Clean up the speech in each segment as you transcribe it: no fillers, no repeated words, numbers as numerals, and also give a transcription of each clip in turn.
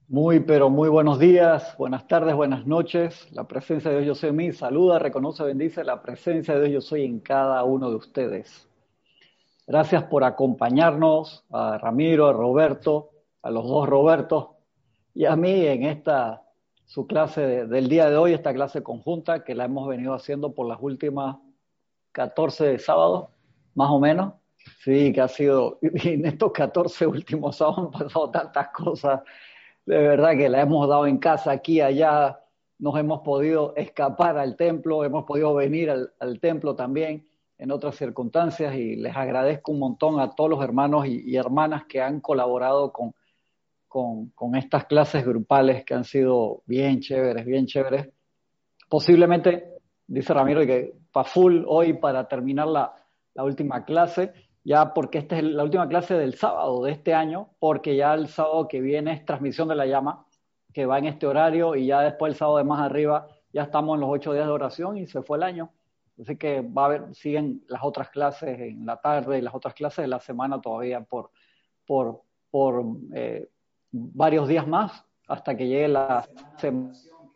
Muy, pero muy buenos días, buenas tardes, buenas noches. La presencia de Dios yo soy en mí. Saluda, reconoce, bendice la presencia de Dios yo soy en cada uno de ustedes. Gracias por acompañarnos, a Ramiro, a Roberto, a los dos Robertos y a mí en esta, su clase del día de hoy, esta clase conjunta que la hemos venido haciendo por las últimas 14 sábados, más o menos. Sí, que ha sido, y en estos 14 últimos sábados han pasado tantas cosas. De verdad que la hemos dado en casa, aquí, allá, nos hemos podido escapar al templo, hemos podido venir al templo también en otras circunstancias y les agradezco un montón a todos los hermanos y hermanas que han colaborado con estas clases grupales que han sido bien chéveres, bien chéveres. Posiblemente, dice Ramiro, que para full hoy para terminar la última clase, ya porque esta es la última clase del sábado de este año, porque ya el sábado que viene es transmisión de la llama, que va en este horario, y ya después el sábado de más arriba ya estamos en los 8 días de oración y se fue el año. Así que va a haber, siguen las otras clases en la tarde y las otras clases de la semana todavía por, por varios días más hasta que llegue la semana,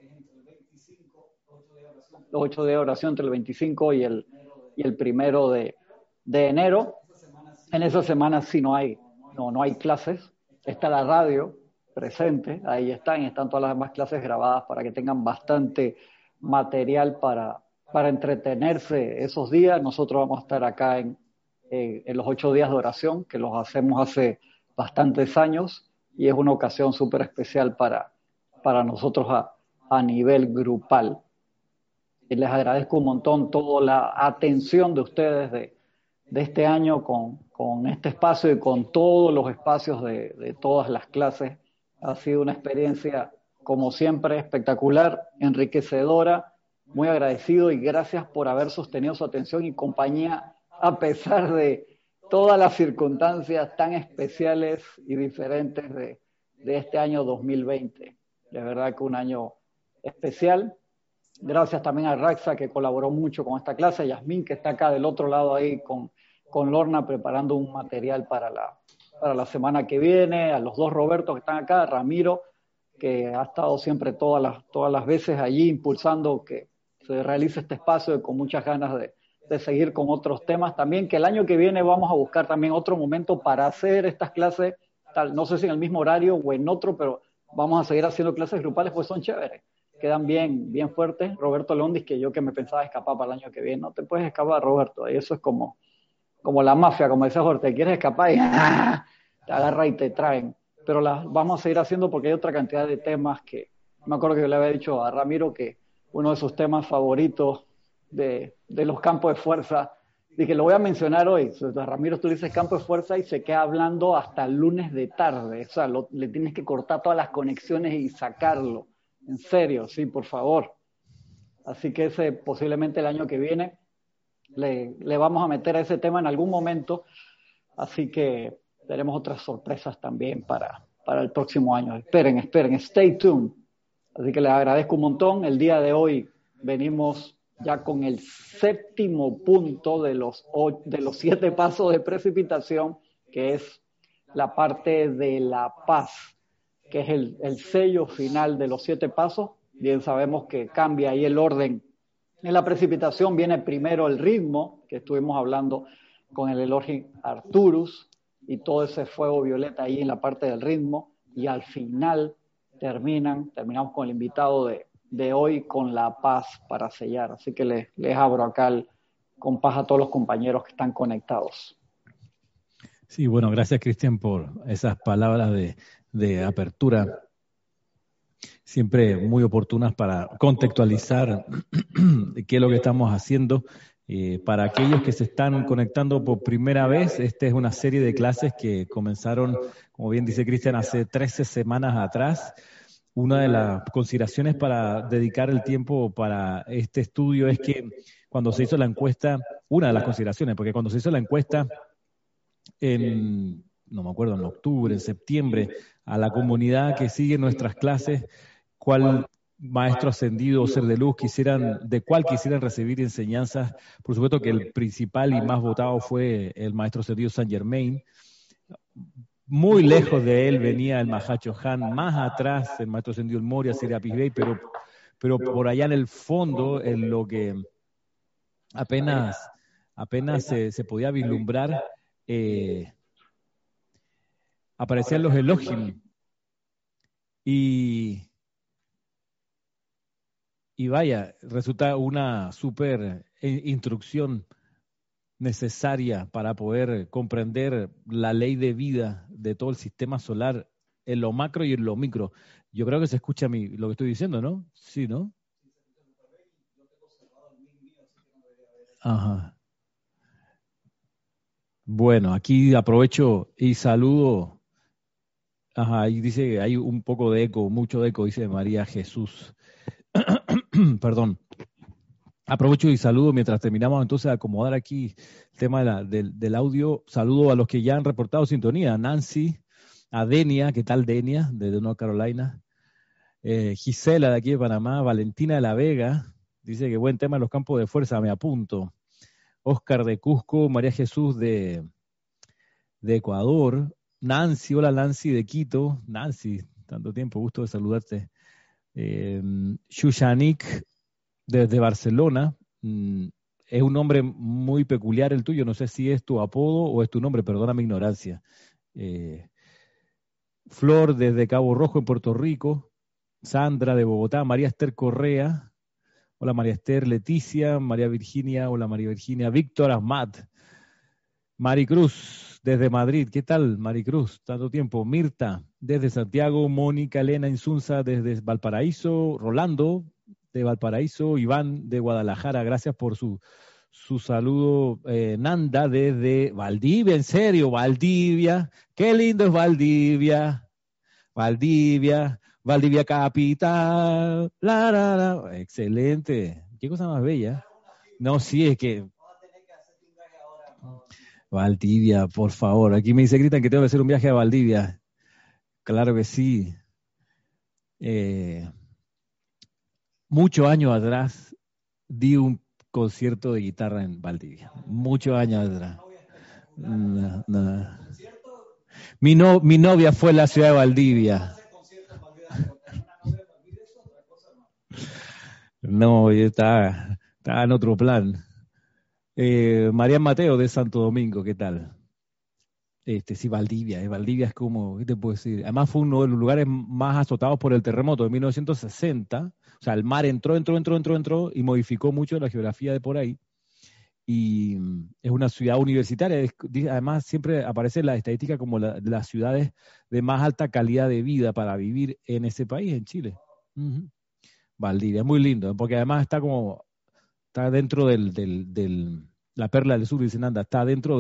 los 8 días de oración entre el 25 y el primero de enero. En esa semana sí no hay clases, está la radio presente, ahí están todas las demás clases grabadas para que tengan bastante material para entretenerse esos días. Nosotros vamos a estar acá en los 8 días de oración, que los hacemos hace bastantes años, y es una ocasión súper especial para nosotros a nivel grupal. Y les agradezco un montón toda la atención de ustedes de este año con este espacio y con todos los espacios de todas las clases. Ha sido una experiencia, como siempre, espectacular, enriquecedora, muy agradecido y gracias por haber sostenido su atención y compañía a pesar de todas las circunstancias tan especiales y diferentes de este año 2020. De verdad que un año especial. Gracias también a Raxa, que colaboró mucho con esta clase, a Yasmín, que está acá del otro lado ahí con Lorna preparando un material para la semana que viene, a los dos Robertos que están acá, a Ramiro, que ha estado siempre todas las veces allí impulsando que se realice este espacio y con muchas ganas de seguir con otros temas también, que el año que viene vamos a buscar también otro momento para hacer estas clases, tal, no sé si en el mismo horario o en otro, pero vamos a seguir haciendo clases grupales, pues son chéveres, quedan bien, bien fuertes. Roberto Londis, que yo que me pensaba escapar para el año que viene, no te puedes escapar, Roberto, y eso es como la mafia, como decía Jorge, te quieres escapar y te agarra y te traen. Pero las vamos a seguir haciendo porque hay otra cantidad de temas que, me acuerdo que yo le había dicho a Ramiro que uno de sus temas favoritos de los campos de fuerza, dije, lo voy a mencionar hoy. Entonces, Ramiro, tú le dices campo de fuerza y se queda hablando hasta el lunes de tarde. O sea, le tienes que cortar todas las conexiones y sacarlo. En serio, sí, por favor. Así que ese posiblemente el año que viene le vamos a meter a ese tema en algún momento. Así que tenemos otras sorpresas también para el próximo año. Esperen, stay tuned. Así que les agradezco un montón. El día de hoy venimos ya con el séptimo punto de los 7 pasos de precipitación, que es la parte de la paz, que es el sello final de los 7 pasos. Bien sabemos que cambia ahí el orden. En la precipitación viene primero el ritmo, que estuvimos hablando con el Elohim Arturus, y todo ese fuego violeta ahí en la parte del ritmo, y al final terminamos con el invitado de hoy con la paz para sellar. Así que les abro acá el compás a todos los compañeros que están conectados. Sí, bueno, gracias Cristian por esas palabras de apertura, siempre muy oportunas para contextualizar qué es lo que estamos haciendo. Para aquellos que se están conectando por primera vez, esta es una serie de clases que comenzaron, como bien dice Cristian, hace 13 semanas atrás. Una de las consideraciones para dedicar el tiempo para este estudio es que cuando se hizo la encuesta, una de las consideraciones, porque cuando se hizo la encuesta no me acuerdo, en octubre, en septiembre, a la comunidad que sigue nuestras clases, cuál maestro ascendido o ser de luz de cuál quisieran recibir enseñanzas. Por supuesto que el principal y más votado fue el maestro ascendido Saint Germain. muy lejos de él venía el Mahacho Han, más atrás el maestro Ascendido el Moria, Serapis Bey, pero por allá en el fondo, en lo que apenas se podía vislumbrar, aparecían los Elohim. Y vaya, resulta una súper instrucción necesaria para poder comprender la ley de vida de todo el sistema solar en lo macro y en lo micro. Yo creo que se escucha lo que estoy diciendo, ¿no? Sí, ¿no? Ajá. Bueno, aquí aprovecho y saludo. Ajá, ahí dice que hay un poco de eco, mucho eco, dice María Jesús. Perdón. Aprovecho y saludo mientras terminamos entonces de acomodar aquí el tema del audio. Saludo a los que ya han reportado sintonía. A Nancy, a Denia, ¿qué tal Denia? Desde North Carolina. Gisela de aquí de Panamá. Valentina de la Vega. Dice que buen tema en los campos de fuerza, me apunto. Oscar de Cusco. María Jesús de Ecuador. Nancy, hola Nancy de Quito. Nancy, tanto tiempo, gusto de saludarte. Shushanik desde Barcelona. Es un nombre muy peculiar el tuyo, no sé si es tu apodo o es tu nombre, perdona mi ignorancia. Flor desde Cabo Rojo en Puerto Rico. Sandra de Bogotá. María Esther Correa. Hola María Esther. Leticia. María Virginia. Hola María Virginia. Víctor Ahmad. Maricruz desde Madrid. ¿Qué tal Maricruz? Tanto tiempo. Mirta desde Santiago. Mónica Elena Insunza desde Valparaíso. Rolando de Valparaíso. Iván de Guadalajara. Gracias por su saludo. Nanda desde Valdivia. En serio, Valdivia. Qué lindo es Valdivia. Valdivia capital. Excelente. Qué cosa más bella. No, sí, es que Valdivia, por favor. Aquí me dice Cristian que tengo que hacer un viaje a Valdivia. Claro que sí. Muchos años atrás di un concierto de guitarra en Valdivia. Muchos años atrás. No, no. Mi novia fue a la ciudad de Valdivia. No, yo estaba en otro plan. María Mateo de Santo Domingo, ¿qué tal? Sí, Valdivia. Valdivia es como, ¿qué te puedo decir? Además fue uno de los lugares más azotados por el terremoto de 1960. O sea, el mar entró y modificó mucho la geografía de por ahí. Y es una ciudad universitaria. Además, siempre aparece la estadística como las ciudades de más alta calidad de vida para vivir en ese país, en Chile. Uh-huh. Valdivia, es muy lindo, porque además está dentro la perla del sur, dicen, anda, está dentro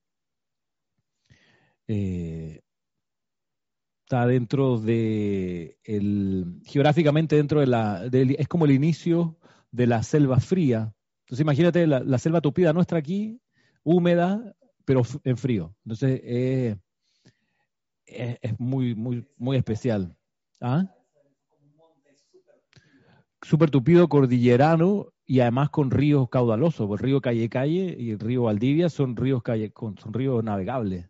geográficamente dentro es como el inicio de la selva fría. Entonces imagínate la selva tupida nuestra aquí, húmeda, pero en frío. Entonces es muy, muy, muy especial. ¿Ah? Súper tupido, cordillerano y además con ríos caudalosos. El río Calle Calle y el río Valdivia son ríos navegables.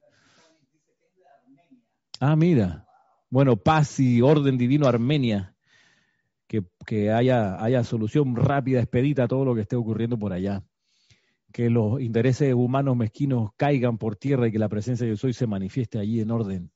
Ah, mira. Bueno, paz y orden divino Armenia. Que haya solución rápida, expedita a todo lo que esté ocurriendo por allá. Que los intereses humanos mezquinos caigan por tierra y que la presencia de Yo Soy se manifieste allí en orden.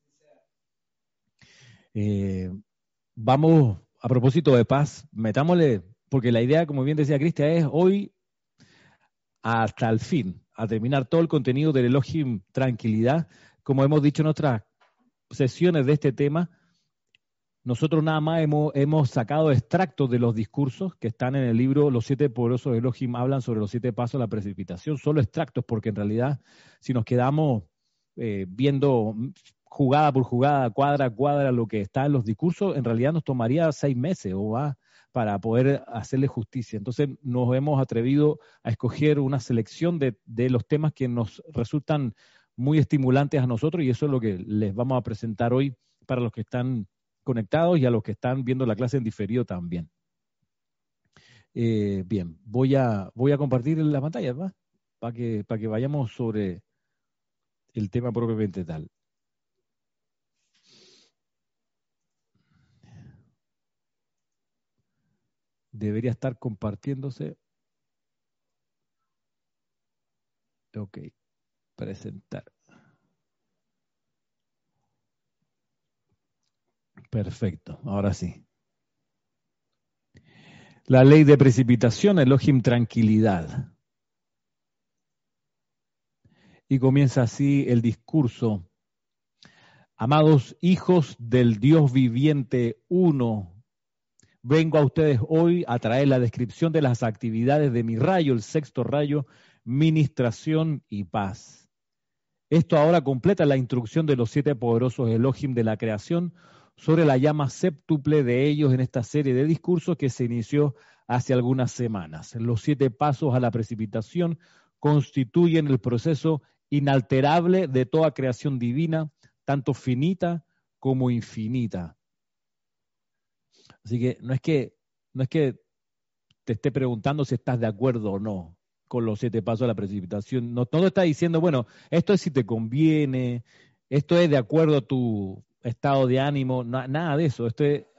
Vamos, a propósito de paz, metámosle, porque la idea, como bien decía Cristian, es hoy hasta el fin, a terminar todo el contenido del Elohim Tranquilidad. Como hemos dicho en otras sesiones de este tema, nosotros nada más hemos sacado extractos de los discursos que están en el libro Los 7 poderosos de Elohim hablan sobre los 7 pasos de la precipitación, solo extractos, porque en realidad si nos quedamos viendo jugada por jugada, cuadra a cuadra lo que está en los discursos, en realidad nos tomaría 6 meses o más para poder hacerle justicia. Entonces nos hemos atrevido a escoger una selección de los temas que nos resultan muy estimulantes a nosotros y eso es lo que les vamos a presentar hoy para los que están conectados y a los que están viendo la clase en diferido también. Bien, voy a compartir la pantalla, ¿va? Para que vayamos sobre el tema propiamente tal. debería estar compartiéndose. Ok, presentar. Perfecto, ahora sí. La ley de precipitación, Elohim tranquilidad. Y comienza así el discurso. Amados hijos del Dios viviente uno, vengo a ustedes hoy a traer la descripción de las actividades de mi rayo, el sexto rayo, ministración y paz. Esto ahora completa la instrucción de los 7 poderosos Elohim de la creación sobre la llama séptuple de ellos en esta serie de discursos que se inició hace algunas semanas. Los 7 pasos a la precipitación constituyen el proceso inalterable de toda creación divina, tanto finita como infinita. Así que no es que te esté preguntando si estás de acuerdo o no con los 7 pasos a la precipitación. No todo está diciendo, bueno, esto es si te conviene, esto es de acuerdo a tu estado de ánimo, nada de eso. Esto es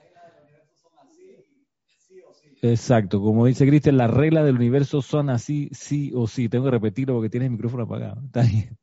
exacto, como dice Cristian, las reglas del universo son así, sí o sí. Tengo que repetirlo porque tienes el micrófono apagado. Está bien.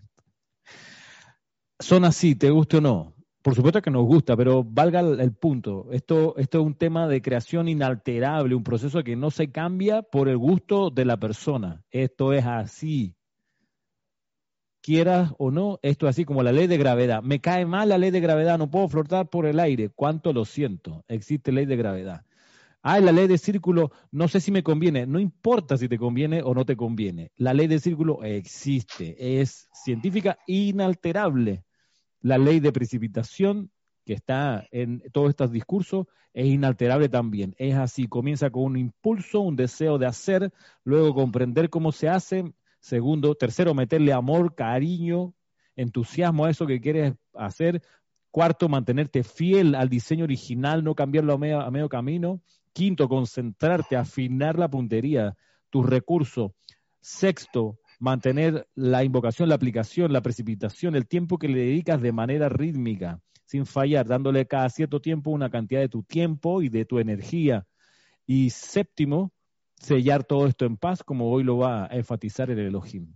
Son así, te guste o no. Por supuesto que nos gusta, pero valga el punto. Esto es un tema de creación inalterable, un proceso que no se cambia por el gusto de la persona. Esto es así. Quieras o no, esto es así como la ley de gravedad. Me cae mal la ley de gravedad, no puedo flotar por el aire. ¿Cuánto lo siento? Existe ley de gravedad. La ley de círculo, no sé si me conviene. No importa si te conviene o no te conviene. La ley de círculo existe, es científica inalterable. La ley de precipitación, que está en todos estos discursos, es inalterable también. Es así, comienza con un impulso, un deseo de hacer, luego comprender cómo se hace, segundo, tercero, meterle amor, cariño, entusiasmo a eso que quieres hacer, cuarto, mantenerte fiel al diseño original, no cambiarlo a medio camino, quinto, concentrarte, afinar la puntería, tus recursos, sexto, mantener la invocación, la aplicación, la precipitación, el tiempo que le dedicas de manera rítmica, sin fallar, dándole cada cierto tiempo una cantidad de tu tiempo y de tu energía. Y séptimo, sellar todo esto en paz, como hoy lo va a enfatizar el Elohim.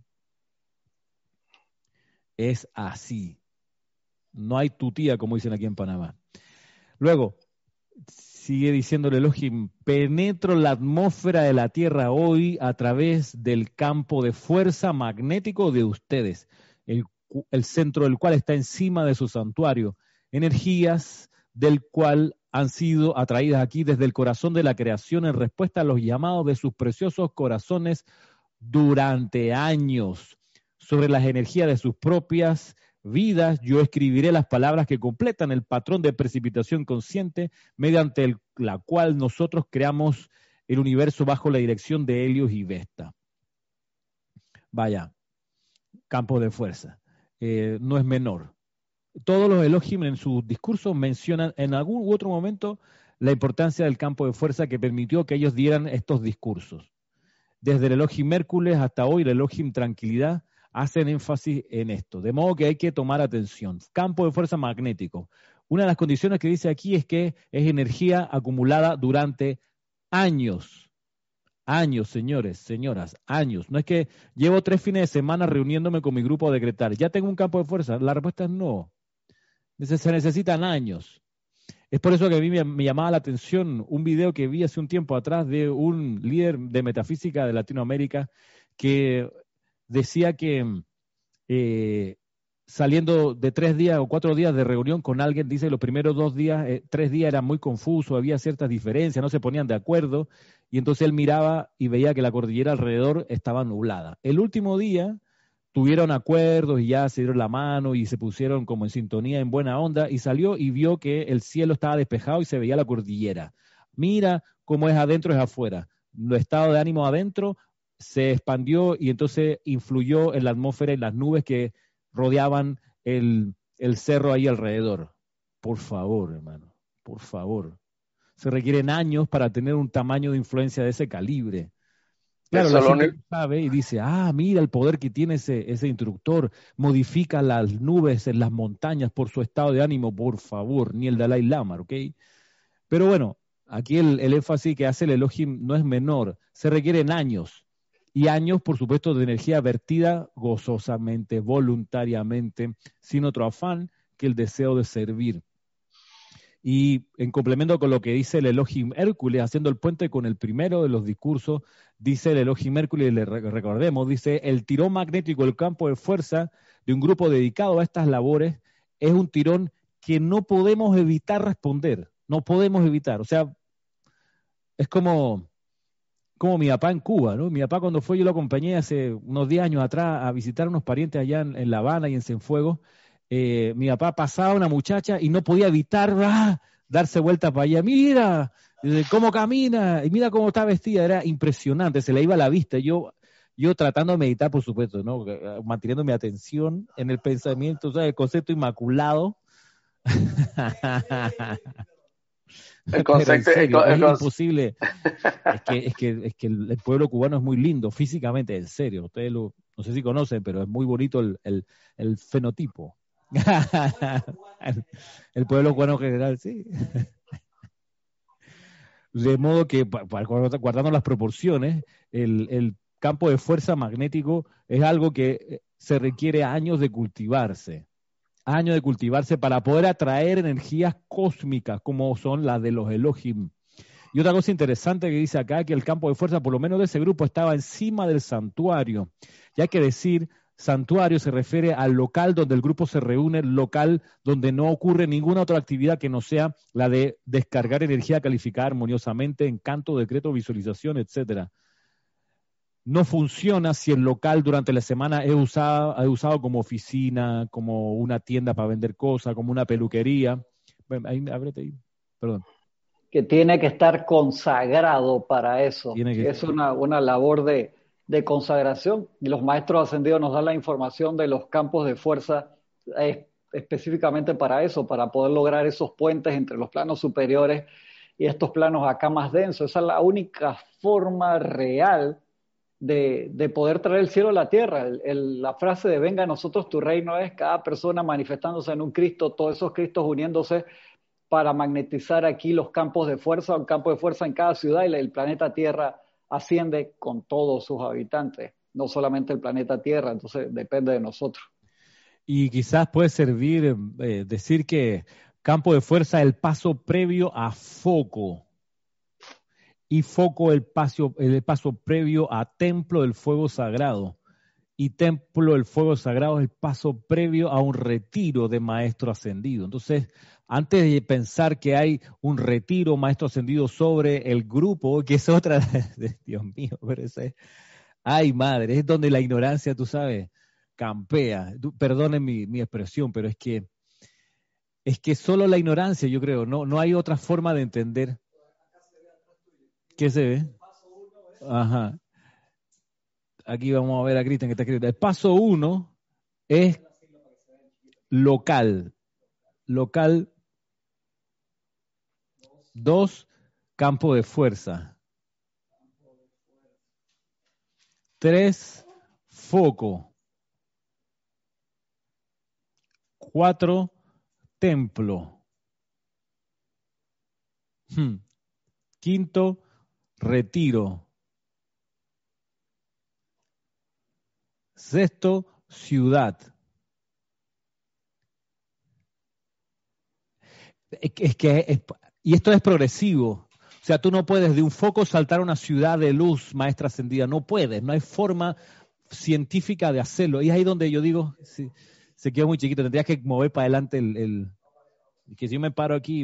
Es así. No hay tutía, como dicen aquí en Panamá. Luego, sigue diciendo el Elohim, penetro la atmósfera de la Tierra hoy a través del campo de fuerza magnético de ustedes, el centro del cual está encima de su santuario, energías del cual han sido atraídas aquí desde el corazón de la creación en respuesta a los llamados de sus preciosos corazones durante años. Sobre las energías de sus propias vidas, yo escribiré las palabras que completan el patrón de precipitación consciente mediante la cual nosotros creamos el universo bajo la dirección de Helios y Vesta. Vaya, campo de fuerza. No es menor. Todos los Elohim en sus discursos mencionan en algún u otro momento la importancia del campo de fuerza que permitió que ellos dieran estos discursos. Desde el Elohim Hércules hasta hoy, el Elohim Tranquilidad, hacen énfasis en esto. De modo que hay que tomar atención. Campo de fuerza magnético. Una de las condiciones que dice aquí es que es energía acumulada durante años. Años, señores, señoras, años. No es que llevo 3 fines de semana reuniéndome con mi grupo a decretar. ¿Ya tengo un campo de fuerza? La respuesta es no. Se necesitan años. Es por eso que a mí me llamaba la atención un video que vi hace un tiempo atrás de un líder de metafísica de Latinoamérica que decía que saliendo de 3 días o 4 días de reunión con alguien, dice que los primeros 2 días, 3 días eran muy confusos, había ciertas diferencias, no se ponían de acuerdo, y entonces él miraba y veía que la cordillera alrededor estaba nublada. El último día tuvieron acuerdos y ya se dieron la mano y se pusieron como en sintonía, en buena onda, y salió y vio que el cielo estaba despejado y se veía la cordillera. Mira cómo es adentro, es afuera. El estado de ánimo adentro se expandió y entonces influyó en la atmósfera y las nubes que rodeaban el cerro ahí alrededor. Por favor, hermano, por favor. Se requieren años para tener un tamaño de influencia de ese calibre. Claro, la gente sabe y dice, mira el poder que tiene ese instructor, modifica las nubes en las montañas por su estado de ánimo, por favor, ni el Dalai Lama, ¿ok? Pero bueno, Aquí el énfasis que hace el Elohim no es menor, se requieren años, y años, por supuesto, de energía vertida gozosamente, voluntariamente, sin otro afán que el deseo de servir. Y en complemento con lo que dice el Elohim Hércules, haciendo el puente con el primero de los discursos, dice el Elohim Hércules, recordemos, dice, el tirón magnético, el campo de fuerza de un grupo dedicado a estas labores, es un tirón que no podemos evitar responder, no podemos evitar. O sea, es como mi papá en Cuba, ¿no? Mi papá cuando fue, yo lo acompañé hace unos 10 años atrás a visitar a unos parientes allá en La Habana y en Cienfuegos. Mi papá pasaba una muchacha y no podía evitar darse vuelta para allá. Mira cómo camina y mira cómo está vestida. Era impresionante, se le iba la vista. Yo tratando de meditar, por supuesto, ¿no? Manteniendo mi atención en el pensamiento, o sea, el concepto inmaculado. El Pero en concepto, serio, es imposible. Es que el pueblo cubano es muy lindo físicamente, en serio. Ustedes no sé si conocen, pero es muy bonito el fenotipo. el pueblo cubano en general, sí. De modo que, guardando las proporciones, el campo de fuerza magnético es algo que se requiere años de cultivarse para poder atraer energías cósmicas como son las de los Elohim. Y otra cosa interesante que dice acá, que el campo de fuerza, por lo menos de ese grupo, estaba encima del santuario. Y hay que decir, santuario se refiere al local donde el grupo se reúne, local donde no ocurre ninguna otra actividad que no sea la de descargar energía calificada armoniosamente en canto, decreto, visualización, etcétera. No funciona si el local durante la semana es usado como oficina, como una tienda para vender cosas, como una peluquería. Bueno, ahí, ábrete ahí. Perdón. Que tiene que estar consagrado para eso. Es una labor de consagración. Y los maestros ascendidos nos dan la información de los campos de fuerza específicamente para eso, para poder lograr esos puentes entre los planos superiores y estos planos acá más densos. Esa es la única forma real de poder traer el cielo a la tierra. La frase de venga a nosotros tu reino es cada persona manifestándose en un Cristo, todos esos Cristos uniéndose para magnetizar aquí los campos de fuerza, un campo de fuerza en cada ciudad, y el planeta Tierra asciende con todos sus habitantes, no solamente el planeta Tierra, entonces depende de nosotros. Y quizás puede servir decir que campo de fuerza es el paso previo a foco, y foco el paso previo a templo del fuego sagrado, y templo del fuego sagrado es el paso previo a un retiro de maestro ascendido. Entonces, antes de pensar que hay un retiro maestro ascendido sobre el grupo, que es otra, Dios mío, pero ese, ay madre, es donde la ignorancia, tú sabes, campea. Perdonen mi expresión, pero es que solo la ignorancia, yo creo, no hay otra forma de entender. ¿Qué se ve? Ajá. Aquí vamos a ver a Cristian que está escrito. El paso 1 es local. 2, campo de fuerza. 3, foco. 4, templo. 5, retiro. 6, ciudad. Y esto es progresivo. O sea, tú no puedes de un foco saltar a una ciudad de luz, maestra ascendida. No puedes, no hay forma científica de hacerlo. Y es ahí donde yo digo, sí, se quedó muy chiquito, tendrías que mover para adelante que si yo me paro aquí...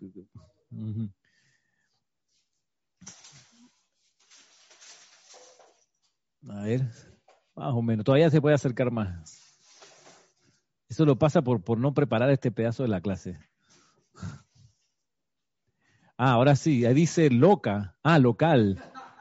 A ver, más o menos. Todavía se puede acercar más. Eso lo pasa por no preparar este pedazo de la clase. Ahora sí, ahí dice loca. Local.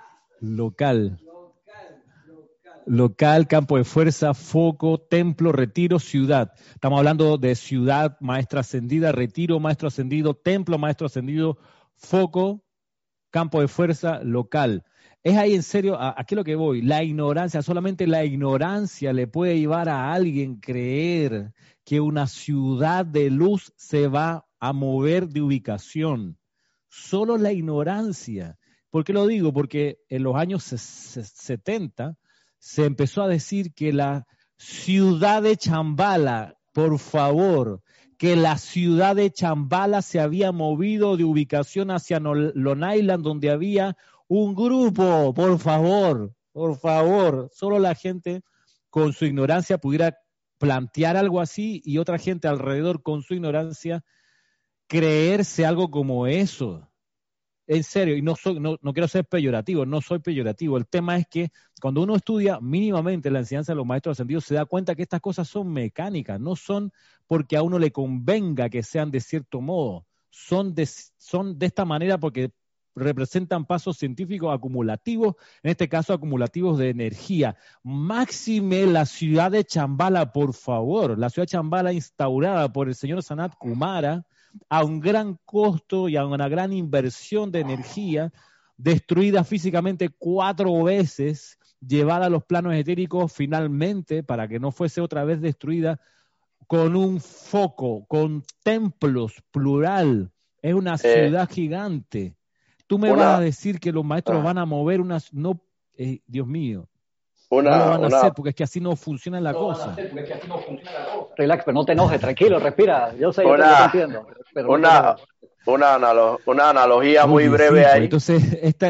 Local, campo de fuerza, foco, templo, retiro, ciudad. Estamos hablando de ciudad, maestra ascendida, retiro, maestro ascendido, templo, maestro ascendido, foco, campo de fuerza, local. Es ahí en serio, ¿a qué es lo que voy? La ignorancia, solamente la ignorancia le puede llevar a alguien a creer que una ciudad de luz se va a mover de ubicación. solo la ignorancia. ¿Por qué lo digo? Porque en los años 70 se empezó a decir que la ciudad de Chambala, por favor, que la ciudad de Chambala se había movido de ubicación hacia Long Island, donde había un grupo, por favor, solo la gente con su ignorancia pudiera plantear algo así y otra gente alrededor con su ignorancia creerse algo como eso. En serio, y no quiero ser peyorativo, no soy peyorativo. El tema es que cuando uno estudia mínimamente la enseñanza de los maestros ascendidos, se da cuenta que estas cosas son mecánicas, no son porque a uno le convenga que sean de cierto modo, son de esta manera porque representan pasos científicos acumulativos, en este caso acumulativos de energía. Máxime la ciudad de Chambala, por favor, la ciudad de Chambala instaurada por el señor Sanat Kumara, a un gran costo y a una gran inversión de energía, destruida físicamente 4 veces, llevada a los planos etéricos finalmente, para que no fuese otra vez destruida, con un foco, con templos, plural. Es una ciudad gigante. Tú me vas a decir que los maestros van a mover unas... No, Dios mío. No lo van a hacer porque es que así no funciona la cosa. Relax, pero no te enojes, tranquilo, respira. Yo sé, yo te entiendo. Pero una analogía muy breve ahí. Entonces,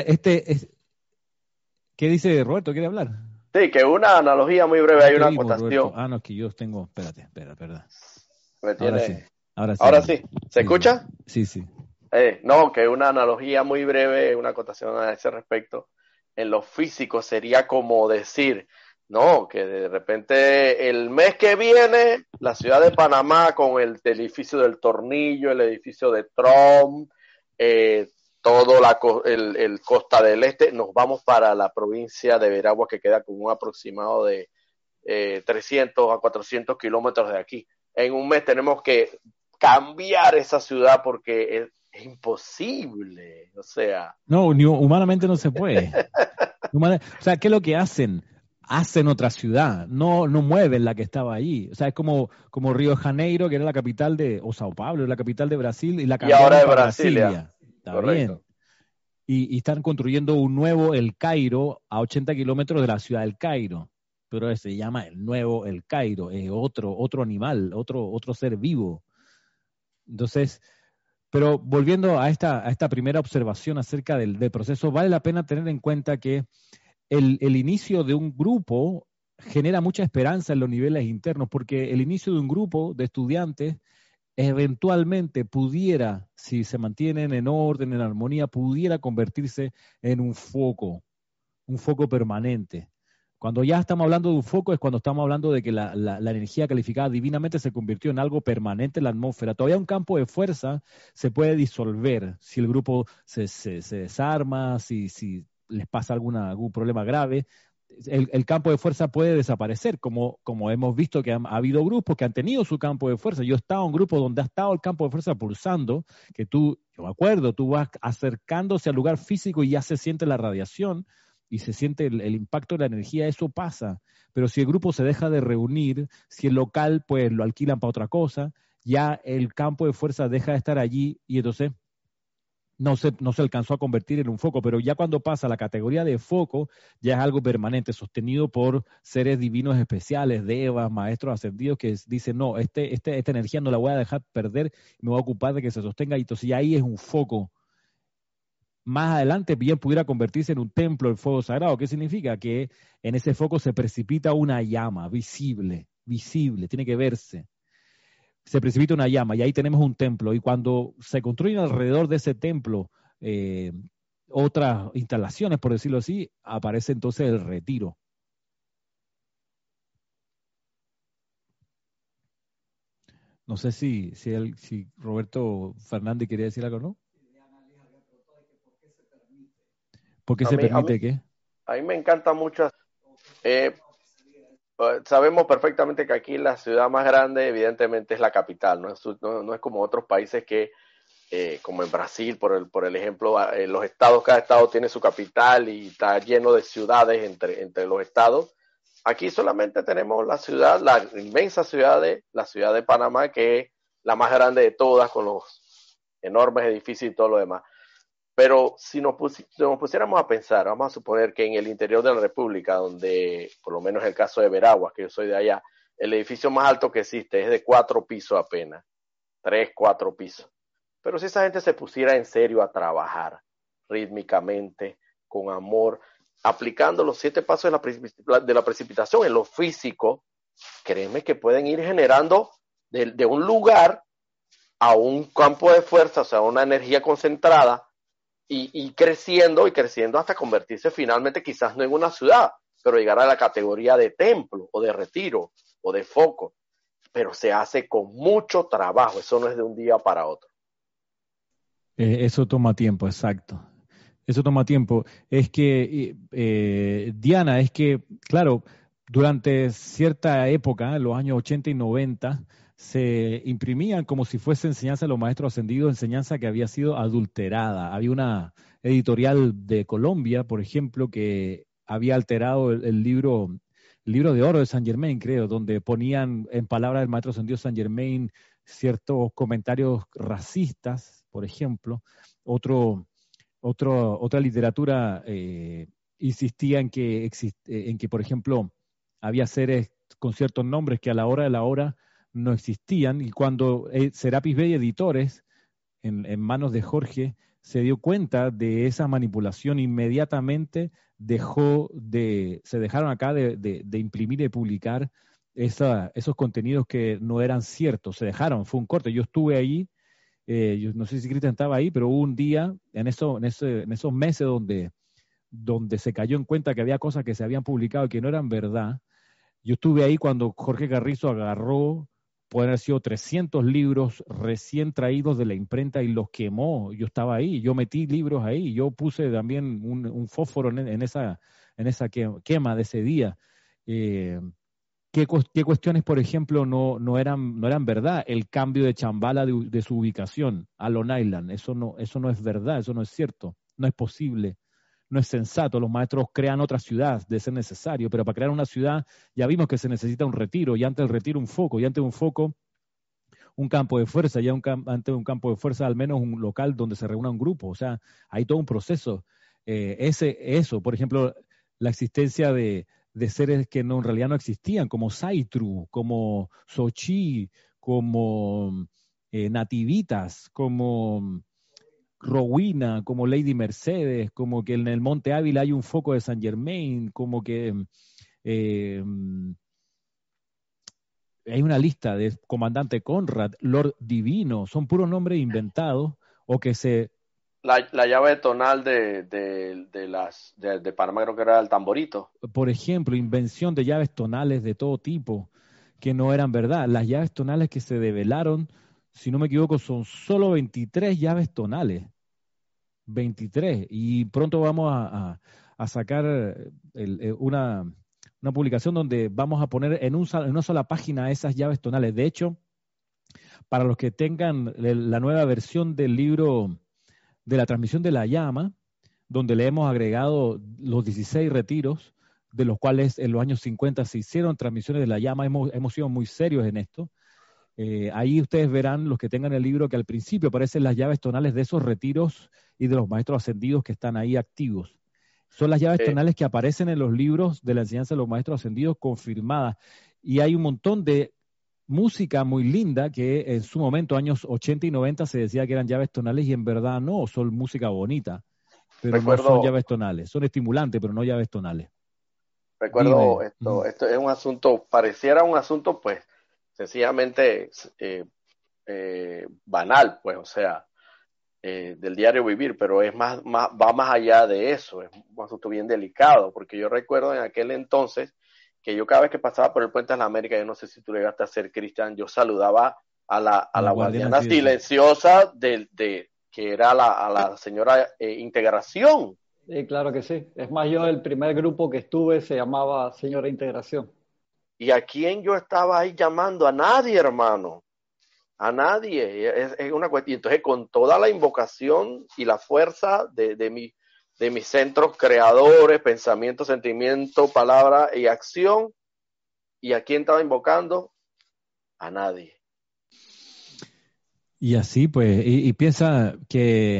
¿qué dice Roberto? ¿Quiere hablar? Sí, que una analogía muy breve, hay una acotación. Roberto. No, es que yo tengo... Espérate. Ahora sí. ¿Se escucha? Sí. No, que una analogía muy breve, una acotación a ese respecto. En lo físico sería como decir, no, que de repente el mes que viene la ciudad de Panamá con el edificio del Tornillo, el edificio de Trump, todo el Costa del Este, nos vamos para la provincia de Veraguas que queda con un aproximado de 300 a 400 kilómetros de aquí. En un mes tenemos que cambiar esa ciudad porque es imposible, o sea. No, humanamente no se puede. O sea, ¿qué es lo que hacen? Hacen otra ciudad, no mueven la que estaba ahí. O sea, es como Río de Janeiro, que era la capital o Sao Paulo, la capital de Brasil, y la cambiaron ahora es para Brasilia. Está bien. Y están construyendo un nuevo El Cairo a 80 kilómetros de la ciudad del Cairo. Pero se llama el nuevo El Cairo, es otro animal, otro ser vivo. Entonces... Pero volviendo a esta primera observación acerca del proceso, vale la pena tener en cuenta que el inicio de un grupo genera mucha esperanza en los niveles internos, porque el inicio de un grupo de estudiantes eventualmente pudiera, si se mantienen en orden, en armonía, pudiera convertirse en un foco permanente. Cuando ya estamos hablando de un foco es cuando estamos hablando de que la energía calificada divinamente se convirtió en algo permanente en la atmósfera. Todavía un campo de fuerza se puede disolver si el grupo se desarma, si les pasa algún problema grave. El campo de fuerza puede desaparecer, como hemos visto que ha habido grupos que han tenido su campo de fuerza. Yo he estado en un grupo donde ha estado el campo de fuerza pulsando, que yo me acuerdo, tú vas acercándose al lugar físico y ya se siente la radiación, y se siente el impacto de la energía, eso pasa. Pero si el grupo se deja de reunir, si el local pues lo alquilan para otra cosa, ya el campo de fuerza deja de estar allí y entonces no se alcanzó a convertir en un foco. Pero ya cuando pasa a la categoría de foco, ya es algo permanente, sostenido por seres divinos especiales, devas, maestros ascendidos, que dicen, no, esta energía no la voy a dejar perder, me voy a ocupar de que se sostenga, y entonces ya ahí es un foco. Más adelante bien pudiera convertirse en un templo del fuego sagrado. ¿Qué significa? Que en ese foco se precipita una llama visible, tiene que verse. Se precipita una llama y ahí tenemos un templo. Y cuando se construyen alrededor de ese templo otras instalaciones, por decirlo así, aparece entonces el retiro. No sé si Roberto Fernández quería decir algo, ¿no? ¿Por qué se permite qué? A mí me encanta mucho. Sabemos perfectamente que aquí la ciudad más grande evidentemente es la capital, no es como otros países que, como en Brasil, por el ejemplo, los estados, cada estado tiene su capital y está lleno de ciudades entre los estados. Aquí solamente tenemos la inmensa ciudad de Panamá, que es la más grande de todas, con los enormes edificios y todo lo demás. Pero si nos pusiéramos a pensar, vamos a suponer que en el interior de la República, donde, por lo menos el caso de Veraguas, que yo soy de allá, el edificio más alto que existe es de 4 pisos apenas, 3, 4 pisos. Pero si esa gente se pusiera en serio a trabajar rítmicamente, con amor, aplicando los 7 pasos de la precipitación en lo físico, créeme que pueden ir generando de un lugar a un campo de fuerza, o sea, una energía concentrada, y creciendo hasta convertirse finalmente quizás no en una ciudad, pero llegar a la categoría de templo o de retiro o de foco, pero se hace con mucho trabajo, eso no es de un día para otro. Eso toma tiempo, exacto. Eso toma tiempo. Es que, Diana, es que, claro, durante cierta época, en los años 80 y 90, se imprimían como si fuese enseñanza de los maestros ascendidos, enseñanza que había sido adulterada. Había una editorial de Colombia, por ejemplo, que había alterado el libro de oro de Saint Germain, creo, donde ponían en palabras del maestro ascendido Saint Germain ciertos comentarios racistas, por ejemplo. Otra literatura insistía en que, por ejemplo, había seres con ciertos nombres que a la hora de la hora no existían, y cuando Serapis Bey Editores, en manos de Jorge, se dio cuenta de esa manipulación, inmediatamente se dejaron acá de imprimir y de publicar esos contenidos que no eran ciertos, se dejaron, fue un corte. Yo estuve ahí. Yo no sé si Cristian estaba ahí, pero hubo un día en esos meses donde se cayó en cuenta que había cosas que se habían publicado y que no eran verdad. Yo estuve ahí cuando Jorge Carrizo agarró, pueden haber sido 300 libros recién traídos de la imprenta y los quemó. Yo estaba ahí, yo metí libros ahí, yo puse también un fósforo en esa quema de ese día. ¿Qué cuestiones, por ejemplo, no eran verdad? El cambio de Chambala de su ubicación a Long Island, eso no es verdad, eso no es cierto, no es posible, no es sensato. Los maestros crean otra ciudad de ser necesario, pero para crear una ciudad ya vimos que se necesita un retiro, y antes del retiro un foco, y antes de un foco un campo de fuerza, antes de un campo de fuerza al menos un local donde se reúna un grupo. O sea, hay todo un proceso. Eso, por ejemplo, la existencia de seres que en realidad no existían, como Saitru, como Xochitl, como Nativitas, como Rowena, como Lady Mercedes, como que en el Monte Ávila hay un foco de Saint Germain, como que eh, hay una lista de Comandante Conrad, Lord Divino, son puros nombres inventados o que se... La llave tonal de Panamá, creo que era el tamborito. Por ejemplo, invención de llaves tonales de todo tipo que no eran verdad. Las llaves tonales que se develaron, si no me equivoco, son solo 23 llaves tonales. 23. Y pronto vamos a sacar una publicación donde vamos a poner en una sola página esas llaves tonales. De hecho, para los que tengan la nueva versión del libro de la transmisión de la llama, donde le hemos agregado los 16 retiros, de los cuales en los años 50 se hicieron transmisiones de la llama, hemos sido muy serios en esto. Ahí ustedes verán, los que tengan el libro, que al principio aparecen las llaves tonales de esos retiros y de los maestros ascendidos que están ahí activos. Son las llaves tonales que aparecen en los libros de la enseñanza de los maestros ascendidos confirmadas. Y hay un montón de música muy linda que en su momento, años 80 y 90, se decía que eran llaves tonales, y en verdad no, son música bonita, pero no son llaves tonales, son estimulantes, pero no llaves tonales. Recuerdo esto es un asunto, pareciera un asunto pues sencillamente banal, pues, o sea, del diario vivir, pero es va más allá de eso, es un asunto bien delicado, porque yo recuerdo en aquel entonces que yo cada vez que pasaba por el Puente de la América, yo no sé si tú llegaste a ser, Cristian, yo saludaba a la guardiana silenciosa que era a la señora Integración. Sí, claro que sí. Es más, yo el primer grupo que estuve se llamaba Señora Integración. ¿Y a quién yo estaba ahí llamando? A nadie, hermano. A nadie. Es una cuestión. Entonces, con toda la invocación y la fuerza de mis centros creadores, pensamiento, sentimiento, palabra y acción, ¿y a quién estaba invocando? A nadie. Y así, pues, y piensa que,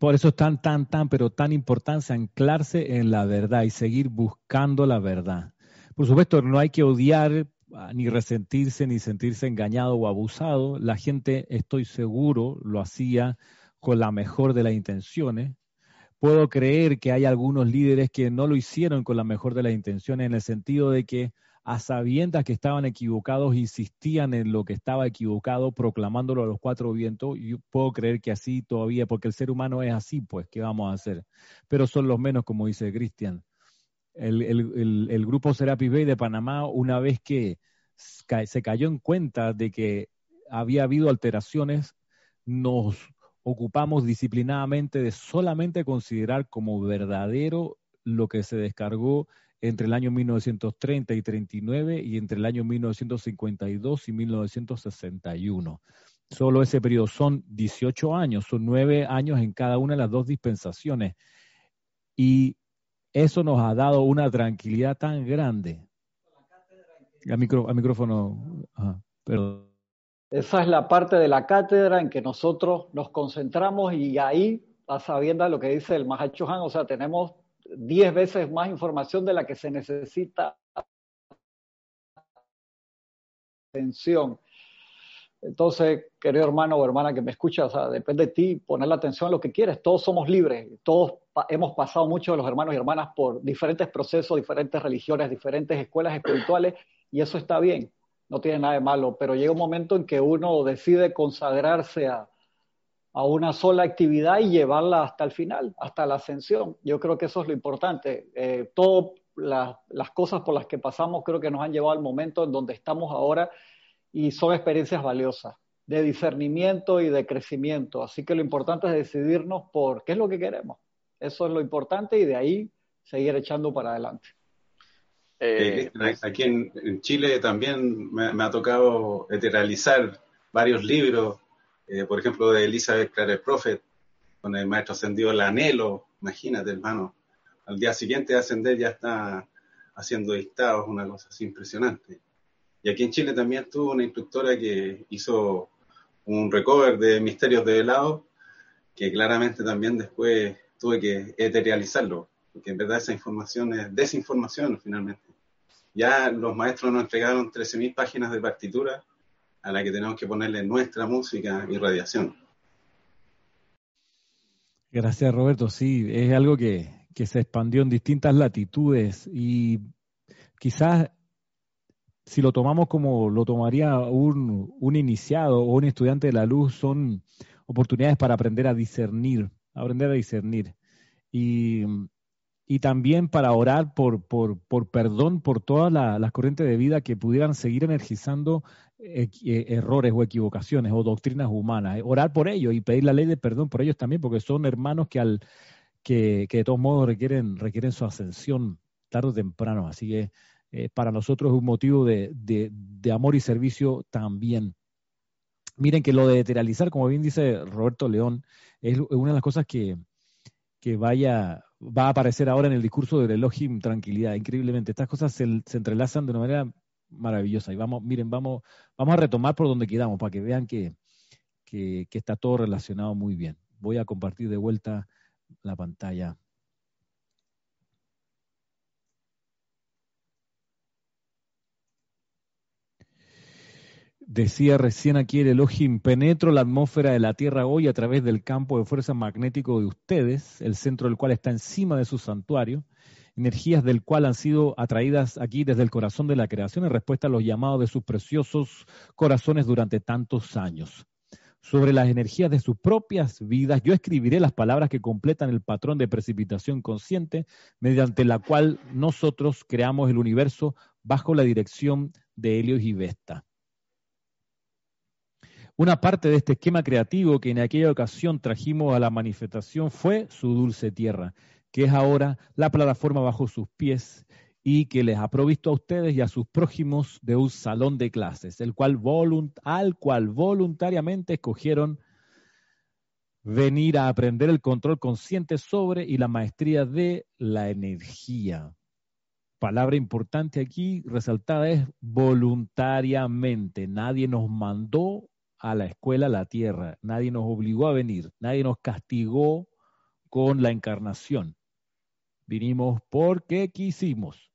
Por eso es pero tan importante anclarse en la verdad y seguir buscando la verdad. Por supuesto, no hay que odiar, ni resentirse, ni sentirse engañado o abusado. La gente, estoy seguro, lo hacía con la mejor de las intenciones. Puedo creer que hay algunos líderes que no lo hicieron con la mejor de las intenciones, en el sentido de que a sabiendas que estaban equivocados, insistían en lo que estaba equivocado, proclamándolo a los cuatro vientos. Yo puedo creer que así todavía, porque el ser humano es así, pues, ¿qué vamos a hacer? Pero son los menos, como dice Cristian. El grupo Serapis Bay de Panamá, una vez que se cayó en cuenta de que había habido alteraciones, nos ocupamos disciplinadamente de solamente considerar como verdadero lo que se descargó entre el año 1930 y 39 y entre el año 1952 y 1961. Solo ese periodo son 18 años, son 9 años en cada una de las dos dispensaciones. Y eso nos ha dado una tranquilidad tan grande. A micrófono, perdón. Esa es la parte de la cátedra en que nosotros nos concentramos y ahí, a sabiendas lo que dice el Mahacho Han, o sea, tenemos 10 veces más información de la que se necesita. Atención. Entonces, querido hermano o hermana que me escucha, o sea, depende de ti poner la atención a lo que quieres. Todos somos libres, todos hemos pasado, muchos de los hermanos y hermanas, por diferentes procesos, diferentes religiones, diferentes escuelas espirituales, y eso está bien, no tiene nada de malo, pero llega un momento en que uno decide consagrarse a una sola actividad y llevarla hasta el final, hasta la ascensión. Yo creo que eso es lo importante. Todas las cosas por las que pasamos creo que nos han llevado al momento en donde estamos ahora, y son experiencias valiosas, de discernimiento y de crecimiento. Así que lo importante es decidirnos por qué es lo que queremos. Eso es lo importante, y de ahí seguir echando para adelante. Aquí en Chile también me ha tocado realizar varios libros, por ejemplo, de Elizabeth Claret-Prophet, con el maestro ascendido El Anhelo. Imagínate, hermano, al día siguiente de ascender ya está haciendo dictados, una cosa así impresionante. Y aquí en Chile también tuve una instructora que hizo un recover de Misterios Develados, que claramente también después tuve que eterealizarlo, porque en verdad esa información es desinformación finalmente. Ya los maestros nos entregaron 13.000 páginas de partitura a la que tenemos que ponerle nuestra música y radiación. Gracias, Roberto. Sí, es algo que se expandió en distintas latitudes, y quizás si lo tomamos como lo tomaría un iniciado o un estudiante de la luz, son oportunidades para aprender a discernir. Y también para orar por perdón por todas las corrientes de vida que pudieran seguir energizando errores o equivocaciones o doctrinas humanas. Orar por ellos y pedir la ley de perdón por ellos también, porque son hermanos que de todos modos requieren su ascensión tarde o temprano. Así que para nosotros es un motivo de amor y servicio también. Miren que lo de eterealizar, como bien dice Roberto León, es una de las cosas que va a aparecer ahora en el discurso del Elohim Tranquilidad. Increíblemente, estas cosas se entrelazan de una manera maravillosa. Y vamos a retomar por donde quedamos para que vean que está todo relacionado muy bien. Voy a compartir de vuelta la pantalla. Decía recién aquí el Elohim: penetro la atmósfera de la Tierra hoy a través del campo de fuerza magnético de ustedes, el centro del cual está encima de su santuario, energías del cual han sido atraídas aquí desde el corazón de la creación en respuesta a los llamados de sus preciosos corazones durante tantos años. Sobre las energías de sus propias vidas, yo escribiré las palabras que completan el patrón de precipitación consciente mediante la cual nosotros creamos el universo bajo la dirección de Helios y Vesta. Una parte de este esquema creativo que en aquella ocasión trajimos a la manifestación fue su dulce tierra, que es ahora la plataforma bajo sus pies y que les ha provisto a ustedes y a sus prójimos de un salón de clases, al cual voluntariamente escogieron venir a aprender el control consciente sobre y la maestría de la energía. Palabra importante aquí resaltada es voluntariamente. Nadie nos mandó a la escuela, a la tierra. Nadie nos obligó a venir. Nadie nos castigó con la encarnación. Vinimos porque quisimos.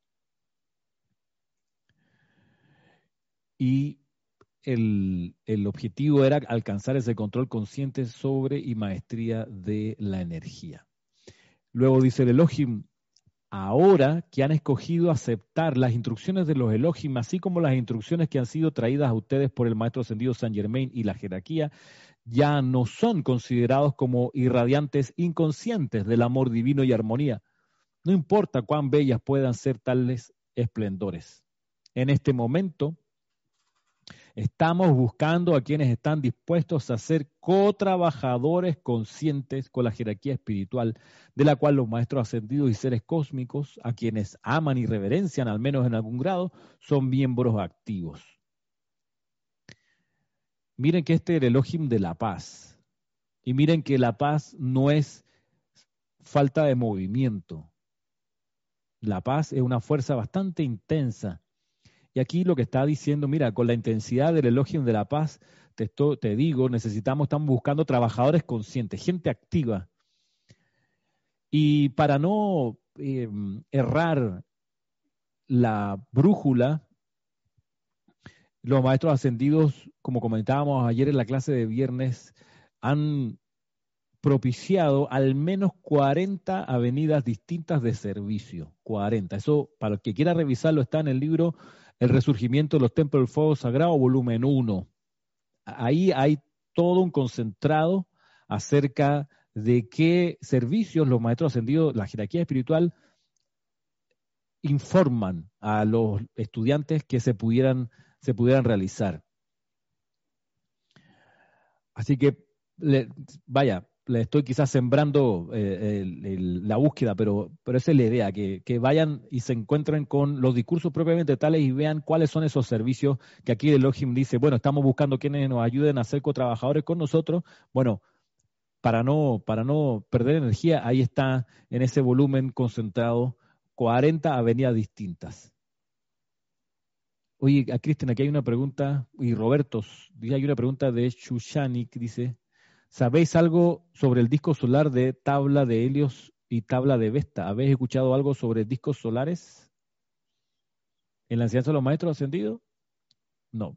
Y el objetivo era alcanzar ese control consciente sobre y maestría de la energía. Luego dice el Elohim, ahora que han escogido aceptar las instrucciones de los Elohim, así como las instrucciones que han sido traídas a ustedes por el Maestro Ascendido Saint Germain y la jerarquía, ya no son considerados como irradiantes inconscientes del amor divino y armonía. No importa cuán bellas puedan ser tales esplendores. En este momento, estamos buscando a quienes están dispuestos a ser co-trabajadores conscientes con la jerarquía espiritual, de la cual los maestros ascendidos y seres cósmicos, a quienes aman y reverencian, al menos en algún grado, son miembros activos. Miren que este es el Elohim de la paz. Y miren que la paz no es falta de movimiento. La paz es una fuerza bastante intensa. Y aquí lo que está diciendo, mira, con la intensidad del Elohim de la paz, te digo, estamos buscando trabajadores conscientes, gente activa. Y para no errar la brújula, los maestros ascendidos, como comentábamos ayer en la clase de viernes, han propiciado al menos 40 avenidas distintas de servicio. 40. Eso, para el que quiera revisarlo, está en el libro El Resurgimiento de los Templos del Fuego Sagrado, volumen 1. Ahí hay todo un concentrado acerca de qué servicios los maestros ascendidos, la jerarquía espiritual, informan a los estudiantes que se pudieran realizar. Así que, le estoy quizás sembrando la búsqueda, pero esa es la idea, que vayan y se encuentren con los discursos propiamente tales y vean cuáles son esos servicios que aquí el Elohim dice, bueno, estamos buscando quienes nos ayuden a ser cotrabajadores con nosotros. Bueno, para no perder energía, ahí está en ese volumen concentrado 40 avenidas distintas. Oye, a Cristian, aquí hay una pregunta, y Roberto, hay una pregunta de Shushanik, dice, ¿sabéis algo sobre el disco solar de tabla de Helios y tabla de Vesta? ¿Habéis escuchado algo sobre discos solares en la enseñanza de los maestros ascendidos? No.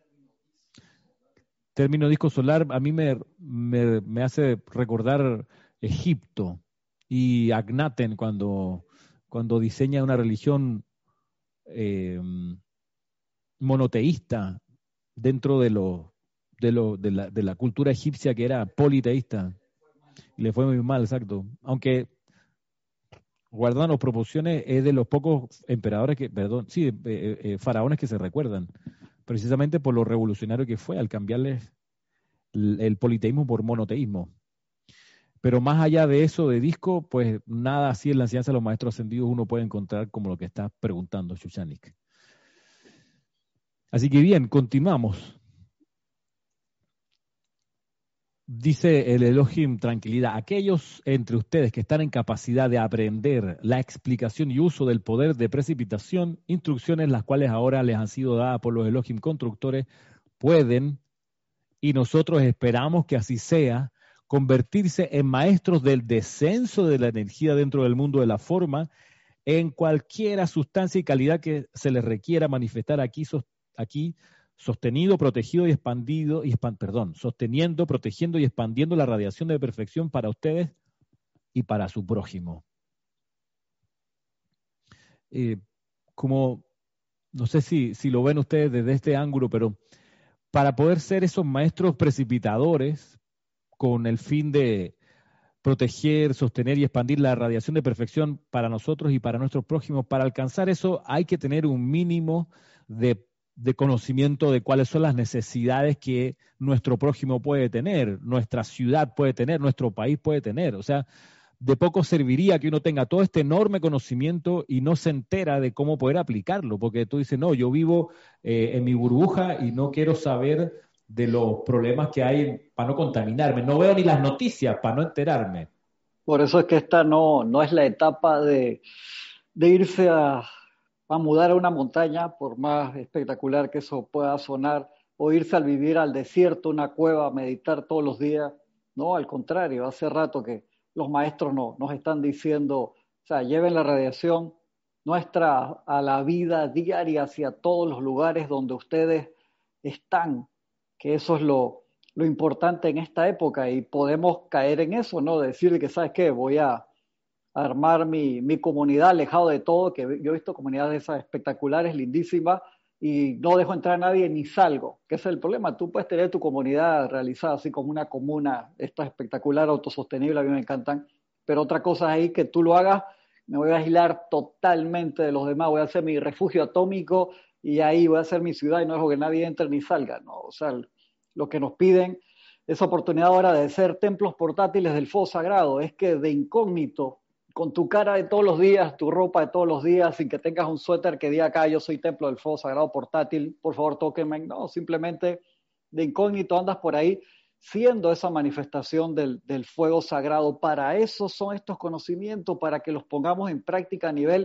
Término disco solar a mí me hace recordar Egipto y Akhenaten cuando diseña una religión monoteísta dentro de la cultura egipcia que era politeísta. Y le fue muy mal, exacto. Aunque, guardando proporciones, es de los pocos emperadores faraones que se recuerdan, precisamente por lo revolucionario que fue al cambiarles el politeísmo por monoteísmo. Pero más allá de eso, de disco, pues nada así en la enseñanza de los maestros ascendidos uno puede encontrar como lo que está preguntando Shushanik. Así que bien, continuamos. Dice el Elohim, tranquilidad, aquellos entre ustedes que están en capacidad de aprender la explicación y uso del poder de precipitación, instrucciones las cuales ahora les han sido dadas por los Elohim constructores, pueden, y nosotros esperamos que así sea, convertirse en maestros del descenso de la energía dentro del mundo de la forma, en cualquiera sustancia y calidad que se les requiera manifestar aquí sostenido, protegido y expandido, sosteniendo, protegiendo y expandiendo la radiación de perfección para ustedes y para su prójimo. Como, no sé si lo ven ustedes desde este ángulo, pero para poder ser esos maestros precipitadores con el fin de proteger, sostener y expandir la radiación de perfección para nosotros y para nuestros prójimos, para alcanzar eso hay que tener un mínimo de conocimiento de cuáles son las necesidades que nuestro prójimo puede tener, nuestra ciudad puede tener, nuestro país puede tener. O sea, de poco serviría que uno tenga todo este enorme conocimiento y no se entera de cómo poder aplicarlo, porque tú dices, no, yo vivo en mi burbuja y no quiero saber de los problemas que hay para no contaminarme. No veo ni las noticias para no enterarme. Por eso es que esta no es la etapa de irse a mudar a una montaña, por más espectacular que eso pueda sonar, o irse a vivir al desierto, una cueva, a meditar todos los días. No, al contrario, hace rato que los maestros nos están diciendo, o sea, lleven la radiación nuestra a la vida diaria hacia todos los lugares donde ustedes están, que eso es lo importante en esta época y podemos caer en eso, ¿no? Decir que, ¿sabes qué? Voy a armar mi comunidad alejado de todo, que yo he visto comunidades esas espectaculares, lindísimas, y no dejo entrar a nadie ni salgo, que ese es el problema. Tú puedes tener tu comunidad realizada así como una comuna, esta espectacular, autosostenible, a mí me encantan, pero otra cosa es ahí que tú lo hagas, me voy a aislar totalmente de los demás, voy a hacer mi refugio atómico y ahí voy a hacer mi ciudad y no dejo que nadie entre ni salga, ¿no? O sea, lo que nos piden, esa oportunidad ahora de ser templos portátiles del fuego sagrado, es que de incógnito, con tu cara de todos los días, tu ropa de todos los días, sin que tengas un suéter que diga acá, yo soy templo del fuego sagrado portátil, por favor tóquenme. No, simplemente de incógnito andas por ahí siendo esa manifestación del fuego sagrado. Para eso son estos conocimientos, para que los pongamos en práctica a nivel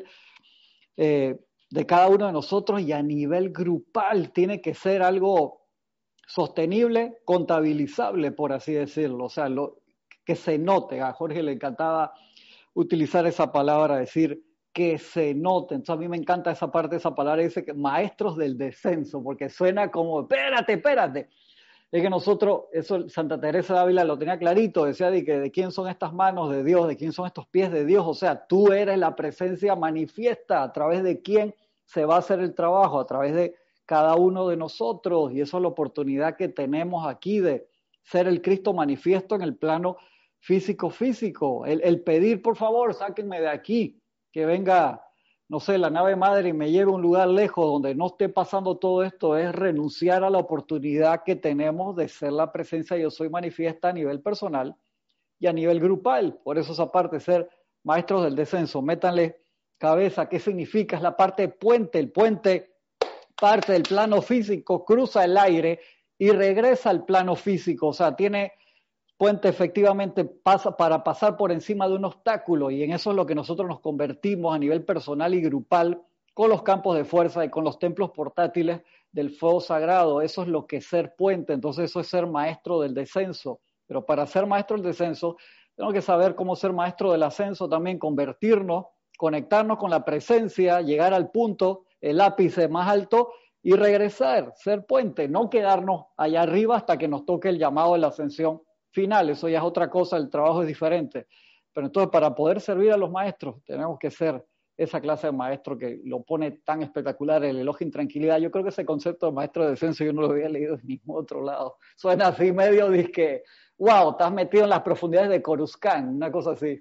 de cada uno de nosotros y a nivel grupal. Tiene que ser algo sostenible, contabilizable, por así decirlo. O sea, que se note. A Jorge le encantaba utilizar esa palabra, decir que se note. Entonces a mí me encanta esa parte, esa palabra dice que maestros del descenso, porque suena como, espérate. Es que nosotros, eso Santa Teresa de Ávila lo tenía clarito, decía de quién son estas manos de Dios, de quién son estos pies de Dios, o sea, tú eres la presencia manifiesta a través de quién se va a hacer el trabajo, a través de cada uno de nosotros, y eso es la oportunidad que tenemos aquí de ser el Cristo manifiesto en el plano físico, el pedir, por favor, sáquenme de aquí, que venga, no sé, la nave madre y me lleve a un lugar lejos donde no esté pasando todo esto, es renunciar a la oportunidad que tenemos de ser la presencia yo soy manifiesta a nivel personal y a nivel grupal. Por eso esa parte, ser maestros del descenso, métanle cabeza, ¿qué significa? Es la parte puente, el puente parte del plano físico, cruza el aire y regresa al plano físico, o sea, tiene puente efectivamente pasa para pasar por encima de un obstáculo y en eso es lo que nosotros nos convertimos a nivel personal y grupal con los campos de fuerza y con los templos portátiles del fuego sagrado. Eso es lo que es ser puente, entonces eso es ser maestro del descenso. Pero para ser maestro del descenso, tenemos que saber cómo ser maestro del ascenso también, convertirnos, conectarnos con la presencia, llegar al punto, el ápice más alto y regresar, ser puente, no quedarnos allá arriba hasta que nos toque el llamado de la ascensión final, eso ya es otra cosa, el trabajo es diferente. Pero entonces para poder servir a los maestros tenemos que ser esa clase de maestro que lo pone tan espectacular, el elogio intranquilidad. Yo creo que ese concepto de maestro de descenso yo no lo había leído de ningún otro lado. Suena así medio disque, wow, estás metido en las profundidades de Coruscant, una cosa así.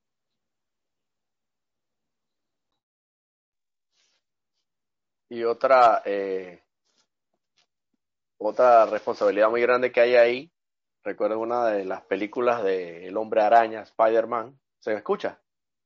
Y otra responsabilidad muy grande que hay ahí. Recuerdo una de las películas de El Hombre Araña, Spider-Man. ¿Se me escucha?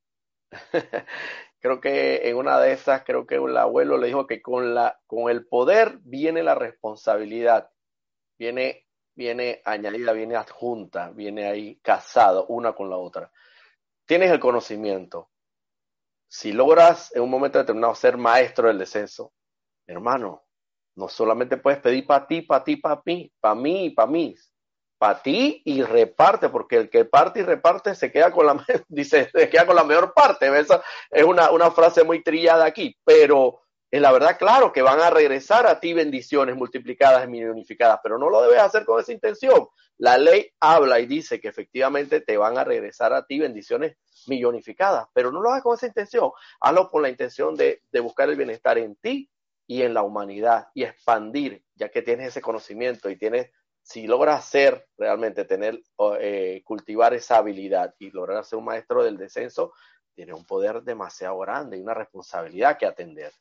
Creo que en una de esas, creo que el abuelo le dijo que con el poder viene la responsabilidad. Viene añadida, viene adjunta, viene ahí casado una con la otra. Tienes el conocimiento. Si logras en un momento determinado ser maestro del descenso, hermano, no solamente puedes pedir para ti, para mí, para mí, para ti y reparte, porque el que parte y reparte se queda con la, dice, se queda con la mejor parte. Esa es una frase muy trillada aquí, pero en la verdad, claro, que van a regresar a ti bendiciones multiplicadas y millonificadas, pero no lo debes hacer con esa intención. La ley habla y dice que efectivamente te van a regresar a ti bendiciones millonificadas, pero no lo hagas con esa intención. Hazlo con la intención de buscar el bienestar en ti y en la humanidad y expandir, ya que tienes ese conocimiento y tienes, si logras ser realmente, cultivar esa habilidad y lograr ser un maestro del descenso, tienes un poder demasiado grande y una responsabilidad que atender.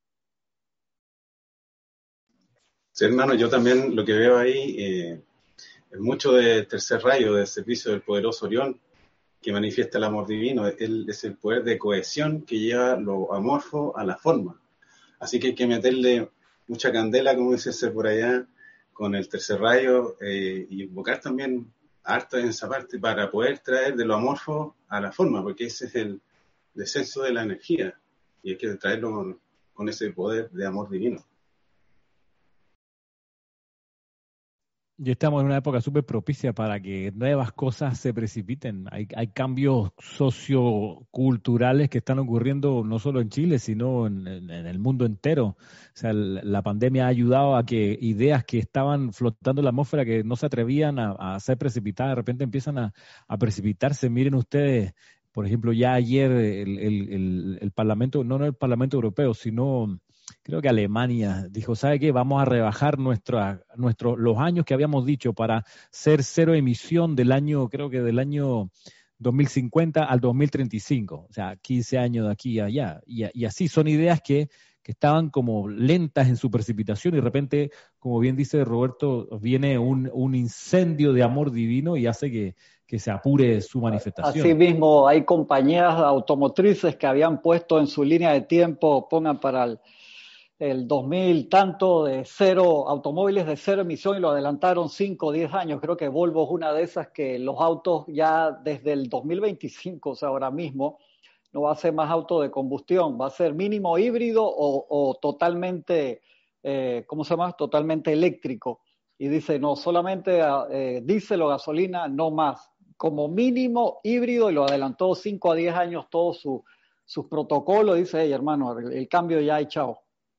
Sí, hermano, yo también lo que veo ahí es mucho de tercer rayo, del servicio del poderoso Orión, que manifiesta el amor divino. Él es el poder de cohesión que lleva lo amorfo a la forma. Así que hay que meterle mucha candela, como dice por allá, con el tercer rayo y invocar también harto en esa parte para poder traer de lo amorfo a la forma, porque ese es el descenso de la energía y hay que traerlo con ese poder de amor divino. Y estamos en una época súper propicia para que nuevas cosas se precipiten. Hay cambios socioculturales que están ocurriendo no solo en Chile, sino en el mundo entero. O sea, la pandemia ha ayudado a que ideas que estaban flotando en la atmósfera, que no se atrevían a ser precipitadas, de repente empiezan a precipitarse. Miren ustedes, por ejemplo, ya ayer el Parlamento, no el Parlamento Europeo, sino creo que Alemania dijo, ¿sabe qué? Vamos a rebajar los años que habíamos dicho para ser cero emisión creo que del año 2050 al 2035. O sea, 15 años de aquí a allá. Y así son ideas que estaban como lentas en su precipitación y de repente, como bien dice Roberto, viene un incendio de amor divino y hace que se apure su manifestación. Asimismo, hay compañías automotrices que habían puesto en su línea de tiempo, pongan para el 2000 tanto de cero, automóviles de cero emisión, y lo adelantaron 5 o 10 años. Creo que Volvo es una de esas que los autos ya desde el 2025, o sea, ahora mismo, no va a ser más auto de combustión, va a ser mínimo híbrido o totalmente, ¿cómo se llama? Totalmente eléctrico. Y dice, no, solamente diésel o gasolina, no más. Como mínimo híbrido, y lo adelantó 5 a 10 años todos sus protocolos. Dice, hey, hermano, el cambio ya ha echado.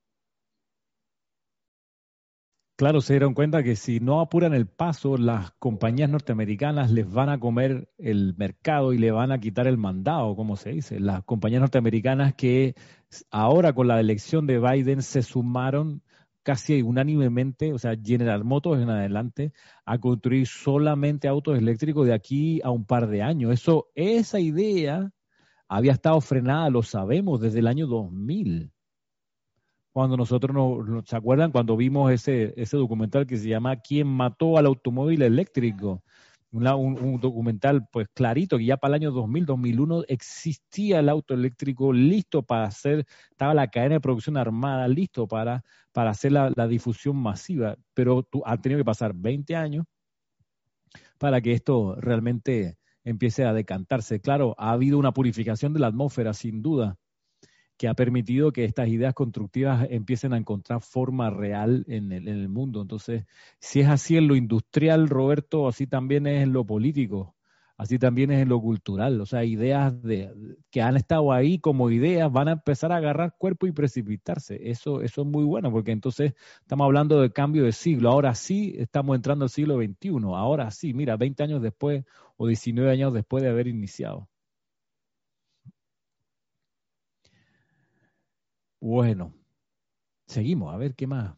Claro, se dieron cuenta que si no apuran el paso, las compañías norteamericanas les van a comer el mercado y le van a quitar el mandado, como se dice. Las compañías norteamericanas que ahora con la elección de Biden se sumaron casi unánimemente, o sea, General Motors en adelante, a construir solamente autos eléctricos de aquí a un par de años. Esa idea había estado frenada, lo sabemos, desde el año 2000. Cuando nosotros ¿se acuerdan? Cuando vimos ese documental que se llama ¿Quién mató al automóvil eléctrico? Un documental pues clarito que ya para el año 2000, 2001 existía el auto eléctrico listo para hacer, estaba la cadena de producción armada listo para hacer la difusión masiva, pero han tenido que pasar 20 años para que esto realmente empiece a decantarse. Claro, ha habido una purificación de la atmósfera sin duda, que ha permitido que estas ideas constructivas empiecen a encontrar forma real en el mundo. Entonces, si es así en lo industrial, Roberto, así también es en lo político, así también es en lo cultural. O sea, ideas que han estado ahí como ideas van a empezar a agarrar cuerpo y precipitarse. Eso es muy bueno, porque entonces estamos hablando de cambio de siglo. Ahora sí estamos entrando al siglo XXI. Ahora sí, mira, 20 años después o 19 años después de haber iniciado. Bueno, seguimos, a ver qué más.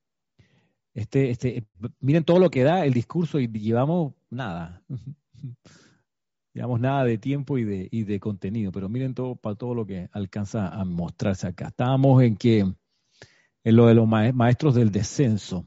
Miren todo lo que da el discurso y llevamos nada. Llevamos nada de tiempo y de contenido, pero miren para todo lo que alcanza a mostrarse acá. Estábamos en lo de los maestros del descenso.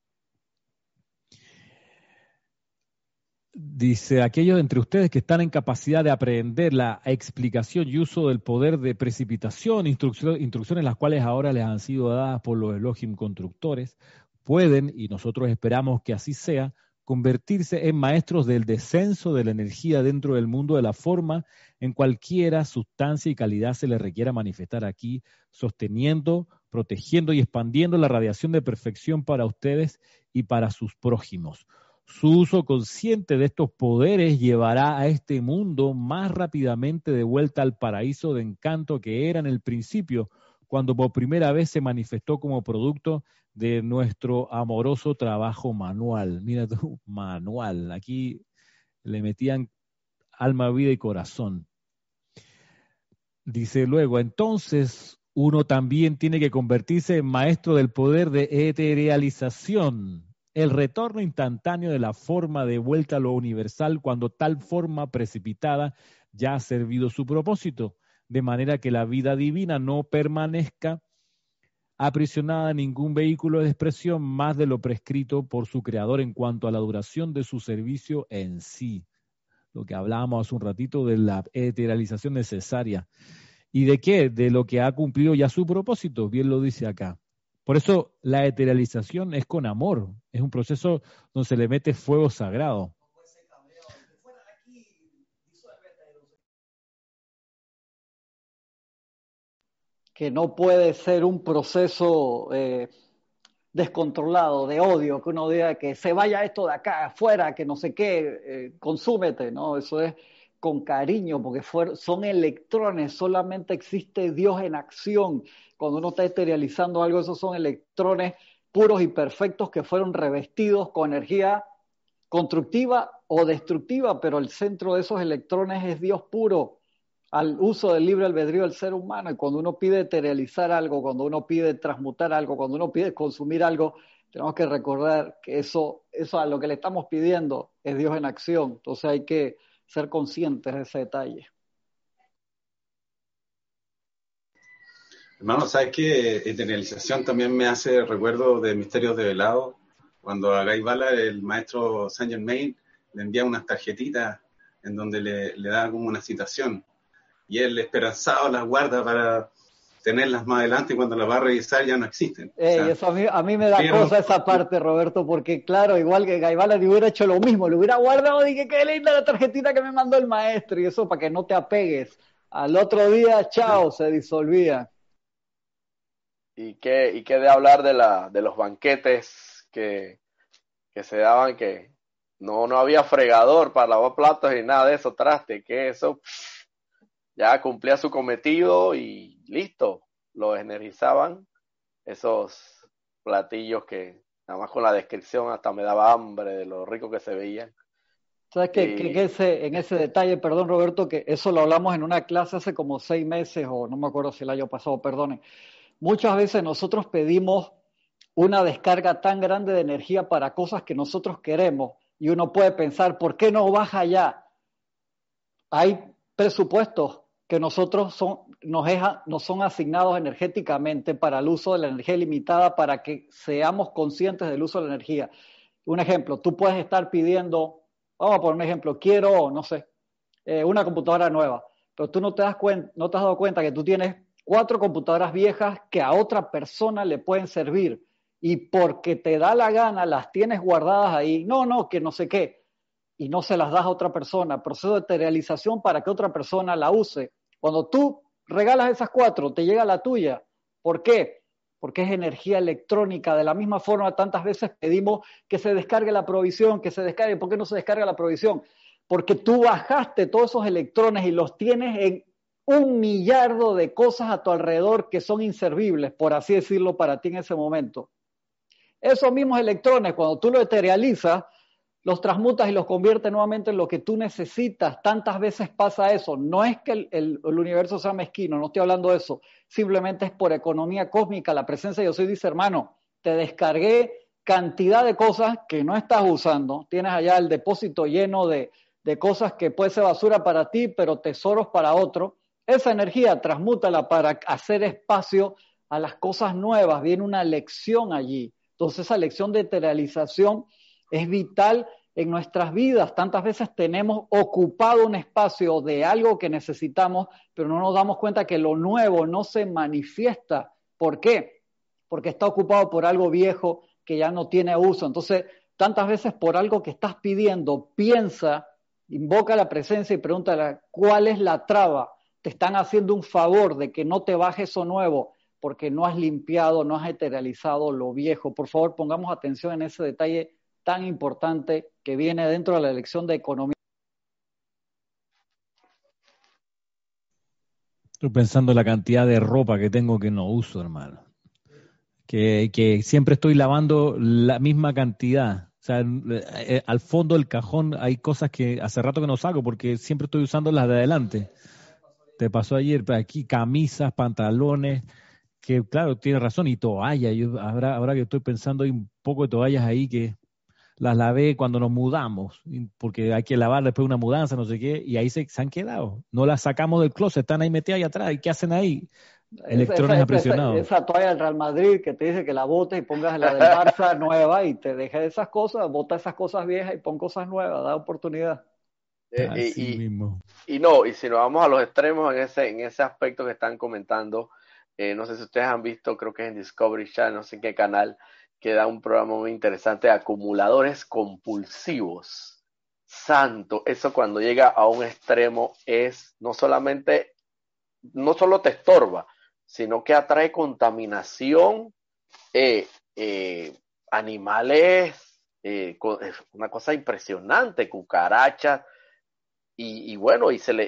Dice, aquellos entre ustedes que están en capacidad de aprender la explicación y uso del poder de precipitación, instrucciones las cuales ahora les han sido dadas por los Elohim constructores, pueden, y nosotros esperamos que así sea, convertirse en maestros del descenso de la energía dentro del mundo de la forma en cualquiera sustancia y calidad se les requiera manifestar aquí, sosteniendo, protegiendo y expandiendo la radiación de perfección para ustedes y para sus prójimos. Su uso consciente de estos poderes llevará a este mundo más rápidamente de vuelta al paraíso de encanto que era en el principio, cuando por primera vez se manifestó como producto de nuestro amoroso trabajo manual. Mira tú, manual. Aquí le metían alma, vida y corazón. Dice luego, entonces uno también tiene que convertirse en maestro del poder de eterealización, el retorno instantáneo de la forma de vuelta a lo universal cuando tal forma precipitada ya ha servido su propósito, de manera que la vida divina no permanezca aprisionada a ningún vehículo de expresión más de lo prescrito por su creador en cuanto a la duración de su servicio en sí. Lo que hablábamos hace un ratito de la eterealización necesaria. ¿Y de qué? De lo que ha cumplido ya su propósito, bien lo dice acá. Por eso la eterealización es con amor, es un proceso donde se le mete fuego sagrado. Que no puede ser un proceso descontrolado, de odio, que uno diga que se vaya esto de acá, afuera, que no sé qué, consúmete, ¿no? Eso es con cariño, porque son electrones, solamente existe Dios en acción. Cuando uno está esterilizando algo, esos son electrones puros y perfectos que fueron revestidos con energía constructiva o destructiva, pero el centro de esos electrones es Dios puro, al uso del libre albedrío del ser humano. Y cuando uno pide eterializar algo, cuando uno pide transmutar algo, cuando uno pide consumir algo, tenemos que recordar que eso a lo que le estamos pidiendo es Dios en acción. Entonces hay que ser conscientes de ese detalle. Hermano, ¿sabes qué? Eternización también me hace recuerdo de Misterios de Velado, cuando a Guy Ballard, el maestro Saint Germain, le envía unas tarjetitas en donde le da como una citación, y él esperanzado las guarda para tenerlas más adelante, y cuando las va a revisar ya no existen. Eso a mí me da cosa esa parte, Roberto, porque claro, igual que Guy Ballard hubiera hecho lo mismo, le hubiera guardado y que qué linda la tarjetita que me mandó el maestro, y eso para que no te apegues. Al otro día, chao, se disolvía. ¿Y qué de hablar de los banquetes que se daban, que no había fregador para lavar platos y nada de eso, traste, que eso ya cumplía su cometido y listo, lo energizaban, esos platillos que nada más con la descripción hasta me daba hambre de lo rico que se veían. ¿Sabes que en ese detalle, perdón Roberto, que eso lo hablamos en una clase hace como 6 meses o no me acuerdo si el año pasado, perdone. Muchas veces nosotros pedimos una descarga tan grande de energía para cosas que nosotros queremos y uno puede pensar, ¿por qué no baja ya? Hay presupuestos que nos son asignados energéticamente para el uso de la energía ilimitada, para que seamos conscientes del uso de la energía. Un ejemplo, tú puedes estar pidiendo, vamos a poner un ejemplo, quiero, no sé, una computadora nueva, pero tú no te has dado cuenta que tú tienes 4 computadoras viejas que a otra persona le pueden servir y porque te da la gana las tienes guardadas ahí, que no sé qué, y no se las das a otra persona, proceso de esterilización para que otra persona la use. Cuando tú regalas esas 4, te llega la tuya. ¿Por qué? Porque es energía electrónica. De la misma forma, tantas veces pedimos que se descargue la provisión, que se descargue. ¿Por qué no se descarga la provisión? Porque tú bajaste todos esos electrones y los tienes en 1 millardo de cosas a tu alrededor que son inservibles, por así decirlo, para ti en ese momento. Esos mismos electrones, cuando tú los eterializas, los transmutas y los conviertes nuevamente en lo que tú necesitas. Tantas veces pasa eso. No es que el universo sea mezquino, no estoy hablando de eso. Simplemente es por economía cósmica. La presencia de Yo Soy dice, hermano, te descargué cantidad de cosas que no estás usando. Tienes allá el depósito lleno de cosas que puede ser basura para ti, pero tesoros para otro. Esa energía transmútala para hacer espacio a las cosas nuevas. Viene una lección allí. Entonces esa lección de eterialización es vital en nuestras vidas. Tantas veces tenemos ocupado un espacio de algo que necesitamos, pero no nos damos cuenta que lo nuevo no se manifiesta. ¿Por qué? Porque está ocupado por algo viejo que ya no tiene uso. Entonces, tantas veces por algo que estás pidiendo, piensa, invoca la presencia y pregúntale, ¿cuál es la traba? Te están haciendo un favor de que no te baje eso nuevo, porque no has limpiado, no has eterializado lo viejo. Por favor, pongamos atención en ese detalle tan importante que viene dentro de la lección de economía. Estoy pensando en la cantidad de ropa que tengo que no uso, hermano. Que siempre estoy lavando la misma cantidad. O sea, al fondo del cajón hay cosas que hace rato que no saco porque siempre estoy usando las de adelante. Te pasó ayer, aquí camisas, pantalones, que claro, tienes razón, y toallas. Ahora que estoy pensando, hay un poco de toallas ahí que las lavé cuando nos mudamos, porque hay que lavar después de una mudanza, no sé qué, y ahí se han quedado. No las sacamos del closet, están ahí metidas ahí atrás. ¿Y qué hacen ahí? Electrones apresionados. Esa toalla del Real Madrid que te dice que la botes y pongas la del Barça nueva y te dejes esas cosas, bota esas cosas viejas y pon cosas nuevas, da oportunidad. Así mismo. Y si nos vamos a los extremos en ese aspecto que están comentando, no sé si ustedes han visto, creo que es en Discovery Channel, no sé en qué canal, que da un programa muy interesante de acumuladores compulsivos. Santo, eso cuando llega a un extremo es no solo te estorba, sino que atrae contaminación animales, es una cosa impresionante, cucarachas, y bueno,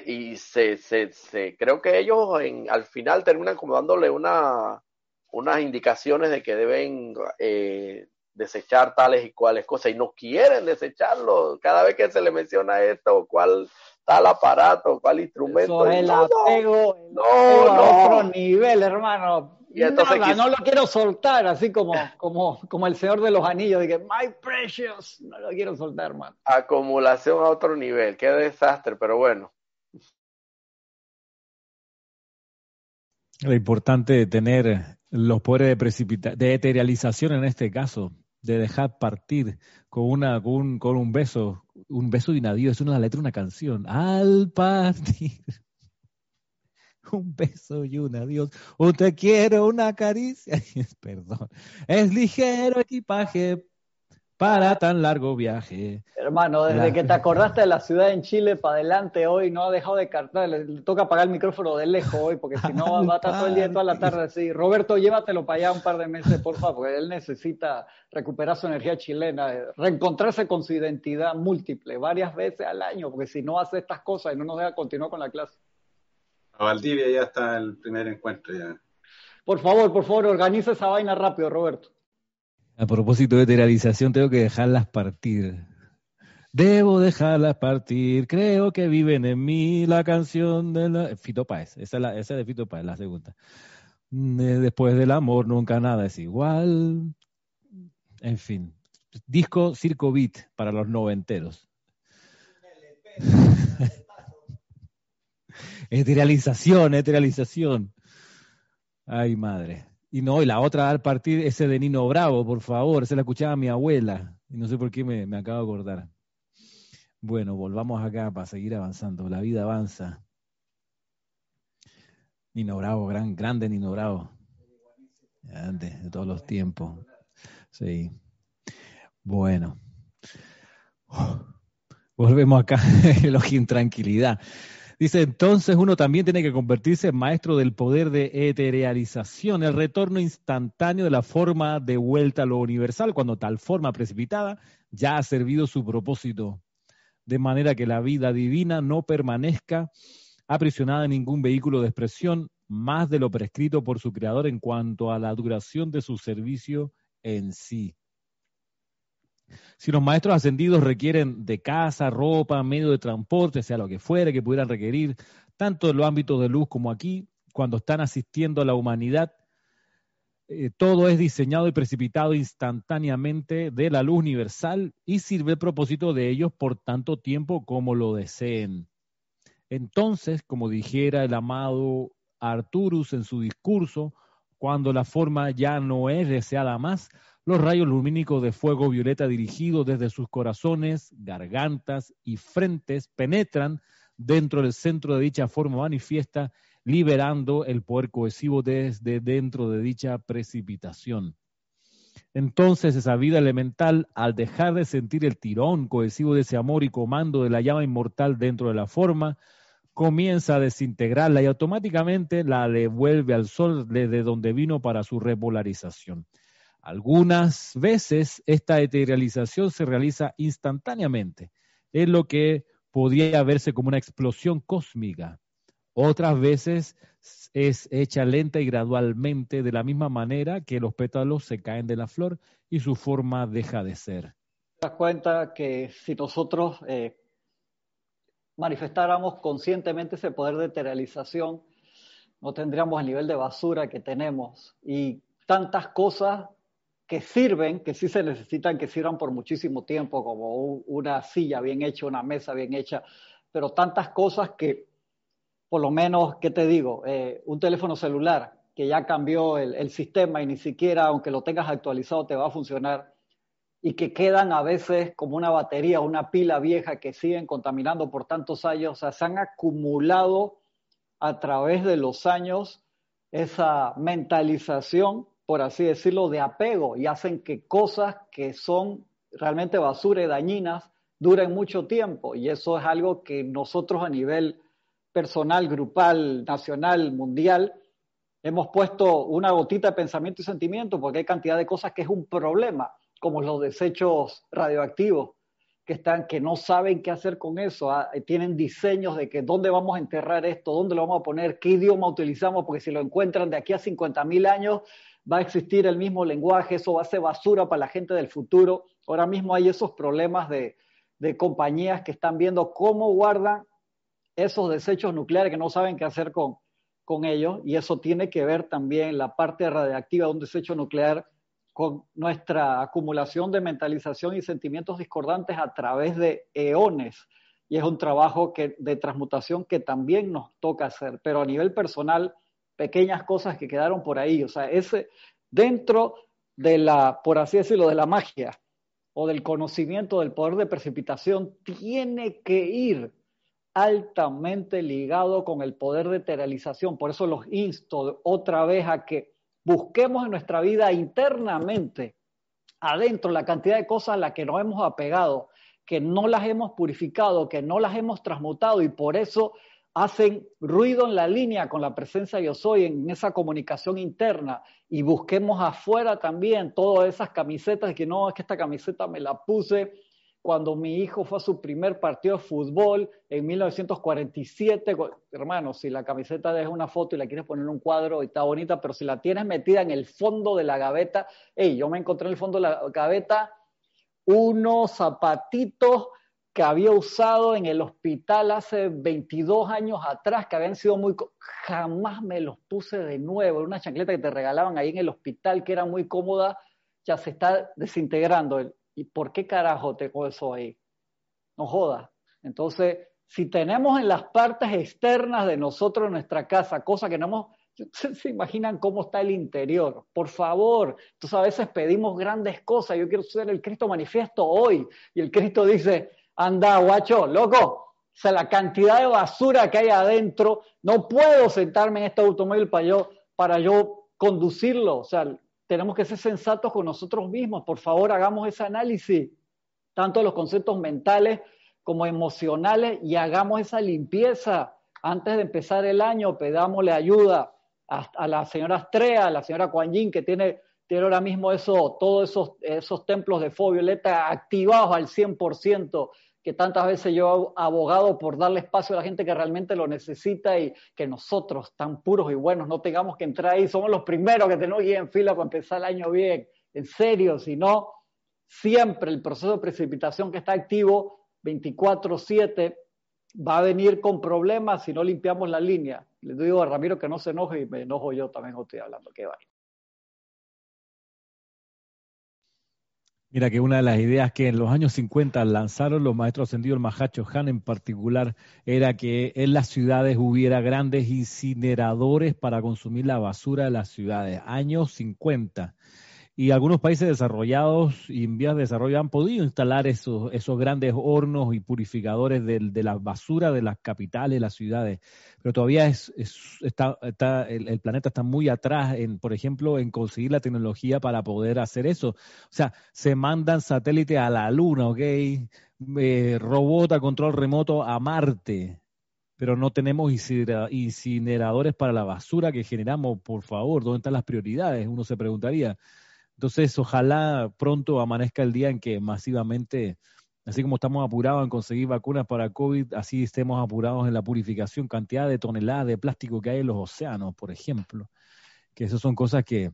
creo que ellos al final terminan como dándole unas indicaciones de que deben desechar tales y cuales cosas, y no quieren desecharlo. Cada vez que se le menciona esto, cuál tal aparato, cuál instrumento. Eso es el apego a otro nivel, hermano. Y entonces, nada, no lo quiero soltar, así como el Señor de los Anillos, de que my precious, no lo quiero soltar, hermano. Acumulación a otro nivel, qué desastre, pero bueno. Lo importante de tener los poderes de eterialización en este caso, de dejar partir con un beso de un adiós, es una letra de una canción. Al partir, un beso y un adiós, un te quiero, una caricia, perdón, es ligero equipaje para tan largo viaje. Hermano, desde que te acordaste de la ciudad en Chile para adelante hoy, no ha dejado de cantar. Le toca apagar el micrófono de lejos hoy, porque si no va a estar todo el día, toda la tarde así. Roberto, llévatelo para allá un par de meses, por favor, porque él necesita recuperar su energía chilena, reencontrarse con su identidad múltiple varias veces al año, porque si no hace estas cosas y no nos deja continuar con la clase. A Valdivia ya está el primer encuentro ya. Por favor, organiza esa vaina rápido, Roberto. A propósito de eterialización, tengo que dejarlas partir. Debo dejarlas partir, creo que viven en mí, la canción de Fito Páez, esa es de Fito Páez, la segunda. Después del amor nunca nada es igual. En fin, disco Circo Beat para los noventeros. Eterialización. Ay, madre. Y la otra al partir, ese de Nino Bravo, por favor, esa la escuchaba mi abuela. Y no sé por qué me acabo de acordar. Bueno, volvamos acá para seguir avanzando. La vida avanza. Nino Bravo, grande Nino Bravo. Grande, de todos los tiempos. Sí. Bueno. Volvemos acá, elogio en tranquilidad. Dice, entonces uno también tiene que convertirse en maestro del poder de eterialización, el retorno instantáneo de la forma de vuelta a lo universal, cuando tal forma precipitada ya ha servido su propósito, de manera que la vida divina no permanezca aprisionada en ningún vehículo de expresión más de lo prescrito por su creador en cuanto a la duración de su servicio en sí. Si los maestros ascendidos requieren de casa, ropa, medio de transporte, sea lo que fuere, que pudieran requerir, tanto en los ámbitos de luz como aquí, cuando están asistiendo a la humanidad, todo es diseñado y precipitado instantáneamente de la luz universal y sirve el propósito de ellos por tanto tiempo como lo deseen. Entonces, como dijera el amado Arturus en su discurso, cuando la forma ya no es deseada más, los rayos lumínicos de fuego violeta dirigidos desde sus corazones, gargantas y frentes penetran dentro del centro de dicha forma manifiesta, liberando el poder cohesivo desde dentro de dicha precipitación. Entonces esa vida elemental, al dejar de sentir el tirón cohesivo de ese amor y comando de la llama inmortal dentro de la forma, comienza a desintegrarla y automáticamente la devuelve al sol desde donde vino para su repolarización. Algunas veces esta eterialización se realiza instantáneamente, es lo que podría verse como una explosión cósmica. Otras veces es hecha lenta y gradualmente, de la misma manera que los pétalos se caen de la flor y su forma deja de ser. Te das cuenta que si nosotros manifestáramos conscientemente ese poder de eterialización, no tendríamos el nivel de basura que tenemos y tantas cosas que sirven, que sí se necesitan, que sirvan por muchísimo tiempo, como una silla bien hecha, una mesa bien hecha, pero tantas cosas que, por lo menos, ¿qué te digo? Un teléfono celular que ya cambió el sistema y ni siquiera, aunque lo tengas actualizado, te va a funcionar, y que quedan a veces como una batería, una pila vieja que siguen contaminando por tantos años. O sea, se han acumulado a través de los años esa mentalización, por así decirlo, de apego, y hacen que cosas que son realmente basura y dañinas duren mucho tiempo, y eso es algo que nosotros a nivel personal, grupal, nacional, mundial, hemos puesto una gotita de pensamiento y sentimiento porque hay cantidad de cosas que es un problema, como los desechos radioactivos, que no saben qué hacer con eso, tienen diseños de que dónde vamos a enterrar esto, dónde lo vamos a poner, qué idioma utilizamos, porque si lo encuentran de aquí a 50,000 años va a existir el mismo lenguaje, eso va a ser basura para la gente del futuro. Ahora mismo hay esos problemas de compañías que están viendo cómo guardan esos desechos nucleares que no saben qué hacer con ellos, y eso tiene que ver también la parte radiactiva de un desecho nuclear con nuestra acumulación de mentalización y sentimientos discordantes a través de eones, y es un trabajo de transmutación que también nos toca hacer, pero a nivel personal, pequeñas cosas que quedaron por ahí, o sea, dentro de la, por así decirlo, de la magia o del conocimiento del poder de precipitación, tiene que ir altamente ligado con el poder de eteralización. Por eso los insto otra vez a que busquemos en nuestra vida internamente, adentro, la cantidad de cosas a las que nos hemos apegado, que no las hemos purificado, que no las hemos transmutado, y por eso hacen ruido en la línea con la presencia yo soy, en esa comunicación interna, y busquemos afuera también todas esas camisetas, que no, es que esta camiseta me la puse cuando mi hijo fue a su primer partido de fútbol en 1947, hermano, si la camiseta es una foto y la quieres poner en un cuadro y está bonita, pero si la tienes metida en el fondo de la gaveta, yo me encontré en el fondo de la gaveta unos zapatitos que había usado en el hospital hace 22 años atrás, que habían sido jamás me los puse de nuevo, era una chancleta que te regalaban ahí en el hospital, que era muy cómoda, ya se está desintegrando. ¿Y por qué carajo tengo eso ahí? No jodas. Entonces, si tenemos en las partes externas de nosotros, en nuestra casa, cosas que no hemos... ¿Se imaginan cómo está el interior? Por favor. Entonces, a veces pedimos grandes cosas. Yo quiero ser el Cristo manifiesto hoy. Y el Cristo dice, anda, guacho, loco. O sea, la cantidad de basura que hay adentro, no puedo sentarme en este automóvil para yo conducirlo. O sea, tenemos que ser sensatos con nosotros mismos. Por favor, hagamos ese análisis, tanto de los conceptos mentales como emocionales, y hagamos esa limpieza. Antes de empezar el año, pedámosle ayuda a la señora Astrea, a la señora Kuan Yin, que tiene ahora mismo todos esos templos de fuego violeta activados al 100%, que tantas veces yo he abogado por darle espacio a la gente que realmente lo necesita, y que nosotros, tan puros y buenos, no tengamos que entrar ahí. Somos los primeros que tenemos que ir en fila para empezar el año bien. En serio, si no, siempre el proceso de precipitación que está activo 24/7 va a venir con problemas si no limpiamos la línea. Le digo a Ramiro que no se enoje, y me enojo yo también, estoy hablando. Qué vaya. Mira que una de las ideas que en los años 50 lanzaron los maestros ascendidos, el Mahacho Han en particular, era que en las ciudades hubiera grandes incineradores para consumir la basura de las ciudades. Años 50. Y algunos países desarrollados y en vías de desarrollo han podido instalar esos grandes hornos y purificadores de la basura de las capitales, las ciudades. Pero todavía el planeta está muy atrás, por ejemplo, en conseguir la tecnología para poder hacer eso. O sea, se mandan satélites a la Luna, ¿ok? Robot a control remoto a Marte. Pero no tenemos incineradores para la basura que generamos. Por favor, ¿dónde están las prioridades? Uno se preguntaría. Entonces, ojalá pronto amanezca el día en que masivamente, así como estamos apurados en conseguir vacunas para COVID, así estemos apurados en la purificación, cantidad de toneladas de plástico que hay en los océanos, por ejemplo. Que esas son cosas que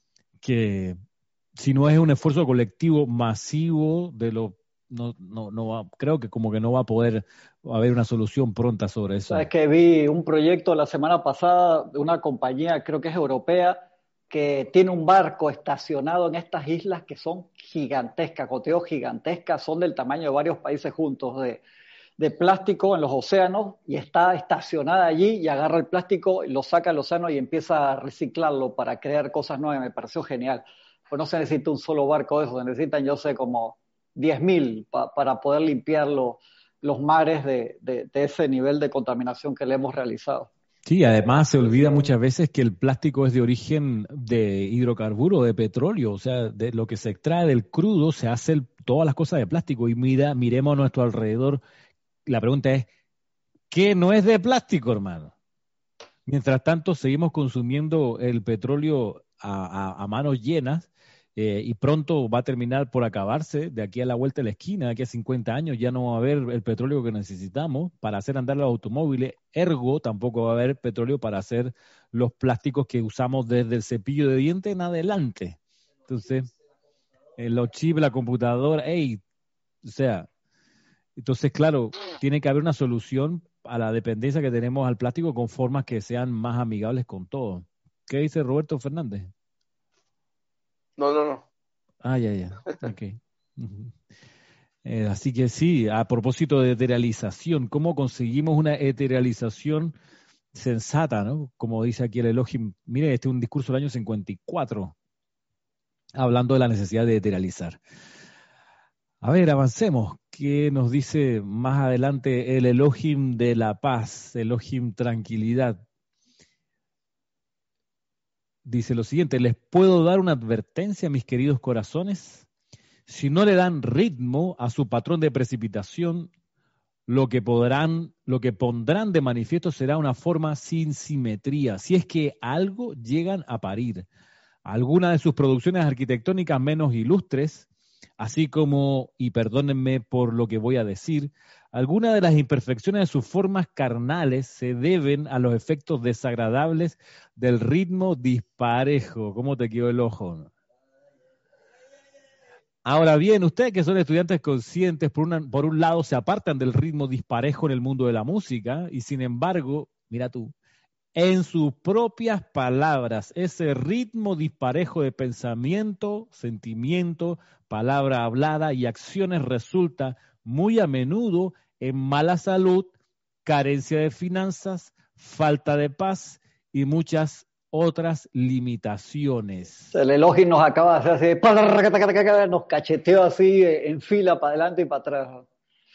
si no es un esfuerzo colectivo masivo, creo que como que no va a poder haber una solución pronta sobre eso. Sabes que vi un proyecto la semana pasada de una compañía, creo que es europea, que tiene un barco estacionado en estas islas que son gigantescas, coteos gigantescas, son del tamaño de varios países juntos, de plástico en los océanos, y está estacionada allí y agarra el plástico, lo saca al océano y empieza a reciclarlo para crear cosas nuevas. Me pareció genial. Pues no se necesita un solo barco de eso, se necesitan, yo sé, como 10,000 para poder limpiar los mares de ese nivel de contaminación que le hemos realizado. Sí, además se olvida muchas veces que el plástico es de origen de hidrocarburo, de petróleo, o sea, de lo que se extrae del crudo se hace todas las cosas de plástico. Y miremos a nuestro alrededor. La pregunta es, ¿qué no es de plástico, hermano? Mientras tanto, seguimos consumiendo el petróleo a manos llenas y pronto va a terminar por acabarse. De aquí a la vuelta de la esquina, de aquí a 50 años, ya no va a haber el petróleo que necesitamos para hacer andar los automóviles. Ergo, tampoco va a haber petróleo para hacer los plásticos que usamos desde el cepillo de dientes en adelante. Entonces, los chips, la computadora, o sea, entonces, claro, tiene que haber una solución a la dependencia que tenemos al plástico con formas que sean más amigables con todos. ¿Qué dice Roberto Fernández? No. Ah, ya. Ok. Ujú. Así que sí, a propósito de eterealización, ¿cómo conseguimos una eterealización sensata, ¿no? Como dice aquí el Elohim. Mire, este es un discurso del año 54, hablando de la necesidad de eterealizar. A ver, avancemos. ¿Qué nos dice más adelante el Elohim de la paz, Elohim tranquilidad? Dice lo siguiente: les puedo dar una advertencia, mis queridos corazones. Si no le dan ritmo a su patrón de precipitación, lo que pondrán de manifiesto será una forma sin simetría, si es que algo llegan a parir. Algunas de sus producciones arquitectónicas menos ilustres, así como, y perdónenme por lo que voy a decir, algunas de las imperfecciones de sus formas carnales se deben a los efectos desagradables del ritmo disparejo. ¿Cómo te quedó el ojo? Ahora bien, ustedes que son estudiantes conscientes, por un lado se apartan del ritmo disparejo en el mundo de la música y sin embargo, mira tú, en sus propias palabras, ese ritmo disparejo de pensamiento, sentimiento, palabra hablada y acciones resulta muy a menudo en mala salud, carencia de finanzas, falta de paz y muchas otras limitaciones. El Elohim nos acaba de hacer así, nos cacheteó así en fila para adelante y para atrás.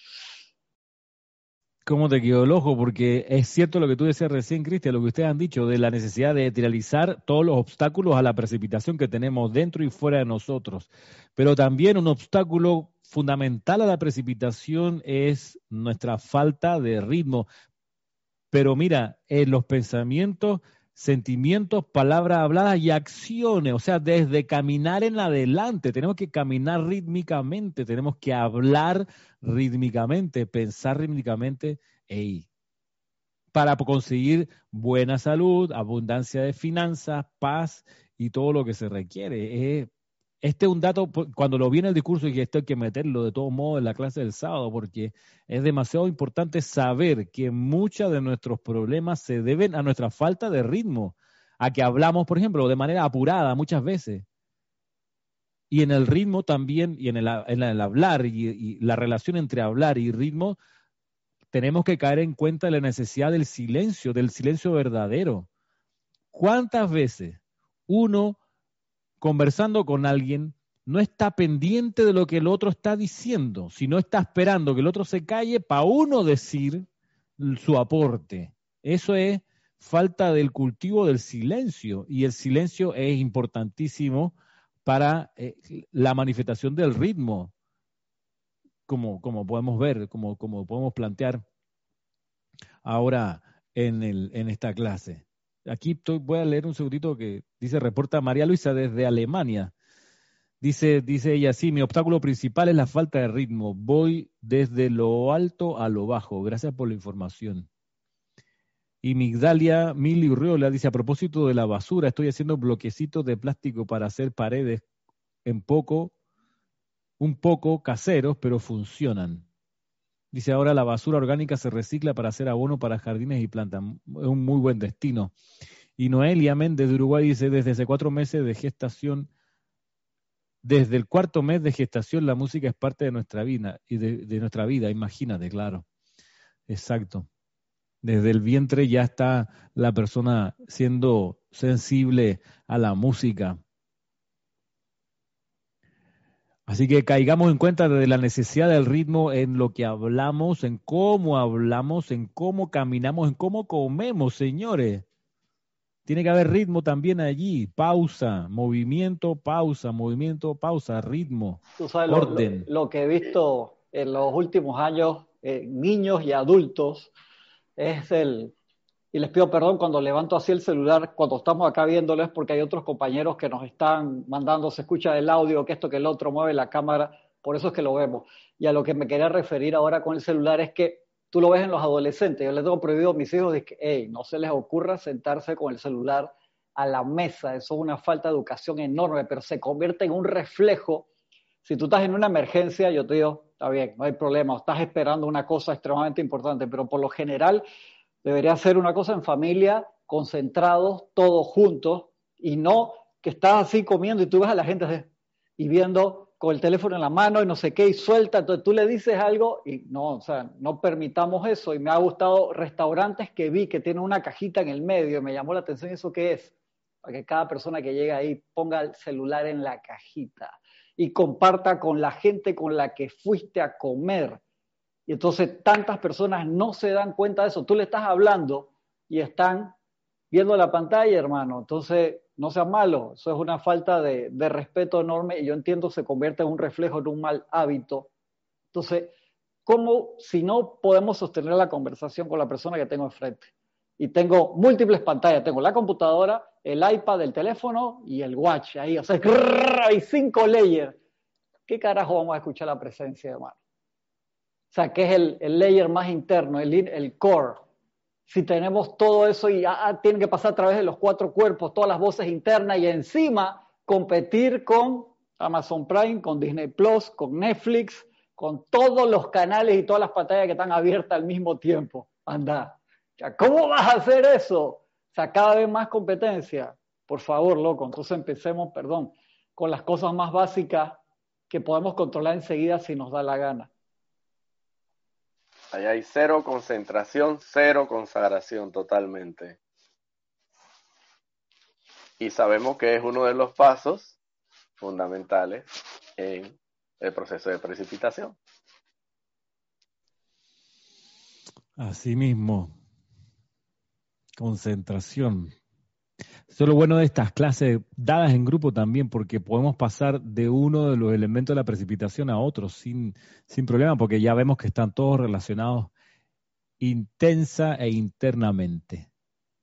¿Cómo te quedó el ojo? Porque es cierto lo que tú decías recién, Cristian, lo que ustedes han dicho de la necesidad de tiralizar todos los obstáculos a la precipitación que tenemos dentro y fuera de nosotros. Pero también un obstáculo fundamental a la precipitación es nuestra falta de ritmo. Pero mira, en los pensamientos, sentimientos, palabras habladas y acciones, o sea, desde caminar en adelante, tenemos que caminar rítmicamente, tenemos que hablar rítmicamente, pensar rítmicamente, para conseguir buena salud, abundancia de finanzas, paz y todo lo que se requiere. Este es un dato, cuando lo vi en el discurso, dije, esto hay que meterlo de todos modos en la clase del sábado, porque es demasiado importante saber que muchos de nuestros problemas se deben a nuestra falta de ritmo, a que hablamos, por ejemplo, de manera apurada muchas veces. Y en el ritmo también, y en el hablar, y la relación entre hablar y ritmo, tenemos que caer en cuenta de la necesidad del silencio verdadero. ¿Cuántas veces uno conversando con alguien no está pendiente de lo que el otro está diciendo, sino está esperando que el otro se calle para uno decir su aporte? Eso es falta del cultivo del silencio, y el silencio es importantísimo para la manifestación del ritmo, como podemos ver, como podemos plantear ahora en esta clase. Aquí voy a leer un segundito que dice, reporta María Luisa desde Alemania. Dice ella, sí, mi obstáculo principal es la falta de ritmo. Voy desde lo alto a lo bajo. Gracias por la información. Y Migdalia Mili Urriola dice, a propósito de la basura, estoy haciendo bloquecitos de plástico para hacer paredes un poco caseros, pero funcionan. Dice, ahora la basura orgánica se recicla para hacer abono para jardines y plantas. Es un muy buen destino. Y Noelia Méndez de Uruguay dice, desde el cuarto mes de gestación la música es parte de nuestra vida, y de nuestra vida, imagínate, claro. Exacto. Desde el vientre ya está la persona siendo sensible a la música. Así que caigamos en cuenta de la necesidad del ritmo en lo que hablamos, en cómo caminamos, en cómo comemos, señores. Tiene que haber ritmo también allí, movimiento, pausa, ritmo, Tú sabes orden. lo que he visto en los últimos años, niños y adultos, es y les pido perdón cuando levanto así el celular, cuando estamos acá viéndoles, porque hay otros compañeros que nos están mandando, se escucha el audio, que esto, que el otro, mueve la cámara, por eso es que lo vemos. Y a lo que me quería referir ahora con el celular es que tú lo ves en los adolescentes. Yo les tengo prohibido a mis hijos de que, hey, no se les ocurra sentarse con el celular a la mesa. Eso es una falta de educación enorme, pero se convierte en un reflejo. Si tú estás en una emergencia, yo te digo, está bien, no hay problema, estás esperando una cosa extremadamente importante, pero por lo general debería ser una cosa en familia, concentrados, todos juntos, y no que estás así comiendo y tú ves a la gente así, y viendo con el teléfono en la mano y no sé qué, y suelta, entonces tú le dices algo y no, o sea, no permitamos eso. Y me ha gustado restaurantes que vi que tienen una cajita en el medio, y me llamó la atención eso qué es, para que cada persona que llega ahí ponga el celular en la cajita y comparta con la gente con la que fuiste a comer. Y entonces tantas personas no se dan cuenta de eso. Tú le estás hablando y están viendo la pantalla, hermano. Entonces, no seas malo. Eso es una falta de respeto enorme y yo entiendo se convierte en un reflejo, en un mal hábito. Entonces, ¿cómo si no podemos sostener la conversación con la persona que tengo enfrente? Y tengo múltiples pantallas. Tengo la computadora, el iPad, el teléfono y el watch ahí. O sea, hay 5 layers. ¿Qué carajo vamos a escuchar la presencia, hermano? O sea, que es el layer más interno, el core. Si tenemos todo eso y tiene que pasar a través de los 4 cuerpos, todas las voces internas y encima competir con Amazon Prime, con Disney Plus, con Netflix, con todos los canales y todas las pantallas que están abiertas al mismo tiempo. Anda. O sea, ¿cómo vas a hacer eso? O sea, cada vez más competencia. Por favor, loco. Entonces empecemos, perdón, con las cosas más básicas que podemos controlar enseguida si nos da la gana. Ahí hay cero concentración, cero consagración totalmente. Y sabemos que es uno de los pasos fundamentales en el proceso de precipitación. Así mismo, concentración. Eso es lo bueno de estas clases dadas en grupo también, porque podemos pasar de uno de los elementos de la precipitación a otro sin problema, porque ya vemos que están todos relacionados intensa e internamente.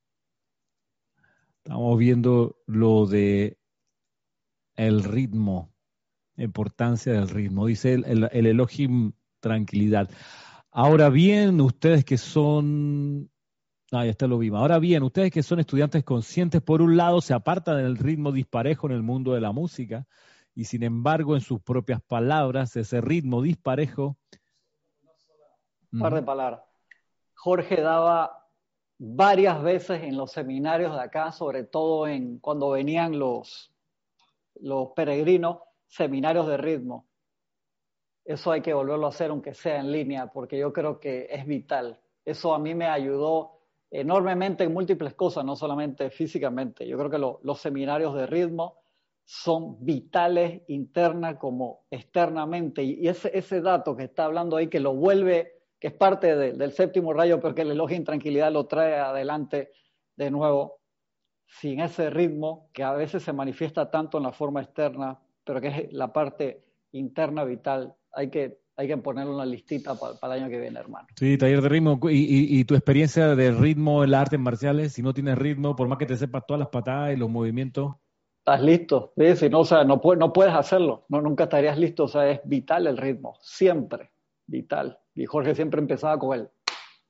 Estamos viendo lo de el ritmo, la importancia del ritmo. Dice el Elohim, tranquilidad. Ahora bien, ustedes que son... ya está lo vimos. Ahora bien, ustedes que son estudiantes conscientes, por un lado, se apartan del ritmo disparejo en el mundo de la música, y sin embargo, en sus propias palabras, ese ritmo disparejo... Un par de palabras. Jorge daba varias veces en los seminarios de acá, sobre todo cuando venían los peregrinos, seminarios de ritmo. Eso hay que volverlo a hacer, aunque sea en línea, porque yo creo que es vital. Eso a mí me ayudó enormemente en múltiples cosas, no solamente físicamente. Yo creo que los seminarios de ritmo son vitales interna como externamente. Y ese dato que está hablando ahí, que lo vuelve, que es parte del séptimo rayo, pero que el elogio en tranquilidad lo trae adelante de nuevo, sin ese ritmo que a veces se manifiesta tanto en la forma externa, pero que es la parte interna vital. Hay que ponerle una listita para el año que viene, hermano. Sí, taller de ritmo. ¿Y tu experiencia de ritmo en las artes marciales? Si no tienes ritmo, por más que te sepas todas las patadas y los movimientos. ¿Estás listo? ¿Sí? Si no, o sea, no puedes hacerlo. No, nunca estarías listo. O sea, es vital el ritmo. Siempre vital. Y Jorge siempre empezaba con él.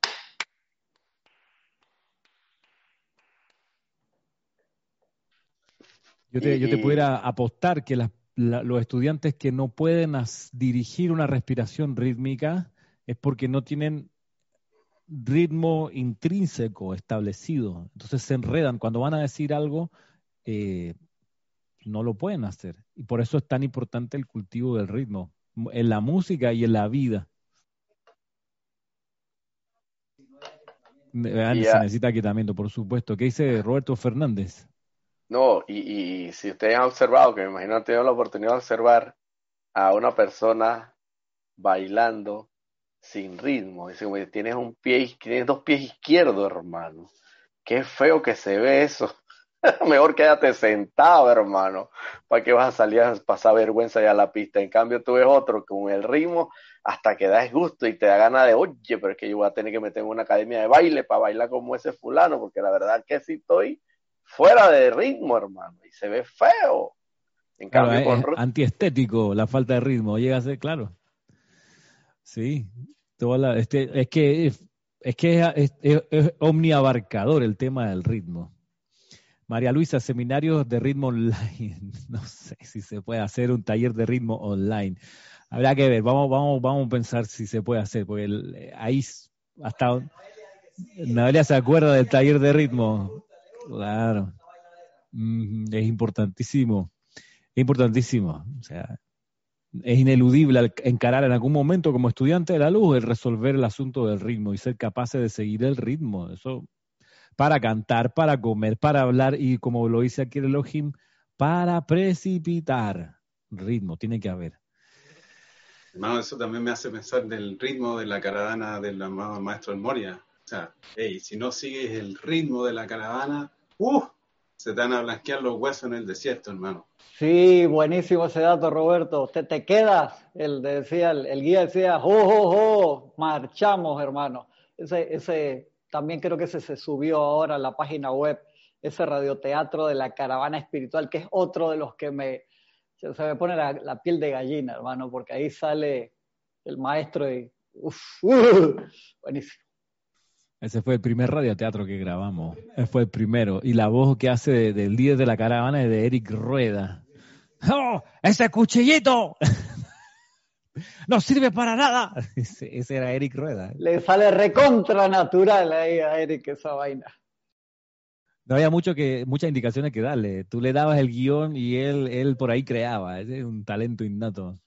Yo te pudiera apostar que los estudiantes que no pueden dirigir una respiración rítmica es porque no tienen ritmo intrínseco establecido. Entonces se enredan. Cuando van a decir algo, no lo pueden hacer. Y por eso es tan importante el cultivo del ritmo, en la música y en la vida. Se necesita aquietamiento, por supuesto. ¿Qué dice Roberto Fernández? No, y si ustedes han observado, que me imagino han tenido la oportunidad de observar a una persona bailando sin ritmo, dice, tienes 2 pies izquierdos, hermano. Qué feo que se ve eso. Mejor quédate sentado, hermano. ¿Para qué vas a salir a pasar vergüenza ya a la pista? En cambio, tú ves otro con el ritmo hasta que das gusto y te da ganas de, oye, pero es que yo voy a tener que meterme en una academia de baile para bailar como ese fulano, porque la verdad que sí estoy fuera de ritmo, hermano, y se ve feo. En Claro, cambio, es antiestético la falta de ritmo, llega a ser, claro. Sí, es que es omniabarcador el tema del ritmo. María Luisa, seminarios de ritmo online. No sé si se puede hacer un taller de ritmo online. Habrá que ver, vamos a pensar si se puede hacer, porque ahí hasta Noelia se acuerda del taller de ritmo. Claro. Es importantísimo. Es importantísimo. O sea, es ineludible encarar en algún momento como estudiante de la luz el resolver el asunto del ritmo y ser capaces de seguir el ritmo. Eso para cantar, para comer, para hablar y como lo dice aquí el Elohim, para precipitar. Ritmo, tiene que haber. Hermano, eso también me hace pensar del ritmo de la caravana del amado maestro El Moria. O sea, hey, si no sigues el ritmo de la caravana, se te van a blanquear los huesos en el desierto, hermano. Sí, buenísimo ese dato, Roberto. Te quedas, el guía decía, ¡jo, jo, jo! Marchamos, hermano. Ese también creo que ese se subió ahora a la página web, ese radioteatro de la caravana espiritual, que es otro de los que se me pone la piel de gallina, hermano, porque ahí sale el maestro y buenísimo. Ese fue el primer radioteatro que grabamos. Ese fue el primero. Y la voz que hace del líder de la caravana es de Eric Rueda. ¡Oh! ¡Ese cuchillito! ¡No sirve para nada! Ese era Eric Rueda. Le sale recontra natural ahí a Eric esa vaina. No había muchas indicaciones que darle. Tú le dabas el guión y él por ahí creaba. Ese es un talento innato.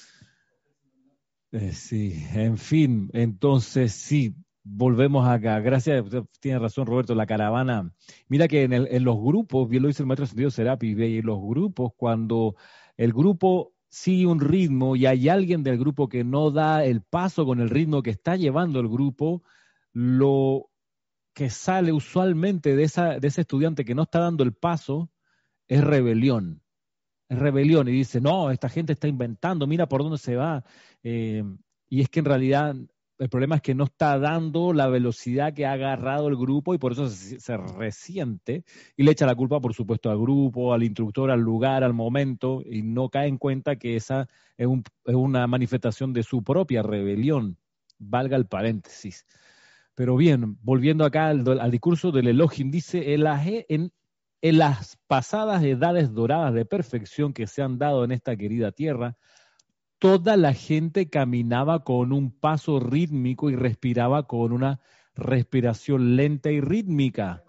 Sí, en fin, entonces sí, volvemos acá. Gracias, tiene razón Roberto, la caravana. Mira que en los grupos, bien lo dice el maestro Ascendido Serapis, y en los grupos, cuando el grupo sigue un ritmo y hay alguien del grupo que no da el paso con el ritmo que está llevando el grupo, lo que sale usualmente de ese estudiante que no está dando el paso es rebelión. Es rebelión y dice, no, esta gente está inventando, mira por dónde se va. Y es que en realidad el problema es que no está dando la velocidad que ha agarrado el grupo y por eso se resiente y le echa la culpa, por supuesto, al grupo, al instructor, al lugar, al momento y no cae en cuenta que esa es una manifestación de su propia rebelión, valga el paréntesis. Pero bien, volviendo acá al discurso del Elohim, dice, en las pasadas edades doradas de perfección que se han dado en esta querida tierra, toda la gente caminaba con un paso rítmico y respiraba con una respiración lenta y rítmica.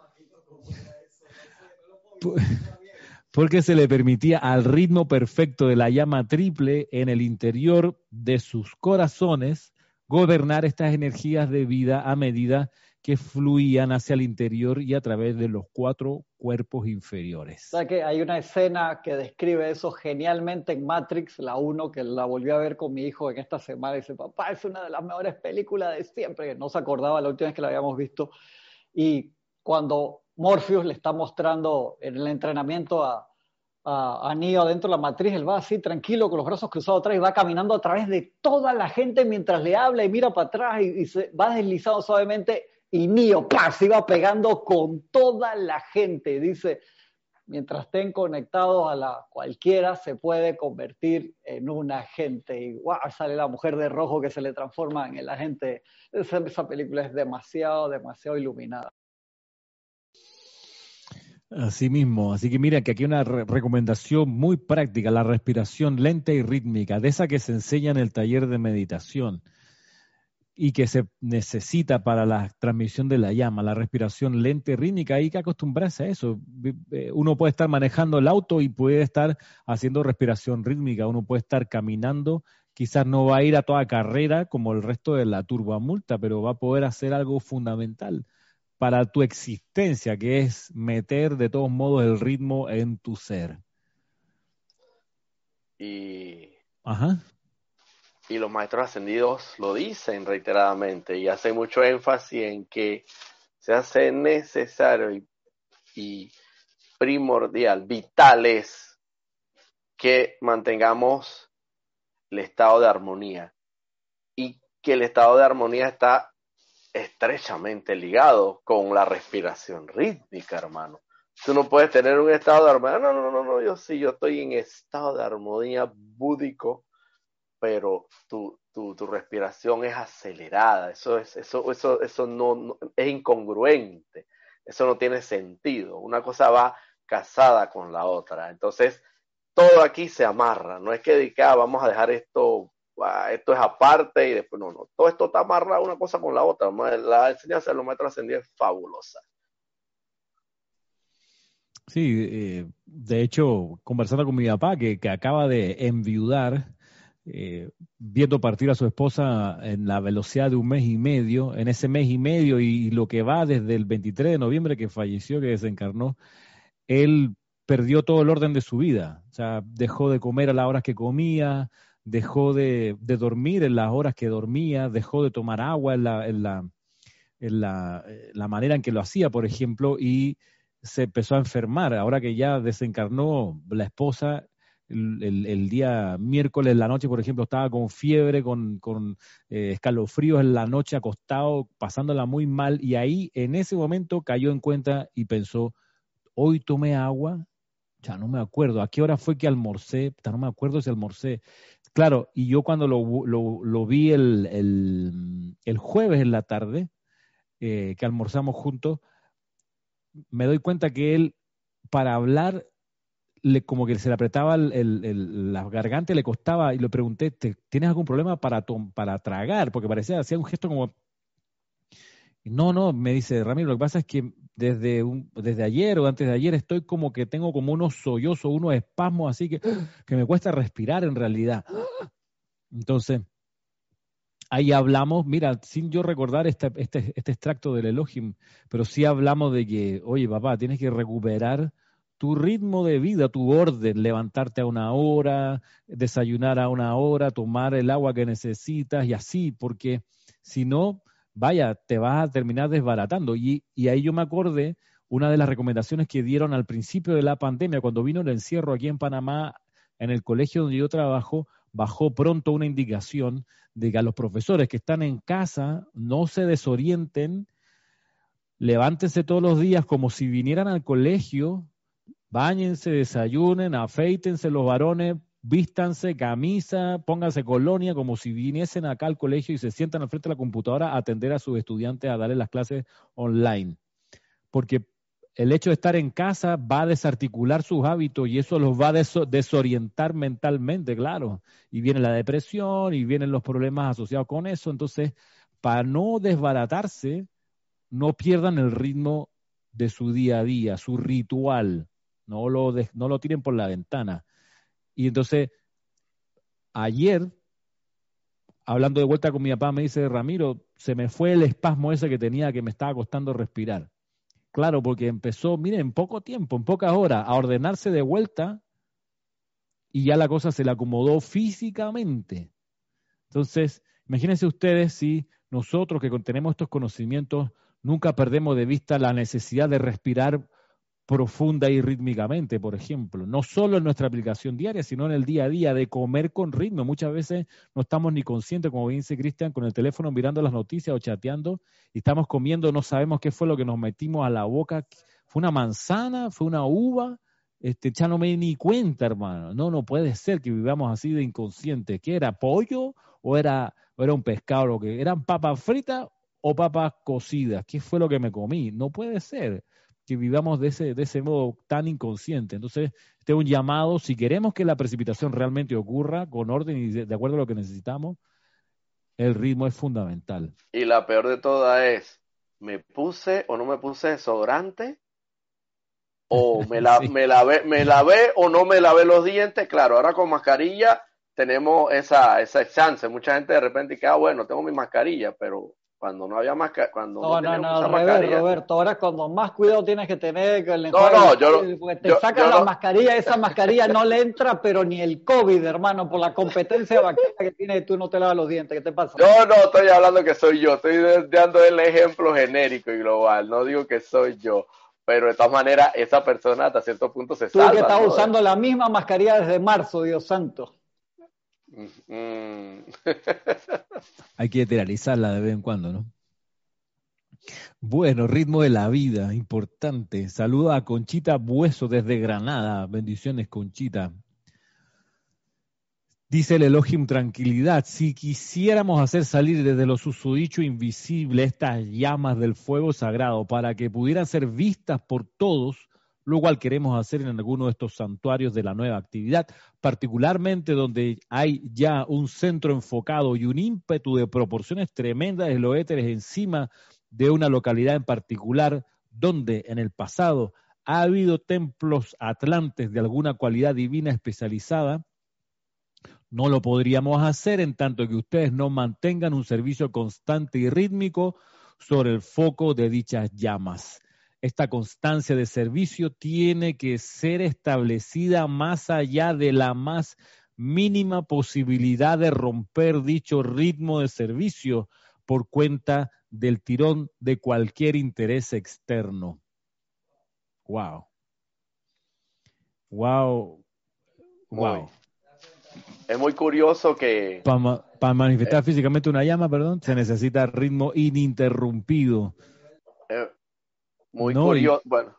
Porque se le permitía al ritmo perfecto de la llama triple en el interior de sus corazones gobernar estas energías de vida a medida que fluían hacia el interior y a través de los 4 cuerpos inferiores. ¿Sabes que hay una escena que describe eso genialmente en Matrix, la 1, que la volví a ver con mi hijo en esta semana y dice, papá, es una de las mejores películas de siempre, que no se acordaba la última vez que la habíamos visto. Y cuando Morpheus le está mostrando en el entrenamiento a Neo dentro de la matriz, él va así tranquilo con los brazos cruzados atrás y va caminando a través de toda la gente mientras le habla y mira para atrás y se va deslizando suavemente y Neo se iba pegando con toda la gente. Dice, mientras estén conectados a la cualquiera se puede convertir en un agente y sale la mujer de rojo que se le transforma en el agente. Esa película es demasiado iluminada. Así mismo, así que mira que aquí hay una recomendación muy práctica, la respiración lenta y rítmica, de esa que se enseña en el taller de meditación y que se necesita para la transmisión de la llama, la respiración lenta y rítmica, hay que acostumbrarse a eso. Uno puede estar manejando el auto y puede estar haciendo respiración rítmica, uno puede estar caminando, quizás no va a ir a toda carrera como el resto de la turbamulta, pero va a poder hacer algo fundamental para tu existencia, que es meter de todos modos el ritmo en tu ser. Y Ajá. los maestros ascendidos lo dicen reiteradamente y hacen mucho énfasis en que se hace necesario y primordial, vital es que mantengamos el estado de armonía, y que el estado de armonía está estrechamente ligado con la respiración rítmica, hermano. Tú no puedes tener un estado de armonía. No, yo estoy en estado de armonía búdico, pero tu respiración es acelerada. Eso no es incongruente. Eso no tiene sentido. Una cosa va casada con la otra. Entonces, todo aquí se amarra. No es que vamos a dejar esto es aparte y después no. Todo esto está amarrado una cosa con la otra. La enseñanza de los maestros ascendidos es fabulosa. Sí, de hecho, conversando con mi papá, que acaba de enviudar, viendo partir a su esposa en la velocidad de un mes y medio, en ese mes y medio y lo que va desde el 23 de noviembre que falleció, que desencarnó, él perdió todo el orden de su vida. O sea, dejó de comer a las horas que comía, dejó de dormir en las horas que dormía, dejó de tomar agua en la manera en que lo hacía, por ejemplo, y se empezó a enfermar. Ahora que ya desencarnó la esposa, el día miércoles en la noche, por ejemplo, estaba con fiebre, con escalofríos en la noche, acostado, pasándola muy mal, y ahí en ese momento cayó en cuenta y pensó, hoy tomé agua, ya no me acuerdo, ¿a qué hora fue que almorcé? Ya no me acuerdo si almorcé. Claro, y yo cuando lo vi el jueves en la tarde, que almorzamos juntos, me doy cuenta que él, para hablar, como que se le apretaba la garganta y le costaba, y le pregunté, ¿tienes algún problema para tragar? Porque parecía, hacía un gesto como... No, me dice Ramiro, lo que pasa es que desde ayer o antes de ayer estoy como que tengo como unos sollozos, unos espasmos así que me cuesta respirar en realidad. Entonces, ahí hablamos, mira, sin yo recordar este extracto del Elohim, pero sí hablamos de que, oye papá, tienes que recuperar tu ritmo de vida, tu orden, levantarte a una hora, desayunar a una hora, tomar el agua que necesitas y así, porque si no, vaya, te vas a terminar desbaratando. Y ahí yo me acordé una de las recomendaciones que dieron al principio de la pandemia, cuando vino el encierro aquí en Panamá, en el colegio donde yo trabajo, bajó pronto una indicación de que a los profesores que están en casa no se desorienten, levántense todos los días como si vinieran al colegio, báñense, desayunen, afeítense los varones, vístanse, camisa, pónganse colonia, como si viniesen acá al colegio y se sientan al frente de la computadora a atender a sus estudiantes, a darles las clases online. Porque el hecho de estar en casa va a desarticular sus hábitos y eso los va a desorientar mentalmente, claro. Y viene la depresión y vienen los problemas asociados con eso. Entonces, para no desbaratarse, no pierdan el ritmo de su día a día, su ritual. No lo tiren por la ventana. Y entonces, ayer, hablando de vuelta con mi papá, me dice, Ramiro, se me fue el espasmo ese que tenía que me estaba costando respirar. Claro, porque empezó, miren, en poco tiempo, en pocas horas, a ordenarse de vuelta y ya la cosa se le acomodó físicamente. Entonces, imagínense ustedes si nosotros que tenemos estos conocimientos nunca perdemos de vista la necesidad de respirar profunda y rítmicamente, por ejemplo, no solo en nuestra aplicación diaria, sino en el día a día, de comer con ritmo. Muchas veces no estamos ni conscientes, como dice Cristian, con el teléfono mirando las noticias o chateando, y estamos comiendo, no sabemos qué fue lo que nos metimos a la boca. ¿Fue una manzana? ¿Fue una uva? Ya no me di ni cuenta, hermano. No puede ser que vivamos así de inconscientes. ¿Qué era? ¿Pollo o era un pescado? Lo que eran papas fritas o papas cocidas. ¿Qué fue lo que me comí? No puede ser que vivamos de ese modo tan inconsciente. Entonces, este es un llamado, si queremos que la precipitación realmente ocurra con orden y de acuerdo a lo que necesitamos, el ritmo es fundamental. Y la peor de todas es, ¿me puse o no me puse desodorante? ¿O me lavé o no me lavé los dientes? Claro, ahora con mascarilla tenemos esa chance. Mucha gente de repente dice, bueno, tengo mi mascarilla, pero cuando no había mascarilla, al revés, Roberto, ahora cuando más cuidado tienes que tener con el porque te sacan la mascarilla, esa mascarilla no le entra, pero ni el COVID, hermano, por la competencia de bacterias que tienes, tú no te lavas los dientes, ¿qué te pasa? Yo no estoy hablando que soy yo, estoy dando el ejemplo genérico y global, no digo que soy yo, pero de todas maneras esa persona hasta cierto punto se Tú salva. que estás ¿no? usando la misma mascarilla desde marzo, Dios santo. Hay que lateralizarla de vez en cuando, ¿no? Bueno, ritmo de la vida, importante. Saluda a Conchita Bueso desde Granada. Bendiciones, Conchita. Dice el Elohim, tranquilidad. Si quisiéramos hacer salir desde lo susodicho invisible estas llamas del fuego sagrado para que pudieran ser vistas por todos, lo cual queremos hacer en alguno de estos santuarios de la nueva actividad, particularmente donde hay ya un centro enfocado y un ímpetu de proporciones tremendas de los éteres encima de una localidad en particular, donde en el pasado ha habido templos atlantes de alguna cualidad divina especializada. No lo podríamos hacer en tanto que ustedes no mantengan un servicio constante y rítmico sobre el foco de dichas llamas. Esta constancia de servicio tiene que ser establecida más allá de la más mínima posibilidad de romper dicho ritmo de servicio por cuenta del tirón de cualquier interés externo. Wow. Wow. Wow. Es muy curioso que... Para manifestar físicamente una llama, se necesita ritmo ininterrumpido. Muy curioso. Bueno.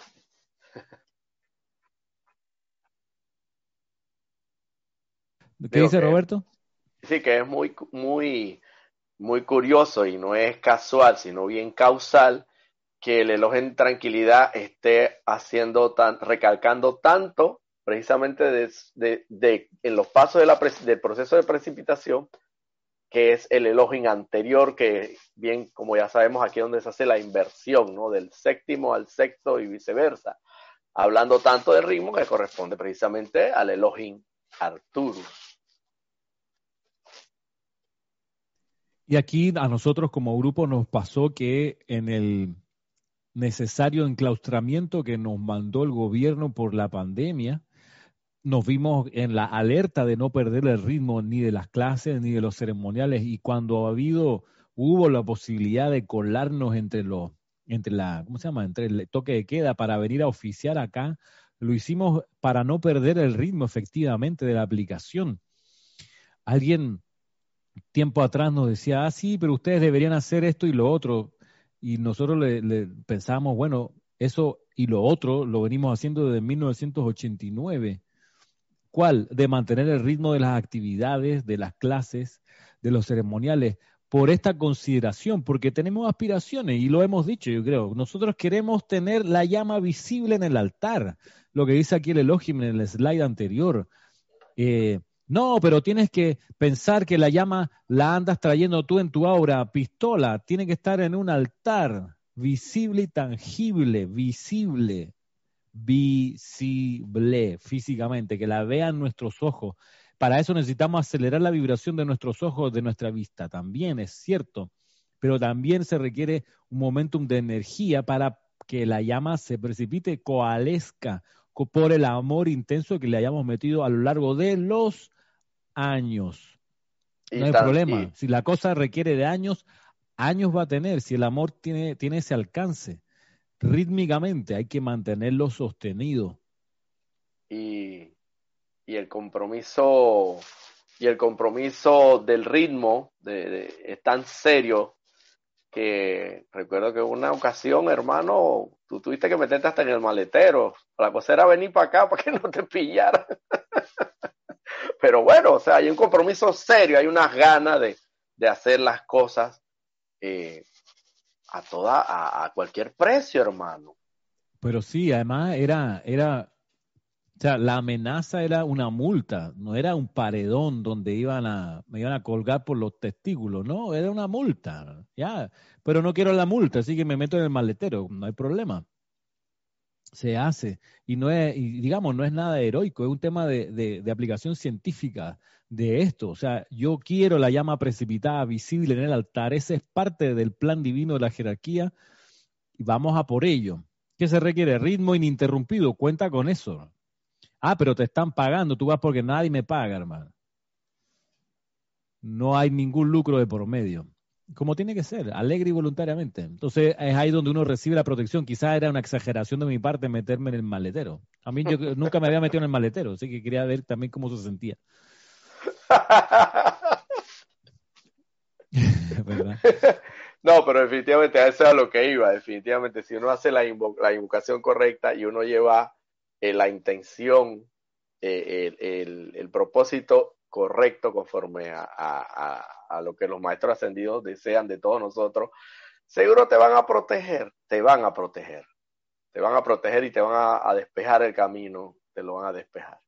¿Qué dice Roberto? Sí, que es muy curioso y no es casual, sino bien causal que el Elohim Tranquilidad esté recalcando tanto precisamente en los pasos del proceso de precipitación, que es el Elohim anterior, que bien, como ya sabemos, aquí es donde se hace la inversión, ¿no? Del séptimo al sexto y viceversa, hablando tanto del ritmo que corresponde precisamente al Elohim Arturus. Y aquí a nosotros como grupo nos pasó que en el necesario enclaustramiento que nos mandó el gobierno por la pandemia, nos vimos en la alerta de no perder el ritmo ni de las clases ni de los ceremoniales, y cuando hubo la posibilidad de colarnos entre el toque de queda para venir a oficiar acá, lo hicimos para no perder el ritmo efectivamente de la aplicación. Alguien tiempo atrás nos decía, sí, pero ustedes deberían hacer esto y lo otro, y nosotros le pensamos, bueno, eso y lo otro lo venimos haciendo desde 1989. ¿Cuál? De mantener el ritmo de las actividades, de las clases, de los ceremoniales, por esta consideración, porque tenemos aspiraciones, y lo hemos dicho, yo creo. Nosotros queremos tener la llama visible en el altar, lo que dice aquí el Elohim en el slide anterior. No, pero tienes que pensar que la llama la andas trayendo tú en tu aura, pistola, tiene que estar en un altar, visible y tangible, visible físicamente, que la vean nuestros ojos. Para eso necesitamos acelerar la vibración de nuestros ojos, de nuestra vista, también es cierto, pero también se requiere un momentum de energía para que la llama se precipite, coalesca por el amor intenso que le hayamos metido a lo largo de los años. No hay problema. Si la cosa requiere de años va a tener. Si el amor tiene ese alcance, rítmicamente hay que mantenerlo sostenido. Y el compromiso del ritmo es tan serio que recuerdo que una ocasión, hermano, tú tuviste que meterte hasta en el maletero. La cosa era venir para acá para que no te pillaran. Pero bueno, o sea, hay un compromiso serio, hay unas ganas de hacer las cosas a cualquier precio, hermano. Pero sí, además o sea, la amenaza era una multa, no era un paredón donde me iban a colgar por los testículos, no, era una multa, ya, pero no quiero la multa, así que me meto en el maletero, no hay problema. Se hace, y no es nada heroico, es un tema de aplicación científica de esto. O sea, yo quiero la llama precipitada visible en el altar, ese es parte del plan divino de la jerarquía, y vamos a por ello. ¿Qué se requiere? Ritmo ininterrumpido, cuenta con eso. Pero te están pagando, tú vas porque nadie me paga, hermano. No hay ningún lucro de por medio. como tiene que ser, alegre y voluntariamente. Entonces es ahí donde uno recibe la protección. Quizás era una exageración de mi parte meterme en el maletero. A mí yo nunca me había metido en el maletero, así que quería ver también cómo se sentía. ¿Verdad? No, pero definitivamente a eso es a lo que iba. Definitivamente, si uno hace la invocación correcta y uno lleva la intención, el propósito correcto conforme a lo que los maestros ascendidos desean de todos nosotros, seguro te van a proteger, te van a proteger. Te van a proteger y te van a despejar el camino, te lo van a despejar.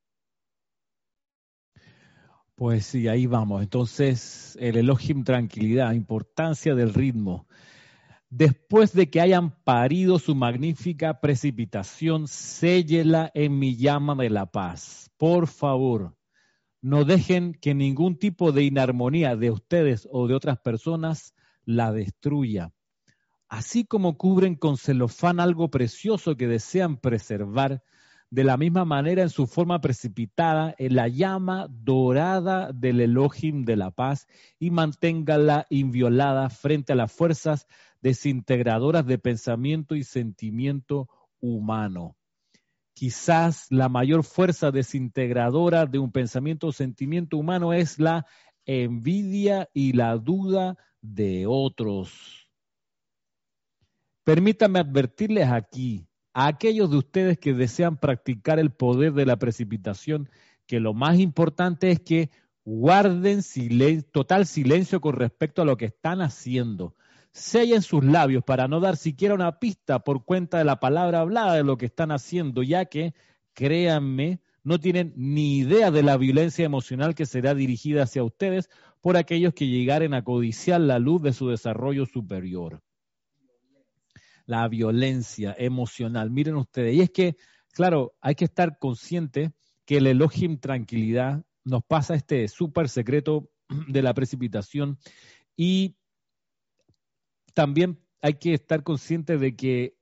Pues sí, ahí vamos. Entonces, el Elohim tranquilidad, importancia del ritmo. Después de que hayan parido su magnífica precipitación, séllela en mi llama de la paz. Por favor, no dejen que ningún tipo de inarmonía de ustedes o de otras personas la destruya. Así como cubren con celofán algo precioso que desean preservar, de la misma manera en su forma precipitada en la llama dorada del Elohim de la paz y manténgala inviolada frente a las fuerzas desintegradoras de pensamiento y sentimiento humano. Quizás la mayor fuerza desintegradora de un pensamiento o sentimiento humano es la envidia y la duda de otros. Permítanme advertirles aquí, a aquellos de ustedes que desean practicar el poder de la precipitación, que lo más importante es que guarden total silencio con respecto a lo que están haciendo. Sellen sus labios para no dar siquiera una pista por cuenta de la palabra hablada de lo que están haciendo, ya que, créanme, no tienen ni idea de la violencia emocional que será dirigida hacia ustedes por aquellos que llegaren a codiciar la luz de su desarrollo superior. La violencia emocional. Miren ustedes, y es que, claro, hay que estar consciente que el Elohim tranquilidad nos pasa este súper secreto de la precipitación y también hay que estar consciente de que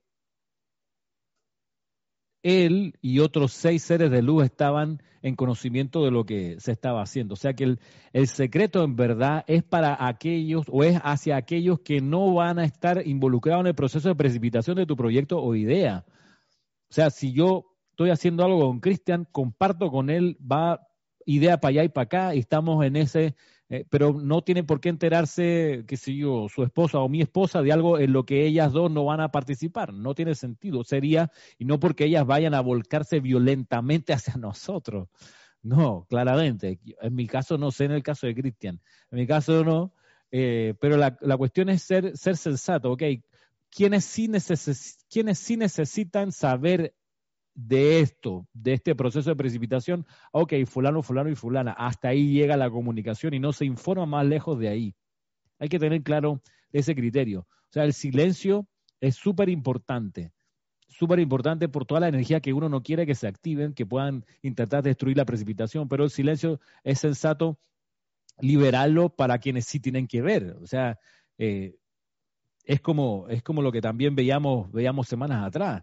él y otros 6 seres de luz estaban en conocimiento de lo que se estaba haciendo. O sea que el secreto en verdad es para aquellos o es hacia aquellos que no van a estar involucrados en el proceso de precipitación de tu proyecto o idea. O sea, si yo estoy haciendo algo con Cristian, comparto con él, va idea para allá y para acá y estamos en ese... pero no tiene por qué enterarse, qué sé yo, su esposa o mi esposa de algo en lo que ellas dos no van a participar. No tiene sentido. Sería, y no porque ellas vayan a volcarse violentamente hacia nosotros. No, claramente. En mi caso no sé, en el caso de Cristian. En mi caso no. Pero la cuestión es ser sensato, ¿ok? ¿Quiénes sí necesitan saber de esto, de este proceso de precipitación? Ok, fulano, fulano y fulana, hasta ahí llega la comunicación y no se informa más lejos de ahí. Hay que tener claro ese criterio. O sea, el silencio es súper importante por toda la energía que uno no quiere que se activen, que puedan intentar destruir la precipitación, pero el silencio es sensato liberarlo para quienes sí tienen que ver. O sea, es como lo que también veíamos semanas atrás.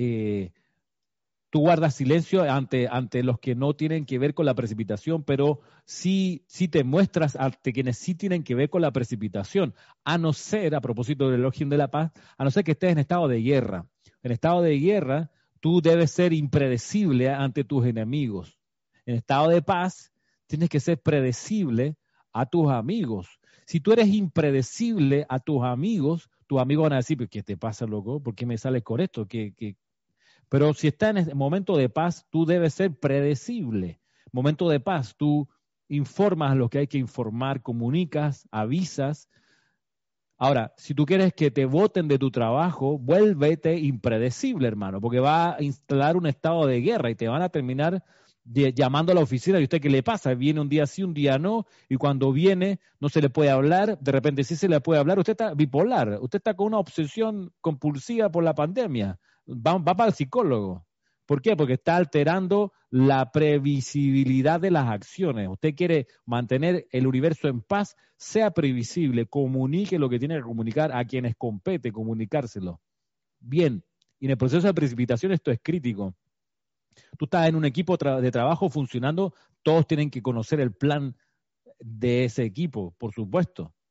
Tú guardas silencio ante los que no tienen que ver con la precipitación, pero sí te muestras ante quienes sí tienen que ver con la precipitación, a no ser, a propósito del Elohim de la paz, a no ser que estés en estado de guerra. En estado de guerra, tú debes ser impredecible ante tus enemigos. En estado de paz, tienes que ser predecible a tus amigos. Si tú eres impredecible a tus amigos van a decir, ¿qué te pasa, loco? ¿Por qué me sales con esto? Pero si está en el momento de paz, tú debes ser predecible. Momento de paz, tú informas lo que hay que informar, comunicas, avisas. Ahora, si tú quieres que te voten de tu trabajo, vuélvete impredecible, hermano, porque va a instalar un estado de guerra y te van a terminar llamando a la oficina. ¿Y usted qué le pasa? Viene un día sí, un día no, y cuando viene no se le puede hablar, de repente sí se le puede hablar. Usted está bipolar, usted está con una obsesión compulsiva por la pandemia. Va para el psicólogo. ¿Por qué? Porque está alterando la previsibilidad de las acciones. Usted quiere mantener el universo en paz, sea previsible, comunique lo que tiene que comunicar a quienes compete, comunicárselo. Bien, y en el proceso de precipitación esto es crítico. Tú estás en un equipo de trabajo funcionando, todos tienen que conocer el plan de ese equipo, por supuesto.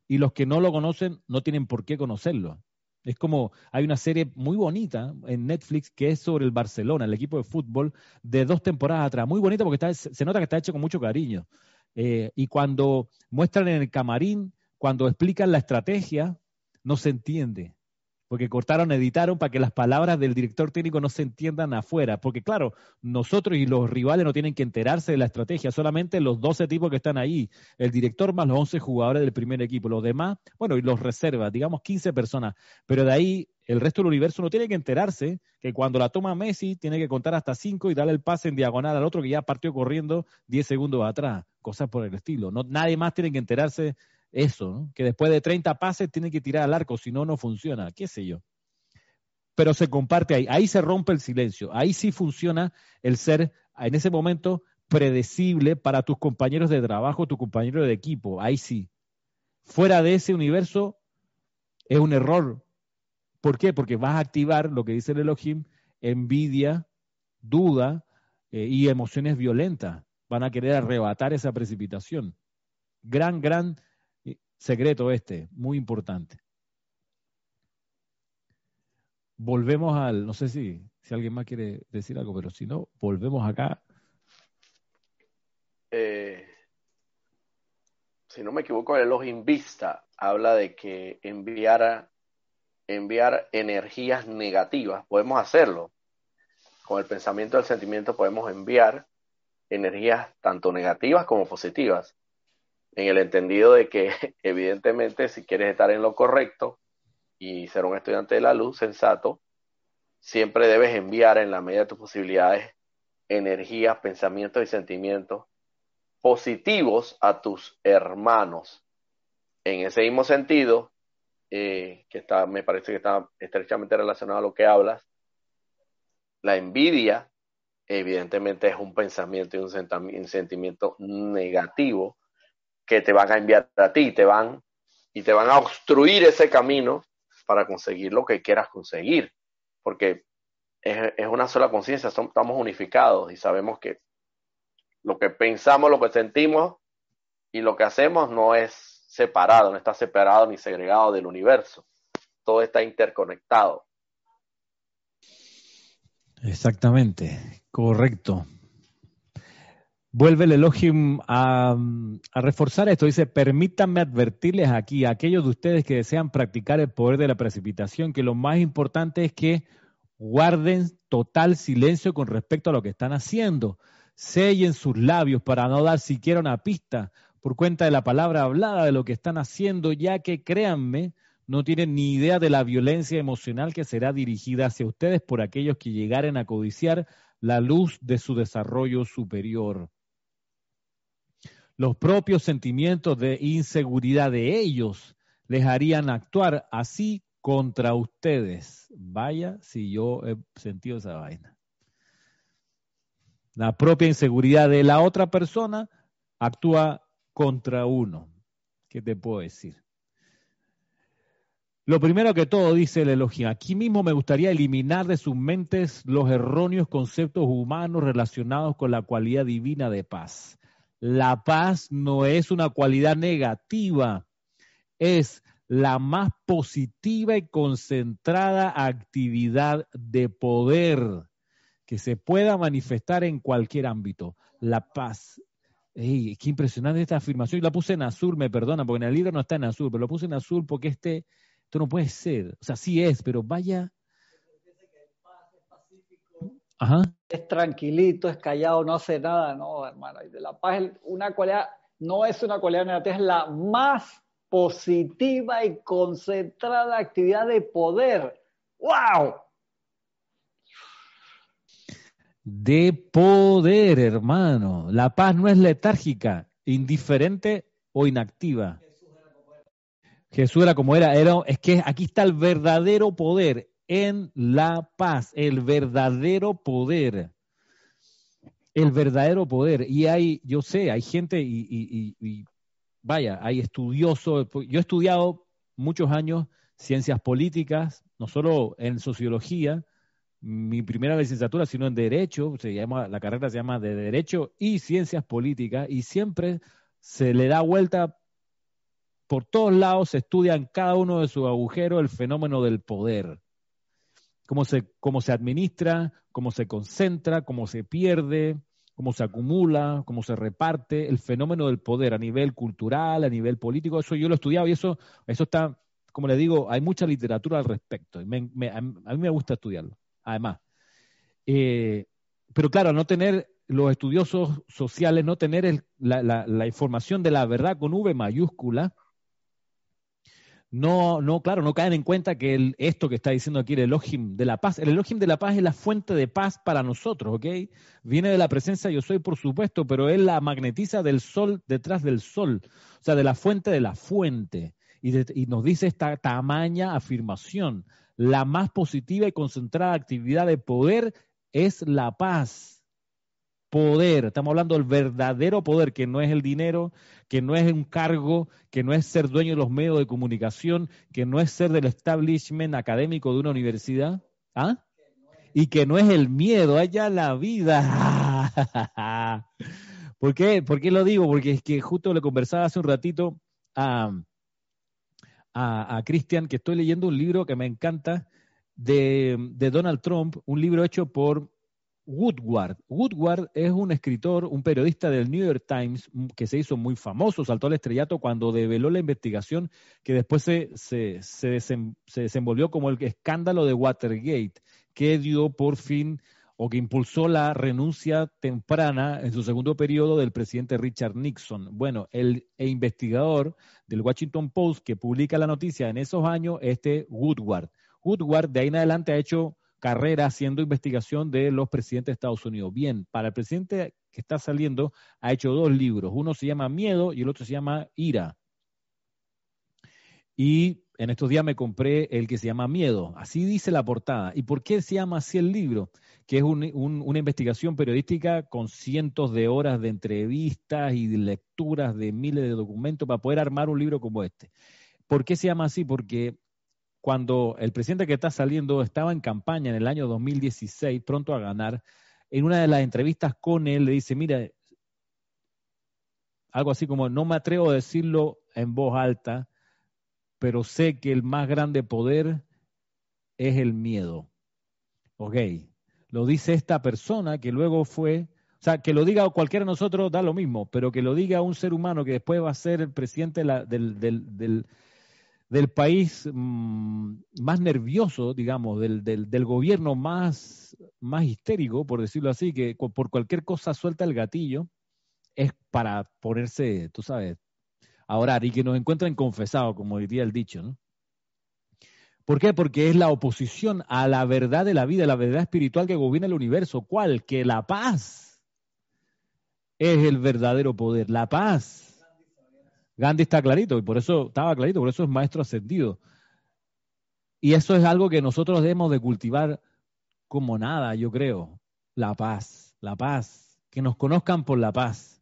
y los que no lo conocen no tienen por qué conocerlo. Es como, hay una serie muy bonita en Netflix que es sobre el Barcelona, el equipo de fútbol, de 2 temporadas atrás. Muy bonita porque se nota que está hecho con mucho cariño. Y cuando muestran en el camarín, cuando explican la estrategia, no se entiende. Porque editaron para que las palabras del director técnico no se entiendan afuera. Porque claro, nosotros y los rivales no tienen que enterarse de la estrategia, solamente los 12 tipos que están ahí, el director más los 11 jugadores del primer equipo. Los demás, bueno, y los reservas, digamos 15 personas. Pero de ahí, el resto del universo no tiene que enterarse que cuando la toma Messi, tiene que contar hasta 5 y darle el pase en diagonal al otro que ya partió corriendo 10 segundos atrás. Cosas por el estilo. No, nadie más tiene que enterarse eso, ¿no? Que después de 30 pases tiene que tirar al arco, si no, no funciona, qué sé yo. Pero se comparte ahí se rompe el silencio, ahí sí funciona el ser, en ese momento, predecible para tus compañeros de trabajo, tu compañero de equipo, ahí sí. Fuera de ese universo es un error. ¿Por qué? Porque vas a activar lo que dice el Elohim, envidia, duda y emociones violentas. Van a querer arrebatar esa precipitación. Gran secreto muy importante. Volvemos no sé si alguien más quiere decir algo, pero si no, volvemos acá. Si no me equivoco, el Elohim Vista habla de que enviar energías negativas, podemos hacerlo. Con el pensamiento y el sentimiento podemos enviar energías tanto negativas como positivas. En el entendido de que, evidentemente, si quieres estar en lo correcto y ser un estudiante de la luz sensato, siempre debes enviar en la medida de tus posibilidades energías, pensamientos y sentimientos positivos a tus hermanos. En ese mismo sentido, me parece que está estrechamente relacionado a lo que hablas, la envidia evidentemente es un pensamiento y un sentimiento negativo que te van a enviar a ti, te van a obstruir ese camino para conseguir lo que quieras conseguir, porque es una sola conciencia, estamos unificados y sabemos que lo que pensamos, lo que sentimos y lo que hacemos no es separado, no está separado ni segregado del universo, todo está interconectado. Exactamente, correcto. Vuelve el Elohim a reforzar esto. Dice, permítanme advertirles aquí a aquellos de ustedes que desean practicar el poder de la precipitación, que lo más importante es que guarden total silencio con respecto a lo que están haciendo. Sellen sus labios para no dar siquiera una pista por cuenta de la palabra hablada de lo que están haciendo, ya que, créanme, no tienen ni idea de la violencia emocional que será dirigida hacia ustedes por aquellos que llegaren a codiciar la luz de su desarrollo superior. Los propios sentimientos de inseguridad de ellos les harían actuar así contra ustedes. Vaya si yo he sentido esa vaina. La propia inseguridad de la otra persona actúa contra uno. ¿Qué te puedo decir? Lo primero que todo, dice el Elohim, aquí mismo me gustaría eliminar de sus mentes los erróneos conceptos humanos relacionados con la cualidad divina de paz. La paz no es una cualidad negativa, es la más positiva y concentrada actividad de poder que se pueda manifestar en cualquier ámbito. La paz. ¡Ey, qué impresionante esta afirmación! Y la puse en azul, me perdona, porque en el libro no está en azul, pero lo puse en azul porque esto no puede ser. O sea, sí es, pero vaya. Ajá. Es tranquilito, es callado, no hace nada, no, hermano. Y de la paz es una cualidad, no es una cualidad negativa, es la más positiva y concentrada actividad de poder. ¡Wow! De poder, hermano. La paz no es letárgica, indiferente o inactiva. Jesús era como era. Es que aquí está el verdadero poder en la paz, el verdadero poder. El verdadero poder. Y hay gente y vaya, hay estudiosos. Yo he estudiado muchos años ciencias políticas, no solo en sociología, mi primera licenciatura, sino en Derecho, la carrera se llama de Derecho y Ciencias Políticas, y siempre se le da vuelta por todos lados se estudia en cada uno de sus agujeros el fenómeno del poder. Cómo se administra, cómo se concentra, cómo se pierde, cómo se acumula, cómo se reparte, el fenómeno del poder a nivel cultural, a nivel político. Eso yo lo he estudiado y eso está, como le digo, hay mucha literatura al respecto. A mí me gusta estudiarlo, además. Pero claro, no tener los estudiosos sociales, no tener la información de la verdad con V mayúscula, claro, no caen en cuenta que esto que está diciendo aquí el Elohim de la paz, el Elohim de la paz es la fuente de paz para nosotros, ¿ok? Viene de la presencia yo soy, por supuesto, pero él la magnetiza del sol detrás del sol, o sea, de la fuente de la fuente. Y nos dice esta tamaña afirmación: la más positiva y concentrada actividad de poder es la paz. Poder, estamos hablando del verdadero poder, que no es el dinero, que no es un cargo, que no es ser dueño de los medios de comunicación, que no es ser del establishment académico de una universidad, ¿ah? Y que no es el miedo, allá la vida. ¿Por qué? ¿Por qué lo digo? Porque es que justo le conversaba hace un ratito a Cristian, que estoy leyendo un libro que me encanta de Donald Trump, un libro hecho por Woodward. Woodward es un escritor, un periodista del New York Times que se hizo muy famoso, saltó al estrellato cuando develó la investigación que después se desenvolvió como el escándalo de Watergate, que dio por fin o que impulsó la renuncia temprana en su segundo periodo del presidente Richard Nixon. Bueno, el investigador del Washington Post que publica la noticia en esos años, Woodward. Woodward de ahí en adelante ha hecho carrera haciendo investigación de los presidentes de Estados Unidos. Bien, para el presidente que está saliendo ha hecho 2 libros. Uno se llama Miedo y el otro se llama Ira. Y en estos días me compré el que se llama Miedo. Así dice la portada. ¿Y por qué se llama así el libro? Que es una investigación periodística con cientos de horas de entrevistas y de lecturas de miles de documentos para poder armar un libro como este. ¿Por qué se llama así? Porque cuando el presidente que está saliendo estaba en campaña en el año 2016, pronto a ganar, en una de las entrevistas con él le dice, mira, algo así como, no me atrevo a decirlo en voz alta, pero sé que el más grande poder es el miedo. Ok, lo dice esta persona que luego fue, o sea, que lo diga cualquiera de nosotros da lo mismo, pero que lo diga un ser humano que después va a ser el presidente del país más nervioso, digamos, del gobierno más histérico, por decirlo así, que por cualquier cosa suelta el gatillo, es para ponerse, tú sabes, a orar y que nos encuentren confesados, como diría el dicho, ¿no? ¿Por qué? Porque es la oposición a la verdad de la vida, la verdad espiritual que gobierna el universo. ¿Cuál? Que la paz es el verdadero poder, la paz. Gandhi está clarito, y por eso estaba clarito, por eso es maestro ascendido. Y eso es algo que nosotros debemos de cultivar como nada, yo creo. La paz, que nos conozcan por la paz.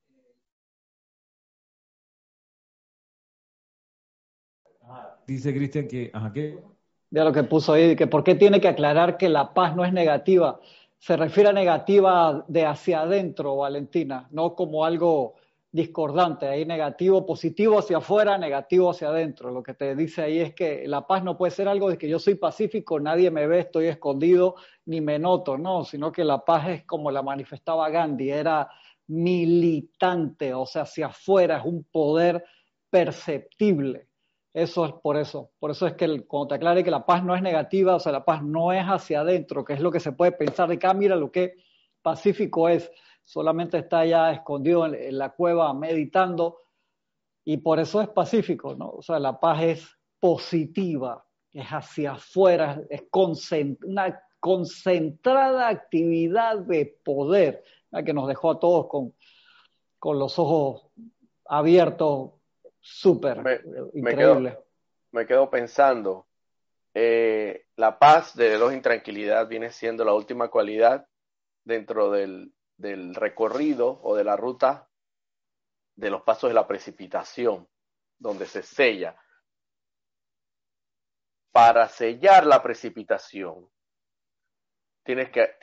Dice Cristian que, ¿qué? Ya lo que puso ahí, que por qué tiene que aclarar que la paz no es negativa. Se refiere a negativa de hacia adentro, Valentina, no como algo discordante. Ahí negativo, positivo hacia afuera, negativo hacia adentro. Lo que te dice ahí es que la paz no puede ser algo de que yo soy pacífico, nadie me ve, estoy escondido, ni me noto, no, sino que la paz es como la manifestaba Gandhi, era militante, o sea, hacia afuera, es un poder perceptible. Eso es por eso. Por eso es que cuando te aclare que la paz no es negativa, o sea, la paz no es hacia adentro, que es lo que se puede pensar de que, mira lo que pacífico es, solamente está allá escondido en la cueva meditando, y por eso es pacífico, ¿no? O sea, la paz es positiva, es hacia afuera, es una concentrada actividad de poder, que nos dejó a todos con los ojos abiertos. Súper, increíble. Me quedo pensando, la paz de los intranquilidad viene siendo la última cualidad dentro del recorrido o de la ruta de los pasos de la precipitación, donde se sella. Para sellar la precipitación, tienes que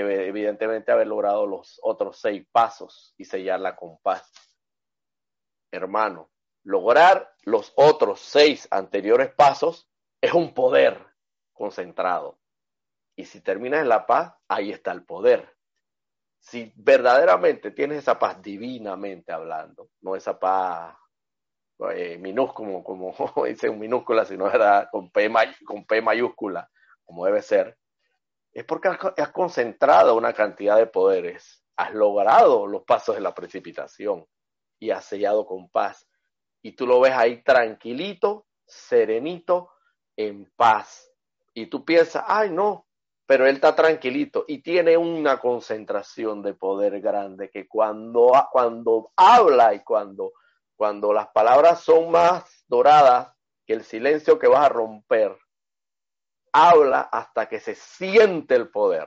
evidentemente haber logrado los otros 6 pasos y sellarla con paz. hermano, lograr los otros 6 anteriores pasos es un poder concentrado. Y si terminas en la paz, ahí está el poder. Si verdaderamente tienes esa paz divinamente hablando, no esa paz minúscula, como dice un minúscula, sino era con P mayúscula, como debe ser, es porque has concentrado una cantidad de poderes, has logrado los pasos de la precipitación y has sellado con paz. Y tú lo ves ahí tranquilito, serenito, en paz. Y tú piensas, ay no, pero él está tranquilito y tiene una concentración de poder grande que cuando habla y cuando las palabras son más doradas que el silencio que vas a romper, habla hasta que se siente el poder.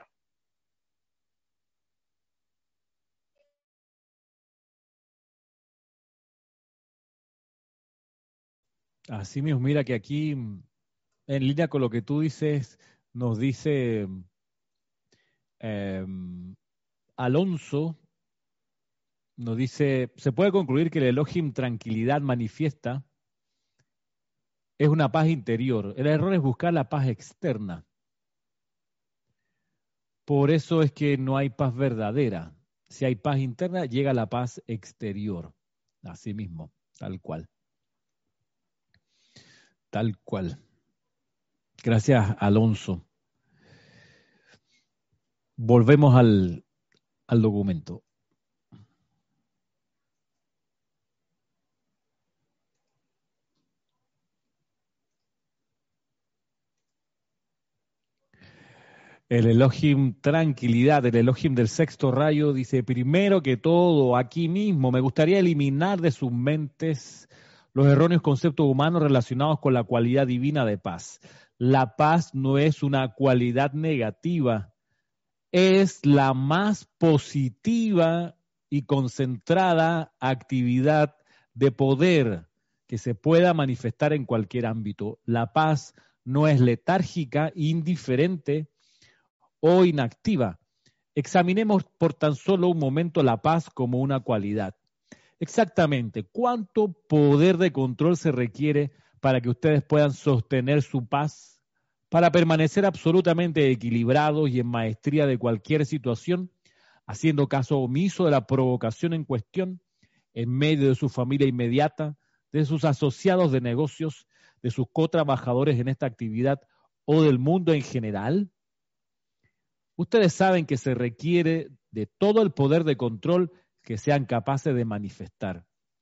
Así mismo, mira que aquí, en línea con lo que tú dices, nos dice Alonso, nos dice, se puede concluir que el Elohim tranquilidad manifiesta es una paz interior. El error es buscar la paz externa. Por eso es que no hay paz verdadera. Si hay paz interna, llega la paz exterior. Así mismo, tal cual. Tal cual. Gracias, Alonso. Volvemos al documento. El Elohim tranquilidad, el Elohim del sexto rayo dice, primero que todo, aquí mismo me gustaría eliminar de sus mentes los erróneos conceptos humanos relacionados con la cualidad divina de paz. La paz no es una cualidad negativa, es la más positiva y concentrada actividad de poder que se pueda manifestar en cualquier ámbito. La paz no es letárgica, indiferente o inactiva. Examinemos por tan solo un momento la paz como una cualidad. Exactamente, ¿cuánto poder de control se requiere para que ustedes puedan sostener su paz? Para permanecer absolutamente equilibrados y en maestría de cualquier situación, haciendo caso omiso de la provocación en cuestión, en medio de su familia inmediata, de sus asociados de negocios, de sus cotrabajadores en esta actividad o del mundo en general. Ustedes saben que se requiere de todo el poder de control que sean capaces de manifestar.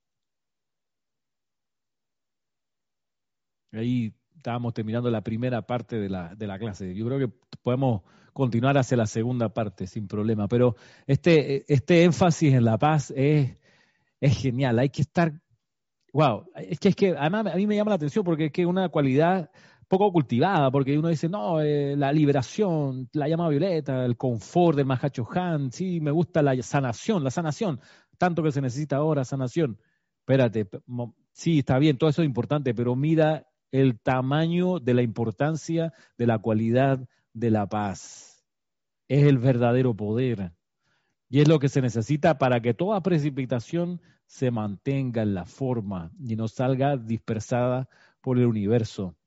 Ahí estábamos terminando la primera parte de la clase. Yo creo que podemos continuar hacia la segunda parte sin problema, pero este énfasis en la paz es genial. Hay que estar, wow, es que además a mí me llama la atención porque es que es una cualidad poco cultivada, porque uno dice, no, la liberación, la llama violeta, el confort del Mahacho Han, sí, me gusta la sanación, tanto que se necesita ahora, sanación. Espérate, sí, está bien, todo eso es importante, pero mira el tamaño de la importancia de la cualidad de la paz. Es el verdadero poder. Y es lo que se necesita para que toda precipitación se mantenga en la forma y no salga dispersada por el universo.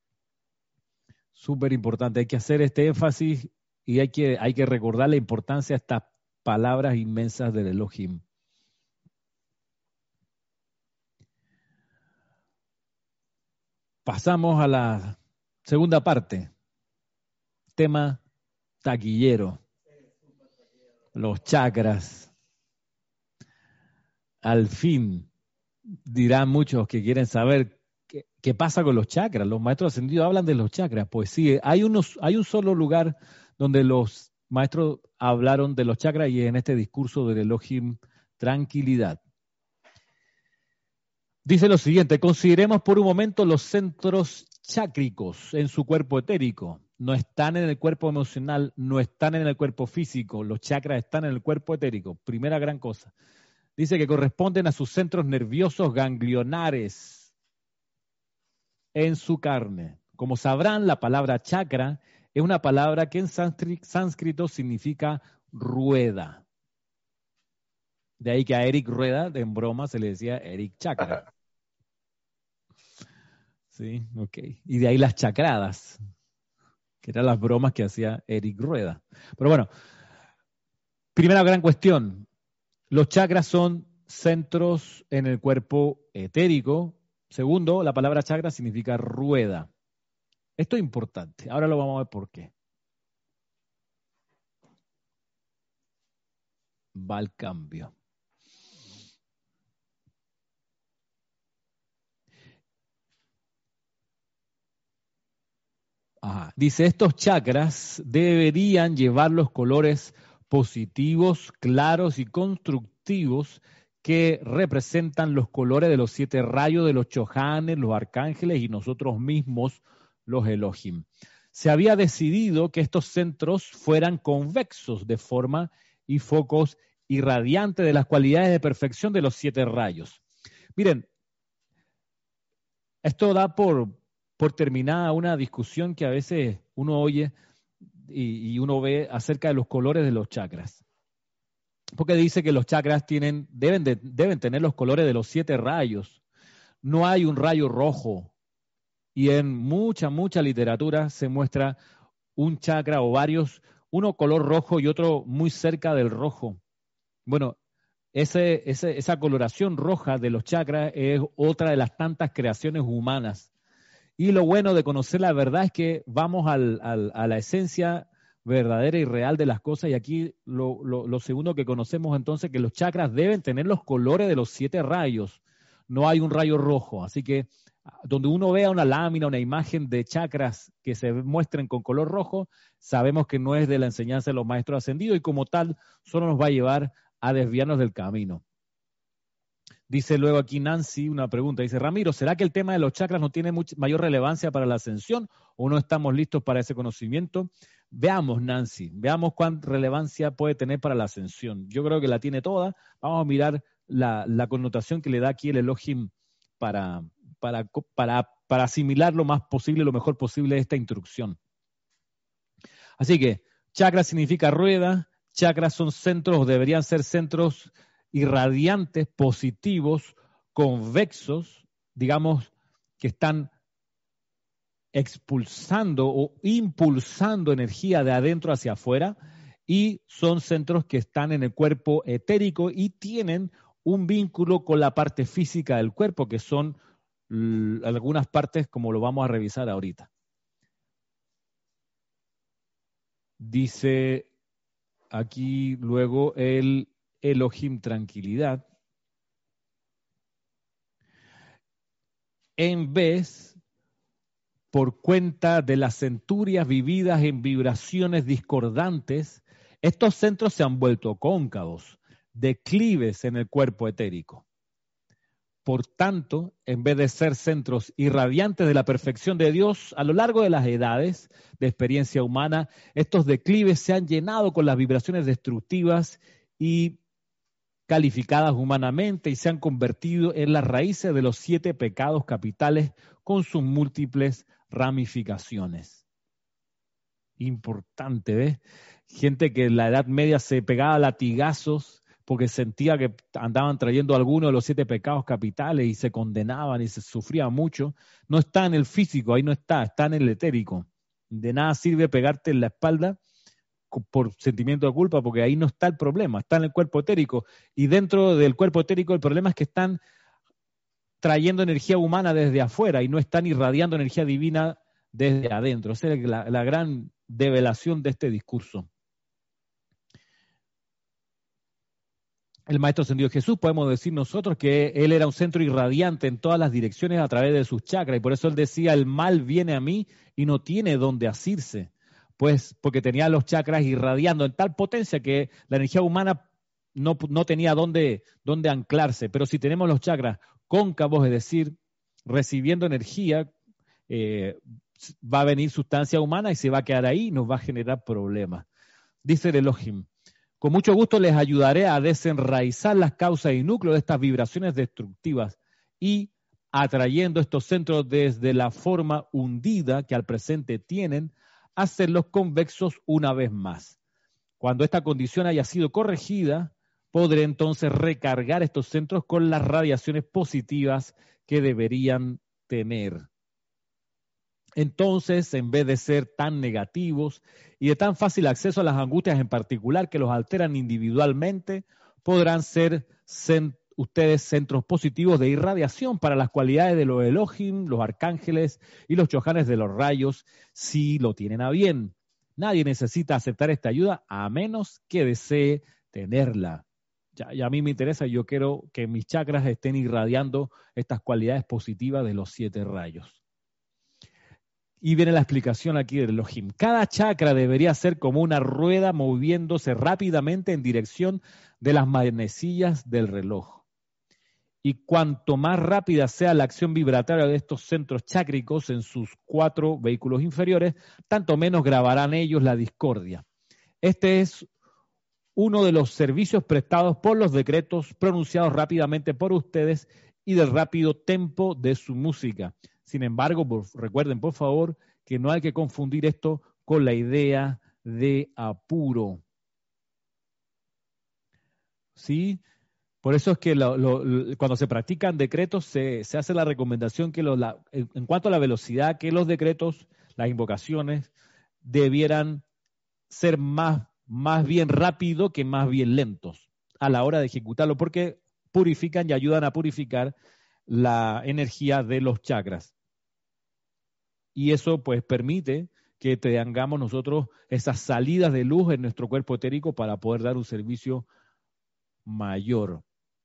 Súper importante, hay que hacer este énfasis y hay que recordar la importancia de estas palabras inmensas del Elohim. Pasamos a la segunda parte, tema taquillero, los chakras. Al fin, dirán muchos que quieren saber qué pasa con los chakras. Los maestros ascendidos hablan de los chakras. Pues sí, hay un solo lugar donde los maestros hablaron de los chakras y en este discurso del Elohim tranquilidad. Dice lo siguiente, consideremos por un momento los centros chácricos en su cuerpo etérico. No están en el cuerpo emocional, no están en el cuerpo físico, los chakras están en el cuerpo etérico. Primera gran cosa. Dice que corresponden a sus centros nerviosos ganglionares en su carne. Como sabrán, la palabra chakra es una palabra que en sánscrito significa rueda. De ahí que a Eric Rueda, en broma, se le decía Eric Chakra. Sí, ok. Y de ahí las chacradas, que eran las bromas que hacía Eric Rueda. Pero bueno, primera gran cuestión. Los chakras son centros en el cuerpo etérico. Segundo, la palabra chakra significa rueda. Esto es importante. Ahora lo vamos a ver por qué. Va al cambio. Ajá. Dice, estos chakras deberían llevar los colores positivos, claros y constructivos que representan los colores de los 7 rayos de los chohanes, los arcángeles y nosotros mismos, los Elohim. Se había decidido que estos centros fueran convexos de forma y focos irradiantes de las cualidades de perfección de los 7 rayos. Miren, esto da por terminada una discusión que a veces uno oye y uno ve acerca de los colores de los chakras. Porque dice que los chakras deben tener los colores de los 7 rayos. No hay un rayo rojo. Y en mucha literatura se muestra un chakra o varios, uno color rojo y otro muy cerca del rojo. Bueno, esa coloración roja de los chakras es otra de las tantas creaciones humanas. Y lo bueno de conocer la verdad es que vamos a la esencia verdadera y real de las cosas. Y aquí lo segundo que conocemos entonces, que los chakras deben tener los colores de los 7 rayos. No hay un rayo rojo. Así que donde uno vea una lámina, una imagen de chakras que se muestren con color rojo, sabemos que no es de la enseñanza de los maestros ascendidos y como tal solo nos va a llevar a desviarnos del camino. Dice luego aquí Nancy una pregunta, dice, Ramiro, ¿será que el tema de los chakras no tiene mayor relevancia para la ascensión o no estamos listos para ese conocimiento? Veamos, Nancy, veamos cuánta relevancia puede tener para la ascensión. Yo creo que la tiene toda. Vamos a mirar la connotación que le da aquí el Elohim para asimilar lo más posible, lo mejor posible esta instrucción. Así que, chakra significa rueda, chakras son centros o deberían ser centros irradiantes, positivos, convexos, digamos, que están expulsando o impulsando energía de adentro hacia afuera y son centros que están en el cuerpo etérico y tienen un vínculo con la parte física del cuerpo, que son algunas partes como lo vamos a revisar ahorita. Dice aquí luego el Elohim tranquilidad. En vez, por cuenta de las centurias vividas en vibraciones discordantes, estos centros se han vuelto cóncavos, declives en el cuerpo etérico. Por tanto, en vez de ser centros irradiantes de la perfección de Dios, a lo largo de las edades de experiencia humana, estos declives se han llenado con las vibraciones destructivas y calificadas humanamente y se han convertido en las raíces de los 7 pecados capitales con sus múltiples ramificaciones. Importante, ¿ves? Gente que en la Edad Media se pegaba a latigazos porque sentía que andaban trayendo alguno de los 7 pecados capitales y se condenaban y se sufría mucho. No está en el físico, ahí no está, está en el etérico. De nada sirve pegarte en la espalda por sentimiento de culpa, porque ahí no está el problema, está en el cuerpo etérico. Y dentro del cuerpo etérico el problema es que están trayendo energía humana desde afuera y no están irradiando energía divina desde adentro. Esa es la gran develación de este discurso. El Maestro Ascendido Jesús, podemos decir nosotros que él era un centro irradiante en todas las direcciones a través de sus chakras, y por eso él decía, el mal viene a mí y no tiene dónde asirse, pues porque tenía los chakras irradiando en tal potencia que la energía humana no tenía dónde anclarse. Pero si tenemos los chakras cóncavos, es decir, recibiendo energía, va a venir sustancia humana y se va a quedar ahí y nos va a generar problemas. Dice el Elohim, con mucho gusto les ayudaré a desenraizar las causas y núcleos de estas vibraciones destructivas y atrayendo estos centros desde la forma hundida que al presente tienen, hacerlos convexos una vez más. Cuando esta condición haya sido corregida, podré entonces recargar estos centros con las radiaciones positivas que deberían tener. Entonces, en vez de ser tan negativos y de tan fácil acceso a las angustias en particular que los alteran individualmente, podrán ser ustedes centros positivos de irradiación para las cualidades de los Elohim, los arcángeles y los chojanes de los rayos, si lo tienen a bien. Nadie necesita aceptar esta ayuda a menos que desee tenerla. Ya a mí me interesa, yo quiero que mis chakras estén irradiando estas cualidades positivas de los 7 rayos. Y viene la explicación aquí del Elohim. Cada chakra debería ser como una rueda moviéndose rápidamente en dirección de las manecillas del reloj. Y cuanto más rápida sea la acción vibratoria de estos centros chákricos en sus 4 vehículos inferiores, tanto menos grabarán ellos la discordia. Este es uno de los servicios prestados por los decretos pronunciados rápidamente por ustedes y del rápido tempo de su música. Sin embargo, recuerden por favor que no hay que confundir esto con la idea de apuro. ¿Sí? Por eso es que cuando se practican decretos se hace la recomendación que en cuanto a la velocidad, que los decretos, las invocaciones, debieran ser más bien rápido que más bien lentos a la hora de ejecutarlo, porque purifican y ayudan a purificar la energía de los chakras. Y eso pues permite que tengamos nosotros esas salidas de luz en nuestro cuerpo etérico para poder dar un servicio mayor.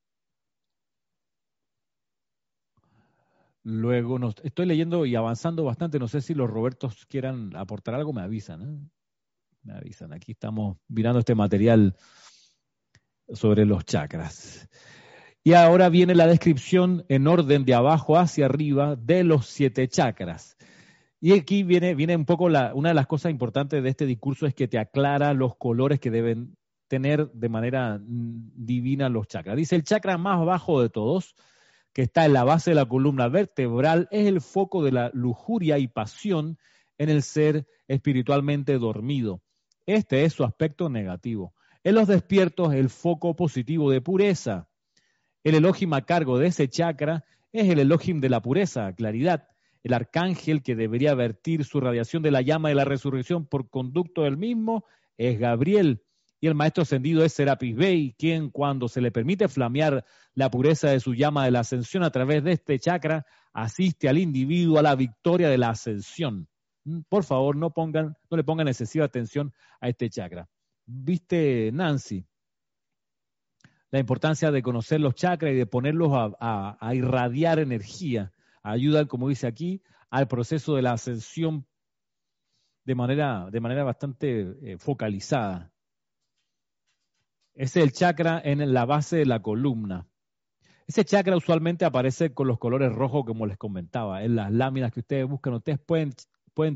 Luego estoy leyendo y avanzando bastante, no sé si los Robertos quieran aportar algo, me avisan, ¿eh? Me avisan, aquí estamos mirando este material sobre los chakras. Y ahora viene la descripción en orden de abajo hacia arriba de los 7 chakras. Y aquí viene un poco una de las cosas importantes de este discurso es que te aclara los colores que deben tener de manera divina los chakras. Dice, el chakra más bajo de todos, que está en la base de la columna vertebral, es el foco de la lujuria y pasión en el ser espiritualmente dormido. Este es su aspecto negativo. En los despiertos, el foco positivo de pureza. El Elohim a cargo de ese chakra es el Elohim de la pureza, claridad. El arcángel que debería vertir su radiación de la llama de la resurrección por conducto del mismo es Gabriel. Y el maestro ascendido es Serapis Bey, quien cuando se le permite flamear la pureza de su llama de la ascensión a través de este chakra, asiste al individuo a la victoria de la ascensión. Por favor, no le pongan excesiva atención a este chakra. ¿Viste, Nancy? La importancia de conocer los chakras y de ponerlos a irradiar energía. Ayudan, como dice aquí, al proceso de la ascensión de manera bastante focalizada. Ese es el chakra en la base de la columna. Ese chakra usualmente aparece con los colores rojos, como les comentaba, en las láminas que ustedes buscan. Ustedes pueden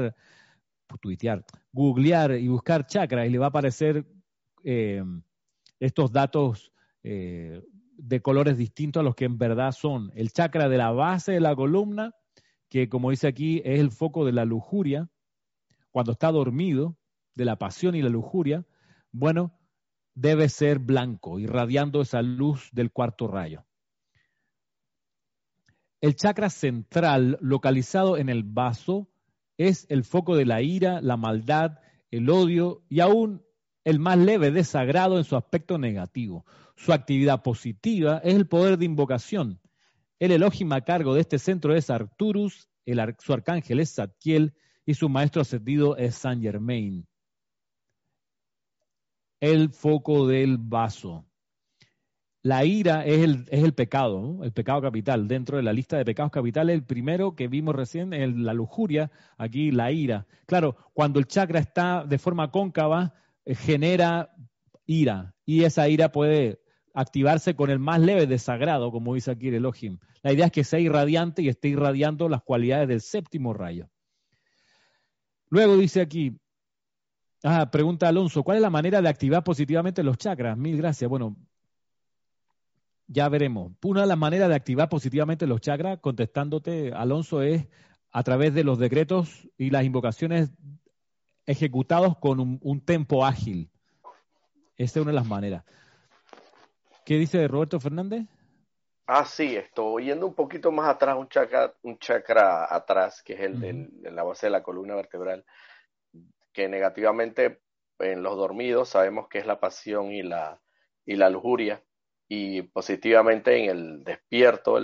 googlear y buscar chakra y le va a aparecer estos datos de colores distintos a los que en verdad son. El chakra de la base de la columna, que como dice aquí, es el foco de la lujuria, cuando está dormido, de la pasión y la lujuria, bueno, debe ser blanco, irradiando esa luz del 4º rayo. El chakra central, localizado en el vaso, es el foco de la ira, la maldad, el odio y aún el más leve desagrado en su aspecto negativo. Su actividad positiva es el poder de invocación. El Elohim a cargo de este centro es Arcturus, su arcángel es Zadkiel y su maestro ascendido es Saint Germain. El foco del vaso. La ira es el pecado, ¿no? El pecado capital. Dentro de la lista de pecados capitales, el primero que vimos recién es la lujuria, aquí la ira. Claro, cuando el chakra está de forma cóncava, genera ira, y esa ira puede activarse con el más leve desagrado, como dice aquí el Elohim. La idea es que sea irradiante y esté irradiando las cualidades del 7º rayo. Luego dice aquí, pregunta Alonso, ¿cuál es la manera de activar positivamente los chakras? Mil gracias. Bueno, ya veremos. Una de las maneras de activar positivamente los chakras, contestándote, Alonso, es a través de los decretos y las invocaciones ejecutados con un tempo ágil. Esa es una de las maneras. ¿Qué dice Roberto Fernández? Sí, estoy yendo un poquito más atrás, un chakra atrás, que es el de la base de la columna vertebral, que negativamente en los dormidos sabemos que es la pasión y la lujuria, y positivamente en el despierto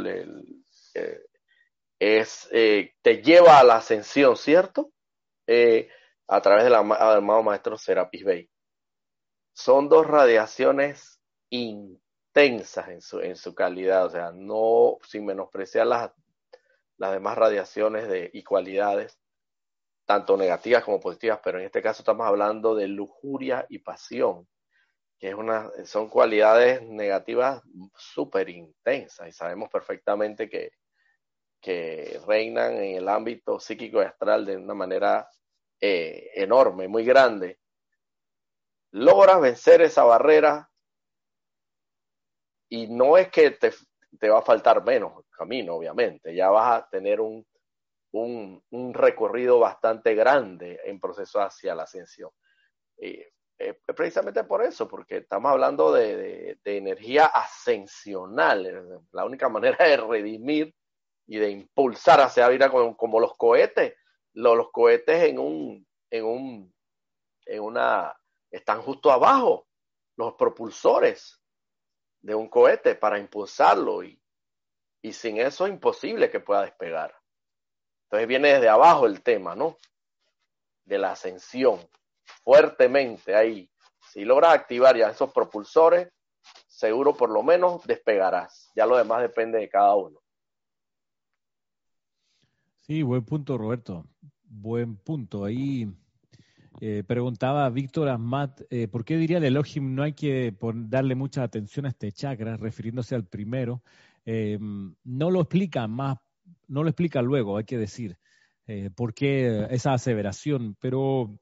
te lleva a la ascensión, ¿cierto? A través del amado maestro Serapis Bey. Son dos radiaciones intensas en su calidad, o sea, no sin menospreciar las demás radiaciones y cualidades, tanto negativas como positivas, pero en este caso estamos hablando de lujuria y pasión, que son cualidades negativas súper intensas, y sabemos perfectamente que reinan en el ámbito psíquico y astral de una manera enorme, muy grande. Logras vencer esa barrera y no es que te va a faltar menos camino, obviamente, ya vas a tener un recorrido bastante grande en proceso hacia la ascensión. Precisamente por eso, porque estamos hablando de energía ascensional, la única manera de redimir y de impulsar hacia vida como los cohetes. Los cohetes están justo abajo, los propulsores de un cohete para impulsarlo, y sin eso es imposible que pueda despegar. Entonces viene desde abajo el tema, ¿no? De la ascensión, fuertemente ahí. Si logras activar ya esos propulsores, seguro por lo menos despegarás. Ya lo demás depende de cada uno. Sí, buen punto, Roberto. Buen punto. Ahí preguntaba Víctor Asmat, ¿por qué diría el Elohim no hay que darle mucha atención a este chakra, refiriéndose al primero? No lo explica luego, hay que decir, por qué esa aseveración, pero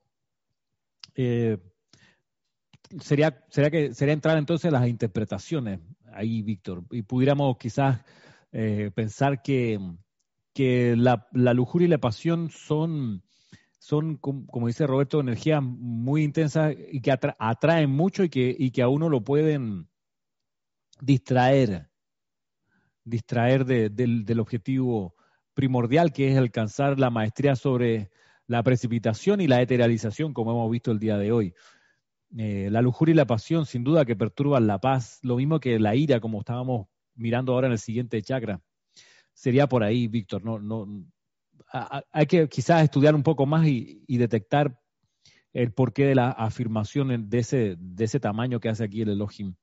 sería entrar entonces a las interpretaciones ahí, Víctor, y pudiéramos quizás pensar que la lujuria y la pasión son, como dice Roberto, energías muy intensas y que atraen mucho y que a uno lo pueden distraer del objetivo primordial, que es alcanzar la maestría sobre la precipitación y la eterealización, como hemos visto el día de hoy. La lujuria y la pasión, sin duda, que perturban la paz, lo mismo que la ira, como estábamos mirando ahora en el siguiente chakra. Sería por ahí, Víctor. Hay que quizás estudiar un poco más y detectar el porqué de la afirmación de ese tamaño que hace aquí el Elohim.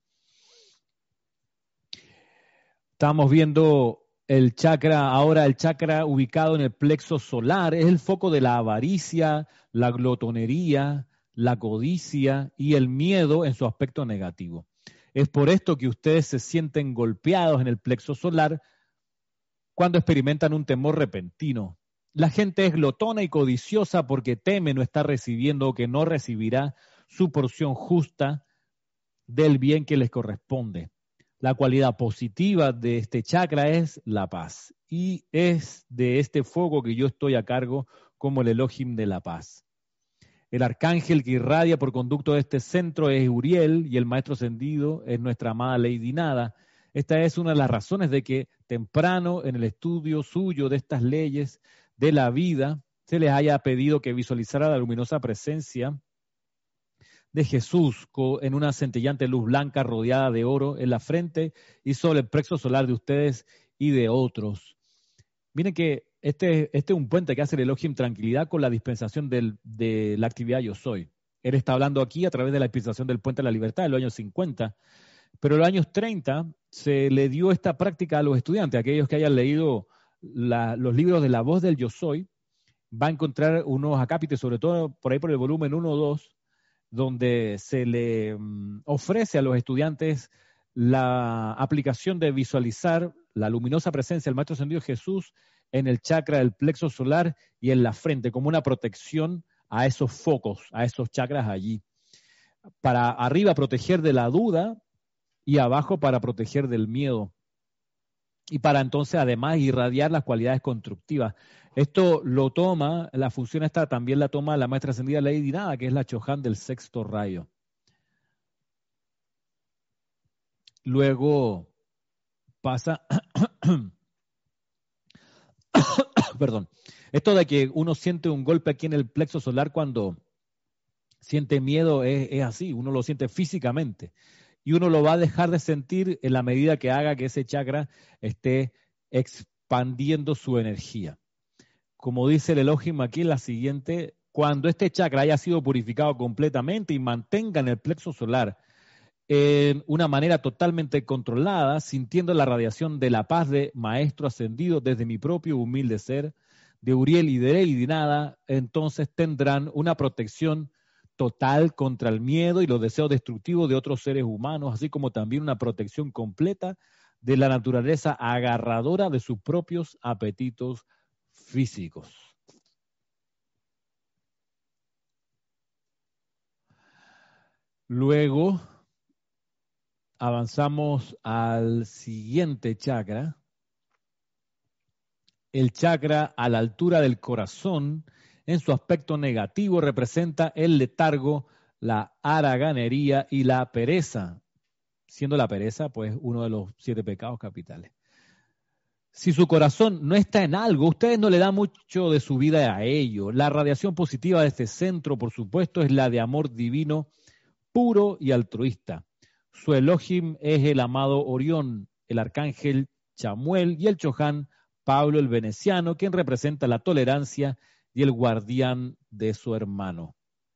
Estamos viendo el chakra ubicado en el plexo solar, es el foco de la avaricia, la glotonería, la codicia y el miedo en su aspecto negativo. Es por esto que ustedes se sienten golpeados en el plexo solar cuando experimentan un temor repentino. La gente es glotona y codiciosa porque teme no estar recibiendo o que no recibirá su porción justa del bien que les corresponde. La cualidad positiva de este chakra es la paz, y es de este fuego que yo estoy a cargo como el Elohim de la paz. El arcángel que irradia por conducto de este centro es Uriel, y el maestro ascendido es nuestra amada Lady Nada. Esta es una de las razones de que temprano en el estudio suyo de estas leyes de la vida se les haya pedido que visualizara la luminosa presencia de Jesús en una centellante luz blanca rodeada de oro en la frente y sobre el plexo solar de ustedes y de otros. Miren que este es un puente que hace el Elohim tranquilidad con la dispensación de la actividad Yo Soy. Él está hablando aquí a través de la dispensación del puente de la libertad en los años 50, pero en los años 30 se le dio esta práctica a los estudiantes. Aquellos que hayan leído los libros de La Voz del Yo Soy, va a encontrar unos acápites, sobre todo por ahí por el volumen 1 o 2, donde se le ofrece a los estudiantes la aplicación de visualizar la luminosa presencia del Maestro Ascendido Jesús en el chakra del plexo solar y en la frente, como una protección a esos focos, a esos chakras allí. Para arriba proteger de la duda y abajo para proteger del miedo. Y para entonces además irradiar las cualidades constructivas. Esto lo toma, la función esta también la toma la maestra ascendida Lady Nada, que es la Chohan del sexto rayo. Luego pasa, perdón, esto de que uno siente un golpe aquí en el plexo solar cuando siente miedo es así, uno lo siente físicamente y uno lo va a dejar de sentir en la medida que haga que ese chakra esté expandiendo su energía. Como dice el Elohim aquí en la siguiente, cuando este chakra haya sido purificado completamente y mantenga en el plexo solar en una manera totalmente controlada, sintiendo la radiación de la paz de Maestro Ascendido desde mi propio humilde ser, de Uriel y de Rey y de nada, entonces tendrán una protección total contra el miedo y los deseos destructivos de otros seres humanos, así como también una protección completa de la naturaleza agarradora de sus propios apetitos físicos. Luego avanzamos al siguiente chakra. El chakra a la altura del corazón, en su aspecto negativo, representa el letargo, la haraganería y la pereza, siendo la pereza, pues, uno de los 7 pecados capitales. Si su corazón no está en algo, ustedes no le dan mucho de su vida a ello. La radiación positiva de este centro, por supuesto, es la de amor divino, puro y altruista. Su Elohim es el amado Orión, el arcángel Chamuel y el Chohan Pablo el Veneciano, quien representa la tolerancia y el guardián de su hermano.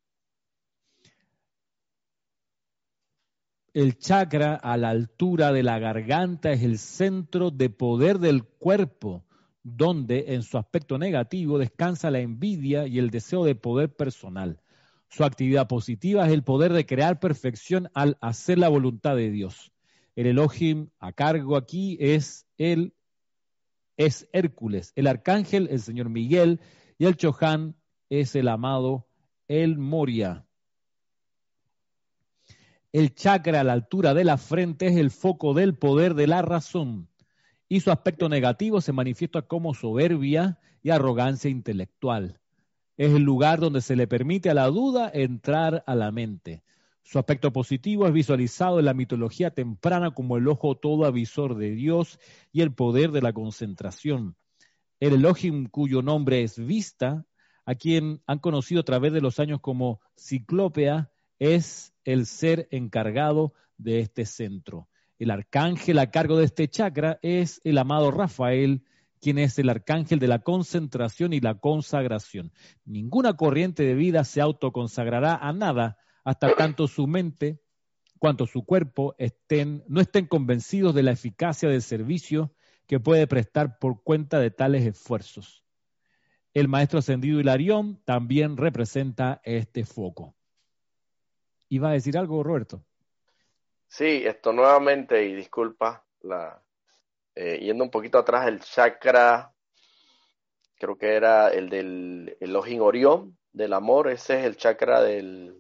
El chakra a la altura de la garganta es el centro de poder del cuerpo, donde en su aspecto negativo descansa la envidia y el deseo de poder personal. Su actividad positiva es el poder de crear perfección al hacer la voluntad de Dios. El Elohim a cargo aquí es Hércules, el arcángel, el señor Miguel, y el Chohan es el amado El Moria. El chakra a la altura de la frente es el foco del poder de la razón, y su aspecto negativo se manifiesta como soberbia y arrogancia intelectual. Es el lugar donde se le permite a la duda entrar a la mente. Su aspecto positivo es visualizado en la mitología temprana como el ojo todo avisor de Dios y el poder de la concentración. El Elohim, cuyo nombre es Vista, a quien han conocido a través de los años como Ciclópea, es el ser encargado de este centro. El arcángel a cargo de este chakra es el amado Rafael, quien es el arcángel de la concentración y la consagración. Ninguna corriente de vida se autoconsagrará a nada hasta tanto su mente cuanto su cuerpo no estén convencidos de la eficacia del servicio que puede prestar por cuenta de tales esfuerzos. El maestro ascendido Hilarión también representa este foco. ¿Iba a decir algo, Roberto? Sí, esto nuevamente, y disculpa, yendo un poquito atrás, el chakra, creo que era el del Elohim Orión, del amor, ese es el chakra de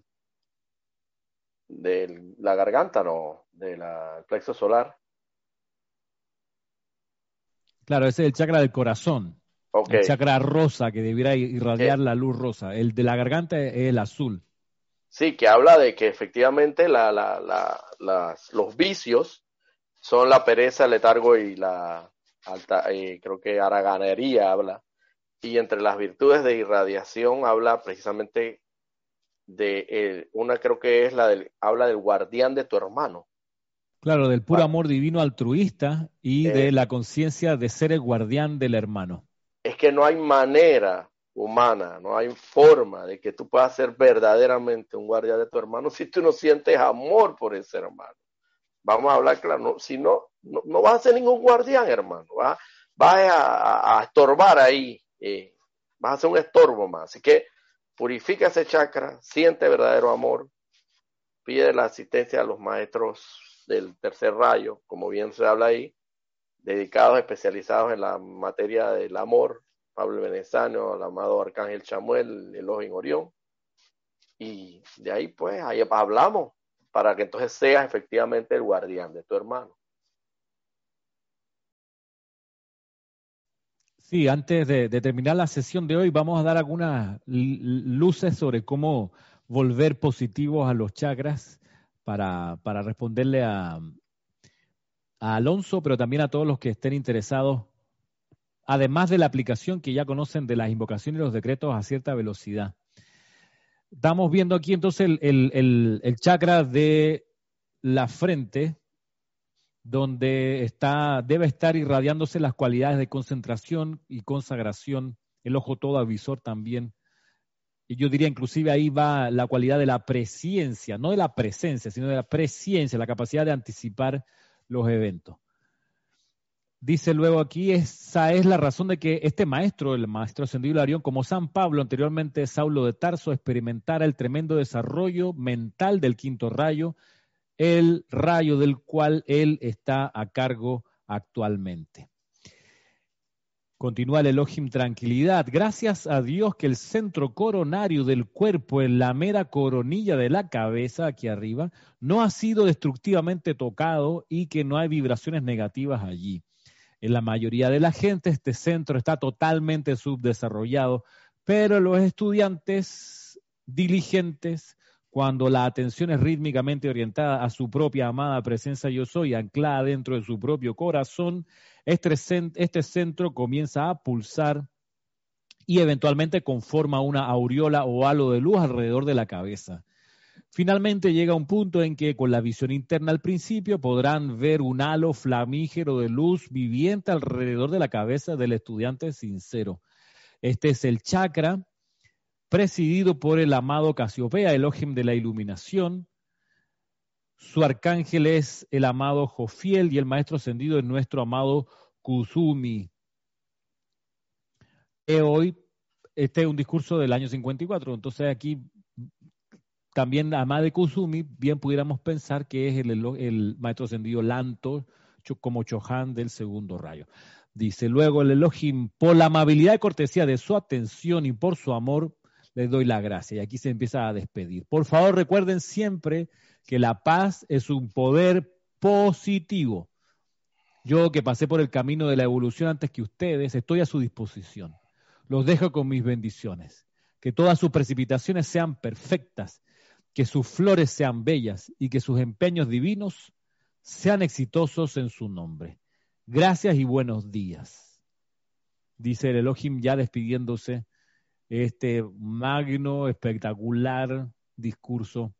la garganta, ¿no? Del plexo solar. Claro, ese es el chakra del corazón. Okay. El chakra rosa que debiera irradiar la luz rosa. El de la garganta es el azul. Sí, que habla de que efectivamente los vicios son la pereza, el letargo y la alta, creo que haraganería habla. Y entre las virtudes de irradiación habla precisamente de una, creo que es habla del guardián de tu hermano. Claro, del puro amor divino altruista y de la conciencia de ser el guardián del hermano. Es que no hay manera humana, no hay forma de que tú puedas ser verdaderamente un guardián de tu hermano si tú no sientes amor por ese hermano. Vamos a hablar claro, si no vas a ser ningún guardián, hermano, vas a estorbar ahí, vas a ser un estorbo más. Así que purifica ese chakra, siente verdadero amor, pide la asistencia a los maestros del tercer rayo, como bien se habla ahí, dedicados, especializados en la materia del amor, Pablo el Veneciano, el amado arcángel Chamuel, el Elohim Orión, y de ahí pues, ahí hablamos, para que entonces seas efectivamente el guardián de tu hermano. Sí, antes de terminar la sesión de hoy, vamos a dar algunas luces sobre cómo volver positivos a los chakras para responderle a Alonso, pero también a todos los que estén interesados, además de la aplicación que ya conocen de las invocaciones y los decretos a cierta velocidad. Estamos viendo aquí entonces el chakra de la frente, donde debe estar irradiándose las cualidades de concentración y consagración, el ojo todo avisor también. Y yo diría inclusive ahí va la cualidad de la presciencia, no de la presencia, sino de la presciencia, la capacidad de anticipar los eventos. Dice luego aquí, esa es la razón de que este maestro, el maestro ascendido Hilarión, como San Pablo, anteriormente Saulo de Tarso, experimentara el tremendo desarrollo mental del quinto rayo, el rayo del cual él está a cargo actualmente. Continúa el Elohim tranquilidad. Gracias a Dios que el centro coronario del cuerpo, en la mera coronilla de la cabeza, aquí arriba, no ha sido destructivamente tocado y que no hay vibraciones negativas allí. En la mayoría de la gente este centro está totalmente subdesarrollado, pero los estudiantes diligentes, cuando la atención es rítmicamente orientada a su propia amada presencia yo soy, anclada dentro de su propio corazón, este centro comienza a pulsar y eventualmente conforma una aureola o halo de luz alrededor de la cabeza. Finalmente llega un punto en que con la visión interna al principio podrán ver un halo flamígero de luz viviente alrededor de la cabeza del estudiante sincero. Este es el chakra presidido por el amado Casiopea, Elohim de la iluminación. Su arcángel es el amado Jofiel y el maestro ascendido es nuestro amado Kusumi. Hoy, este es un discurso del año 54, entonces aquí también, además de Kusumi, bien pudiéramos pensar que es el maestro ascendido Lanto, como Chohan del segundo rayo. Dice luego el Elohim, por la amabilidad y cortesía de su atención y por su amor, les doy la gracia. Y aquí se empieza a despedir. Por favor, recuerden siempre que la paz es un poder positivo. Yo, que pasé por el camino de la evolución antes que ustedes, estoy a su disposición. Los dejo con mis bendiciones. Que todas sus precipitaciones sean perfectas, que sus flores sean bellas y que sus empeños divinos sean exitosos en su nombre. Gracias y buenos días. Dice el Elohim ya despidiéndose este magno, espectacular discurso.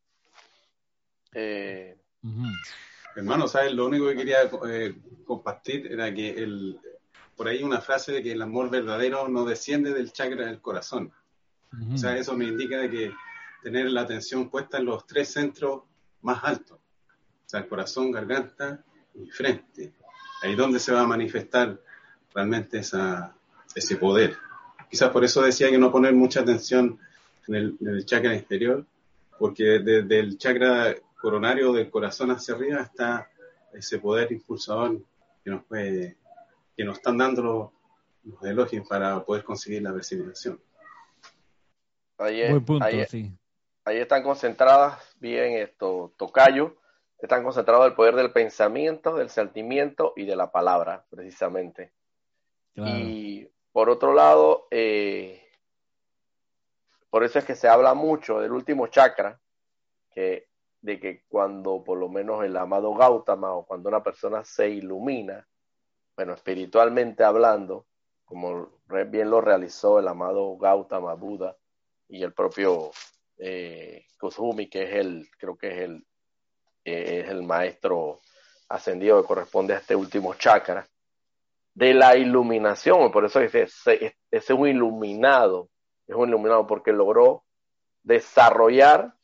Hermano, ¿sabes? Lo único que quería compartir era que por ahí una frase de que el amor verdadero no desciende del chakra del corazón. O sea, eso me indica de que tener la atención puesta en los tres centros más altos. O sea, el corazón, garganta y frente. Ahí donde se va a manifestar realmente ese poder. Quizás por eso decía que no poner mucha atención en el chakra inferior, porque desde el chakra coronario del corazón hacia arriba está ese poder impulsador que nos están dando los elogios para poder conseguir la precipitación. Buen punto, sí. Ahí están concentradas bien tocayo, están concentrados el poder del pensamiento, del sentimiento y de la palabra, precisamente. Claro. Y por otro lado, por eso es que se habla mucho del último chakra, de que cuando por lo menos el amado Gautama o cuando una persona se ilumina, bueno, espiritualmente hablando, como bien lo realizó el amado Gautama Buda y el propio Kusumi, que creo que es el maestro ascendido que corresponde a este último chakra, de la iluminación. Por eso es un iluminado porque logró desarrollar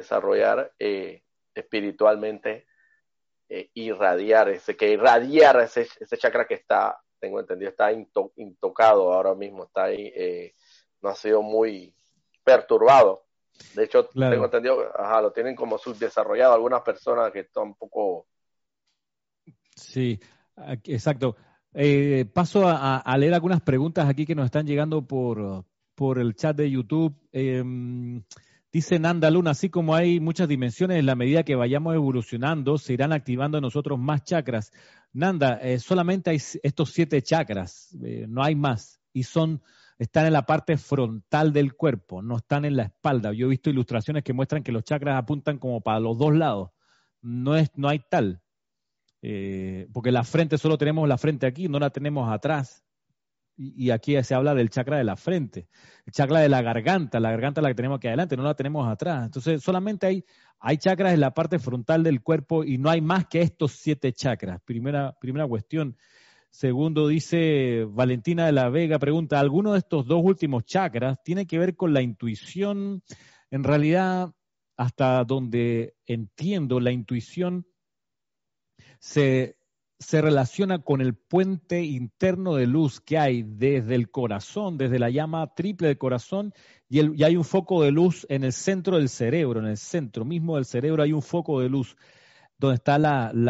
espiritualmente, irradiar ese chakra que está, tengo entendido, está intocado ahora mismo, está ahí, no ha sido muy perturbado. De hecho, claro, tengo entendido, lo tienen como subdesarrollado algunas personas que están un poco... Sí, exacto. Paso a leer algunas preguntas aquí que nos están llegando por el chat de YouTube. Dice Nanda Luna, así como hay muchas dimensiones, en la medida que vayamos evolucionando, se irán activando en nosotros más chakras. Nanda, solamente hay estos 7 chakras, no hay más, y están en la parte frontal del cuerpo, no están en la espalda. Yo he visto ilustraciones que muestran que los chakras apuntan como para los dos lados. No hay tal. porque la frente solo tenemos la frente aquí, no la tenemos atrás. Y aquí se habla del chakra de la frente, el chakra de la garganta es la que tenemos aquí adelante, no la tenemos atrás. Entonces solamente hay chakras en la parte frontal del cuerpo y no hay más que estos 7 chakras. Primera cuestión. Segundo, dice Valentina de la Vega, pregunta, ¿alguno de estos 2 últimos chakras tiene que ver con la intuición? En realidad, hasta donde entiendo, la intuición se relaciona con el puente interno de luz que hay desde el corazón, desde la llama triple del corazón, y hay un foco de luz en el centro del cerebro, en el centro mismo del cerebro hay un foco de luz, donde está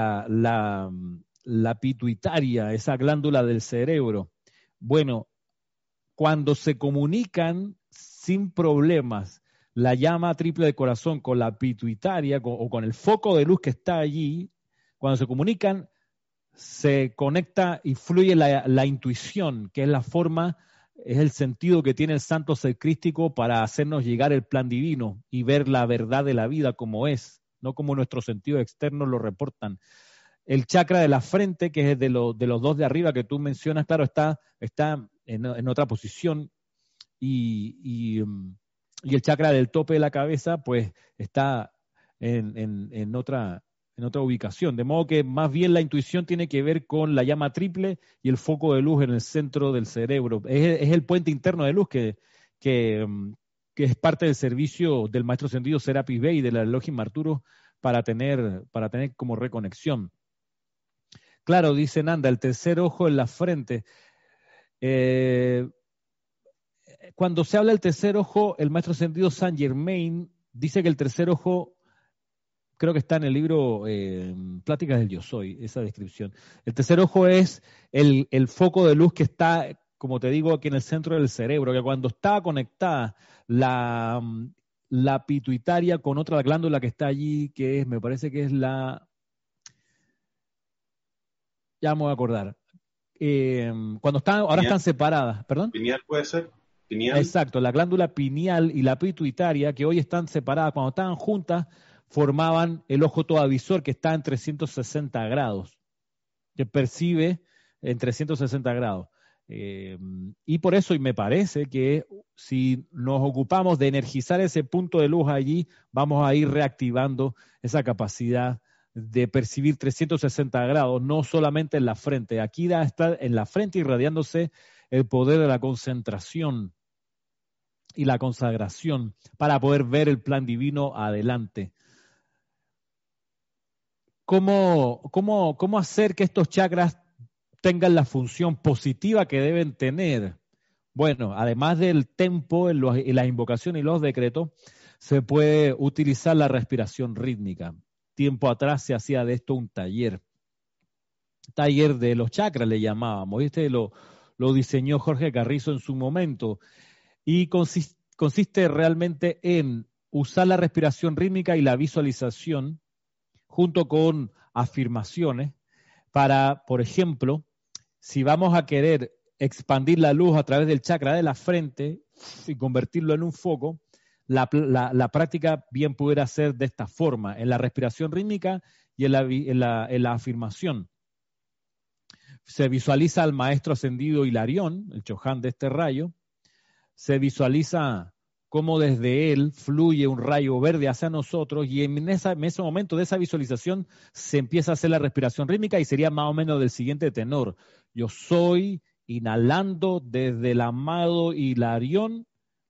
la pituitaria, esa glándula del cerebro. Bueno, cuando se comunican sin problemas la llama triple del corazón con la pituitaria o con el foco de luz que está allí, cuando se comunican, se conecta y fluye la intuición, que es la forma, es el sentido que tiene el santo ser crístico para hacernos llegar el plan divino y ver la verdad de la vida como es, no como nuestros sentidos externos lo reportan. El chakra de la frente, que es de los 2 de arriba que tú mencionas, claro, está en otra posición y el chakra del tope de la cabeza, pues está en otra ubicación. De modo que más bien la intuición tiene que ver con la llama triple y el foco de luz en el centro del cerebro. Es el puente interno de luz que es parte del servicio del Maestro Ascendido Serapis Bey y de la Elohim Arturo para tener como reconexión. Claro, dice Nanda, el tercer ojo en la frente. Cuando se habla del tercer ojo, el Maestro Ascendido Saint Germain dice que el tercer ojo, creo que está en el libro Pláticas del Yo Soy, esa descripción. El tercer ojo es el foco de luz que está, como te digo, aquí en el centro del cerebro, que cuando está conectada la pituitaria con otra glándula que está allí, que me parece que es ya me voy a acordar. Ahora están separadas, ¿perdón? ¿Pineal puede ser? ¿Pineal? Exacto, la glándula pineal y la pituitaria, que hoy están separadas, cuando estaban juntas, formaban el ojo todovisor que está en 360 grados, que percibe en 360 grados. Y por eso, y me parece que si nos ocupamos de energizar ese punto de luz allí, vamos a ir reactivando esa capacidad de percibir 360 grados, no solamente en la frente. Aquí está en la frente irradiándose el poder de la concentración y la consagración para poder ver el plan divino adelante. ¿Cómo hacer que estos chakras tengan la función positiva que deben tener? Bueno, además del tempo y las invocaciones y los decretos, se puede utilizar la respiración rítmica. Tiempo atrás se hacía de esto un taller de los chakras le llamábamos. Lo diseñó Jorge Carrizo en su momento y consiste realmente en usar la respiración rítmica y la visualización junto con afirmaciones para, por ejemplo, si vamos a querer expandir la luz a través del chakra de la frente y convertirlo en un foco, la práctica bien pudiera ser de esta forma, en la respiración rítmica y en la afirmación. Se visualiza al maestro ascendido Hilarión, el Chohan de este rayo, se visualiza cómo desde él fluye un rayo verde hacia nosotros y en ese momento de esa visualización se empieza a hacer la respiración rítmica y sería más o menos del siguiente tenor. Yo soy inhalando desde el amado Hilarión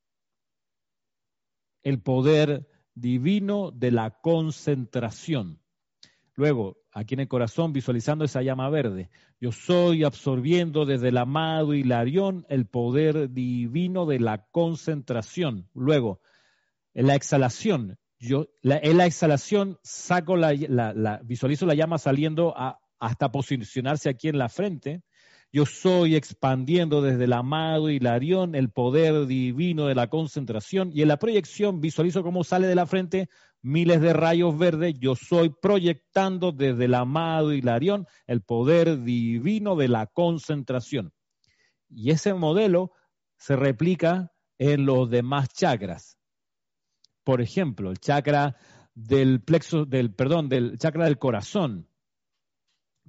el poder divino de la concentración. Luego, aquí en el corazón, visualizando esa llama verde, yo soy absorbiendo desde el amado Hilarión el poder divino de la concentración. Luego, en la exhalación, en la exhalación visualizo la llama saliendo hasta posicionarse aquí en la frente. Yo soy expandiendo desde el amado Hilarión el poder divino de la concentración y en la proyección visualizo cómo sale de la frente miles de rayos verdes. Yo soy proyectando desde el amado Hilarión el poder divino de la concentración. Y ese modelo se replica en los demás chakras. Por ejemplo, el chakra del chakra del corazón.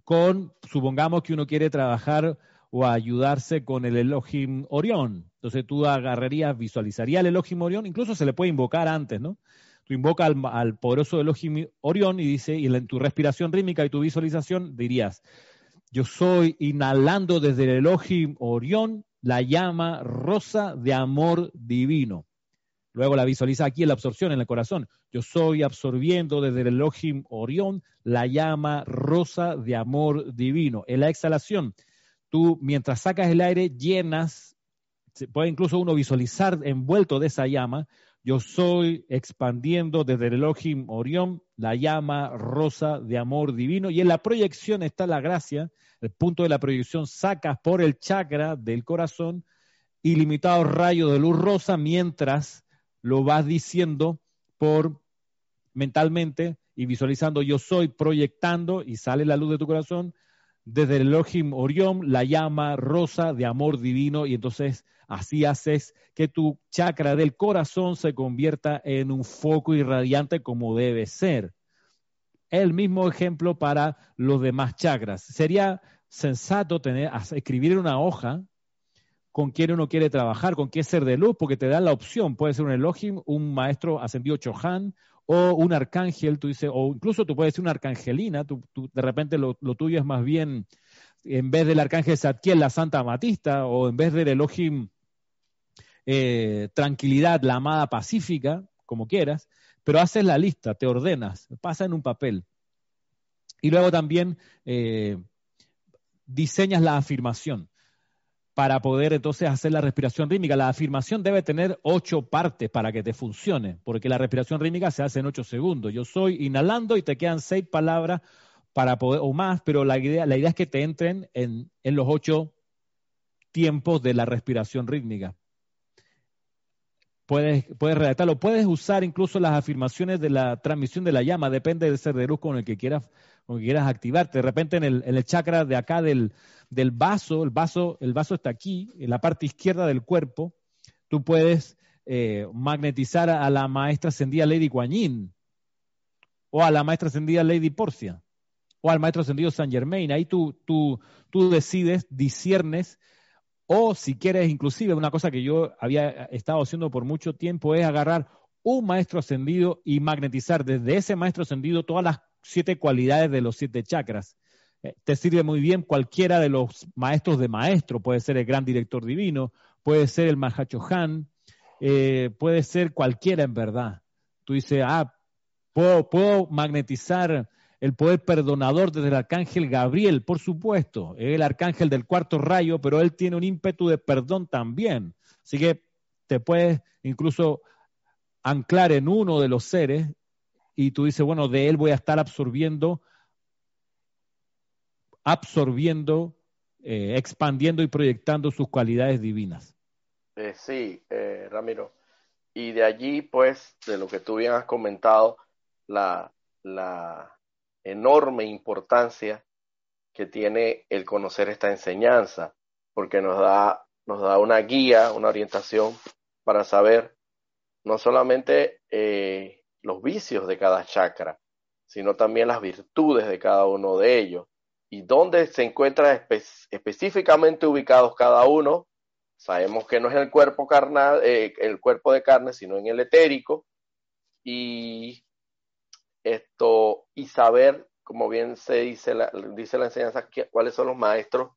supongamos que uno quiere trabajar o ayudarse con el Elohim Orión. Entonces tú visualizarías el Elohim Orión, incluso se le puede invocar antes, ¿no? Tú invocas al poderoso Elohim Orión y en tu respiración rítmica y tu visualización dirías, yo soy inhalando desde el Elohim Orión la llama rosa de amor divino. Luego la visualiza aquí en la absorción, en el corazón. Yo soy absorbiendo desde el Elohim Orión la llama rosa de amor divino. En la exhalación, tú mientras sacas el aire llenas, puede incluso uno visualizar envuelto de esa llama, yo soy expandiendo desde el Elohim Orión la llama rosa de amor divino. Y en la proyección está la gracia, el punto de la proyección, sacas por el chakra del corazón ilimitados rayos de luz rosa mientras lo vas diciendo mentalmente y visualizando yo soy, proyectando y sale la luz de tu corazón desde el Elohim Orión, la llama rosa de amor divino, y entonces así haces que tu chakra del corazón se convierta en un foco irradiante como debe ser. El mismo ejemplo para los demás chakras. Sería sensato escribir en una hoja con quién uno quiere trabajar, con qué ser de luz, porque te dan la opción. Puede ser un Elohim, un maestro ascendido Chohan, o un arcángel, tú dices, o incluso tú puedes ser una arcangelina, tú de repente lo tuyo es más bien, en vez del arcángel Zadkiel, la Santa Amatista, o en vez del Elohim Tranquilidad, la amada pacífica, como quieras, pero haces la lista, te ordenas, pasa en un papel. Y luego también diseñas la afirmación para poder entonces hacer la respiración rítmica. La afirmación debe tener 8 partes para que te funcione, porque la respiración rítmica se hace en 8 segundos. Yo soy inhalando y te quedan 6 palabras para poder, o más, pero la idea es que te entren en los 8 tiempos de la respiración rítmica. Puedes redactarlo, puedes usar incluso las afirmaciones de la transmisión de la llama, depende del ser de luz con el que quieras activarte. De repente en el chakra de acá del vaso, el vaso está aquí, en la parte izquierda del cuerpo, tú puedes magnetizar a la maestra ascendida Lady Kuan Yin, o a la maestra ascendida Lady Porcia, o al maestro ascendido Saint Germain. Ahí tú decides, disciernes. O si quieres, inclusive, una cosa que yo había estado haciendo por mucho tiempo es agarrar un maestro ascendido y magnetizar desde ese maestro ascendido todas las 7 cualidades de los 7 chakras. Te sirve muy bien cualquiera de los maestros de maestro, puede ser el gran director divino, puede ser el Mahachohan, puede ser cualquiera en verdad. Tú dices, puedo magnetizar el poder perdonador desde el arcángel Gabriel, por supuesto, es el arcángel del 4º rayo, pero él tiene un ímpetu de perdón también. Así que te puedes incluso anclar en uno de los seres y tú dices, bueno, de él voy a estar absorbiendo, expandiendo y proyectando sus cualidades divinas. Sí, Ramiro. Y de allí, pues, de lo que tú bien has comentado, la enorme importancia que tiene el conocer esta enseñanza, porque nos da una guía, una orientación para saber no solamente los vicios de cada chakra, sino también las virtudes de cada uno de ellos y dónde se encuentran específicamente ubicados cada uno. Sabemos que no es el cuerpo carnal, el cuerpo de carne, sino en el etérico, y saber, como bien se dice la enseñanza, cuáles son los maestros,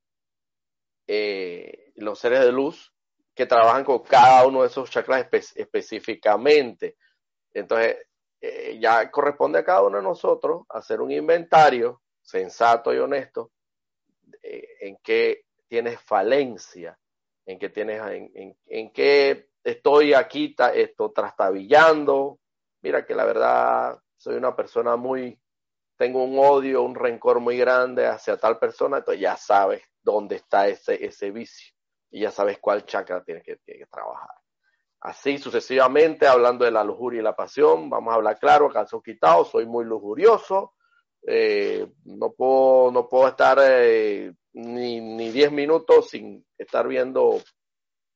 los seres de luz que trabajan con cada uno de esos chakras específicamente. Entonces, ya corresponde a cada uno de nosotros hacer un inventario sensato y honesto en qué tienes falencia, en qué estoy aquí trastabillando. Mira que la verdad soy una persona tengo un odio, un rencor muy grande hacia tal persona, entonces ya sabes dónde está ese vicio y ya sabes cuál chakra tienes que trabajar. Así sucesivamente, hablando de la lujuria y la pasión, vamos a hablar claro, calzón quitado, soy muy lujurioso, no puedo estar ni 10 minutos sin estar viendo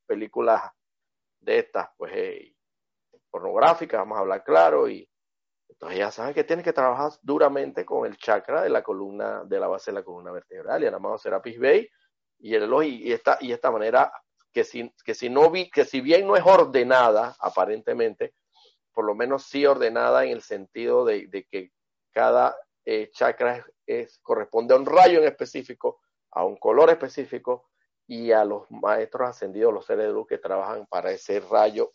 películas de estas, pues pornográficas, vamos a hablar claro, y Entonces ya saben que tienen que trabajar duramente con el chakra de la columna, de la base de la columna vertebral, y el amado Serapis Bey y el Elohim, y esta manera que si bien no es ordenada aparentemente, por lo menos sí ordenada en el sentido de que cada chakra corresponde a un rayo en específico, a un color específico, y a los maestros ascendidos, los seres de luz que trabajan para ese rayo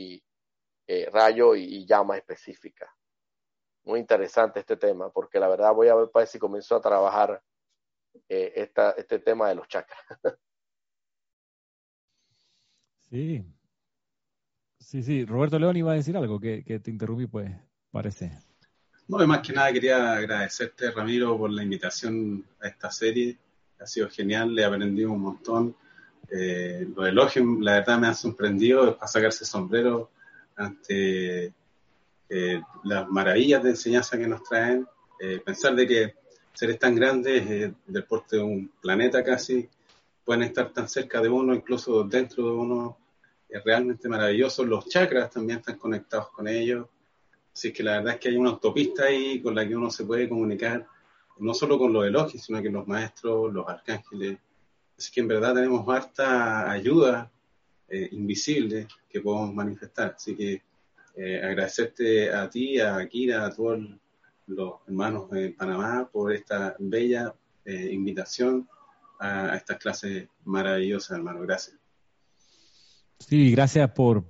y llama específica. Muy interesante este tema, porque la verdad voy a ver para ver si comenzó a trabajar este tema de los chakras. Sí. Sí. Roberto León iba a decir algo que te interrumpí, pues, parece. No, y más que nada quería agradecerte, Ramiro, por la invitación a esta serie. Ha sido genial, le he aprendido un montón. Los elogios, la verdad, me han sorprendido para sacarse sombrero ante las maravillas de enseñanza que nos traen. Pensar de que seres tan grandes, del porte de un planeta casi, pueden estar tan cerca de uno, incluso dentro de uno, es realmente maravilloso. Los chakras también están conectados con ellos. Así que la verdad es que hay una autopista ahí con la que uno se puede comunicar, no solo con los elogios, sino que los maestros, los arcángeles. Así que en verdad tenemos harta ayuda invisible que podemos manifestar. Así que agradecerte a ti, a Akira, a todos los hermanos de Panamá por esta bella invitación a estas clases maravillosas, hermano. Gracias. Sí, gracias por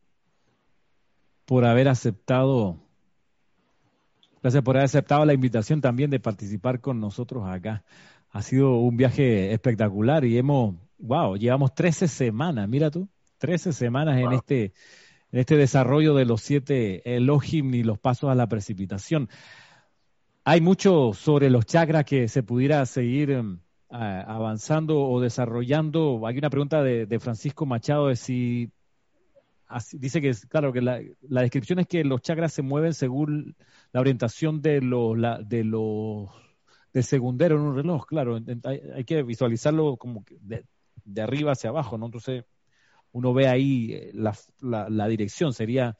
haber aceptado. Gracias por haber aceptado la invitación también de participar con nosotros acá. Ha sido un viaje espectacular y llevamos 13 semanas, mira tú, 13 semanas en este desarrollo de los 7 Elohim y los pasos a la precipitación. Hay mucho sobre los chakras que se pudiera seguir avanzando o desarrollando. Hay una pregunta de Francisco Machado de si dice que, claro, que la descripción es que los chakras se mueven según la orientación del segundero en un reloj. Claro, hay que visualizarlo como que de arriba hacia abajo, ¿no? Entonces uno ve ahí la dirección, sería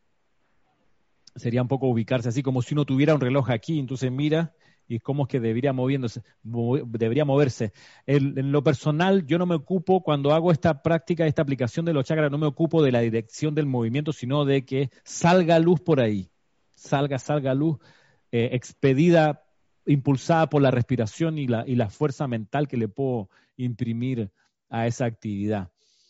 un poco ubicarse así como si uno tuviera un reloj aquí, entonces mira y cómo es que debería moverse. En lo personal, yo no me ocupo, cuando hago esta práctica, esta aplicación de los chakras, no me ocupo de la dirección del movimiento, sino de que salga luz por ahí, salga luz expedida, impulsada por la respiración y la fuerza mental que le puedo imprimir a esa actividad.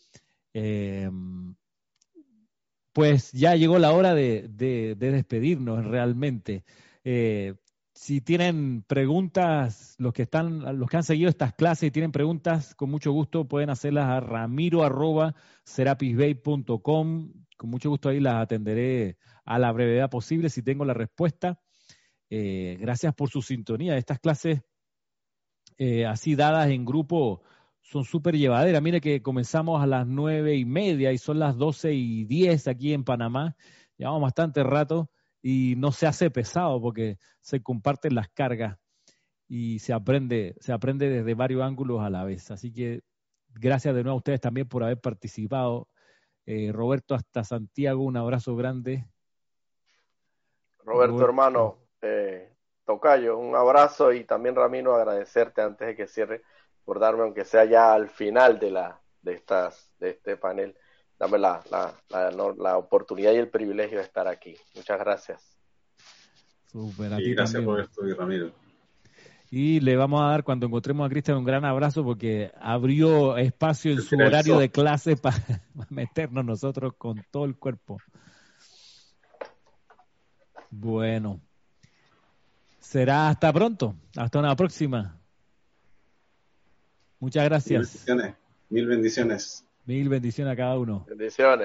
Pues ya llegó la hora de despedirnos realmente. Si tienen preguntas, los que han seguido estas clases y tienen preguntas, con mucho gusto pueden hacerlas a ramiro@serapisbey.com. Con mucho gusto ahí las atenderé a la brevedad posible si tengo la respuesta. Gracias por su sintonía. Estas clases así dadas en grupo son súper llevaderas. Mire que comenzamos a las 9:30 y son las 12:10 aquí en Panamá. Llevamos bastante rato y no se hace pesado porque se comparten las cargas y se aprende desde varios ángulos a la vez. Así que gracias de nuevo a ustedes también por haber participado. Roberto, hasta Santiago, un abrazo grande. Roberto, hermano, tocayo, un abrazo, y también, Ramiro, agradecerte antes de que cierre por darme, aunque sea ya al final de este panel, dame la oportunidad y el privilegio de estar aquí. Muchas gracias. Súper, a ti gracias también, Roberto y Ramiro. Y le vamos a dar, cuando encontremos a Cristian, un gran abrazo porque abrió espacio en su horario de clase para meternos nosotros con todo el cuerpo. Bueno, será hasta pronto, hasta una próxima. Muchas gracias. Mil bendiciones. Mil bendiciones a cada uno. Bendiciones.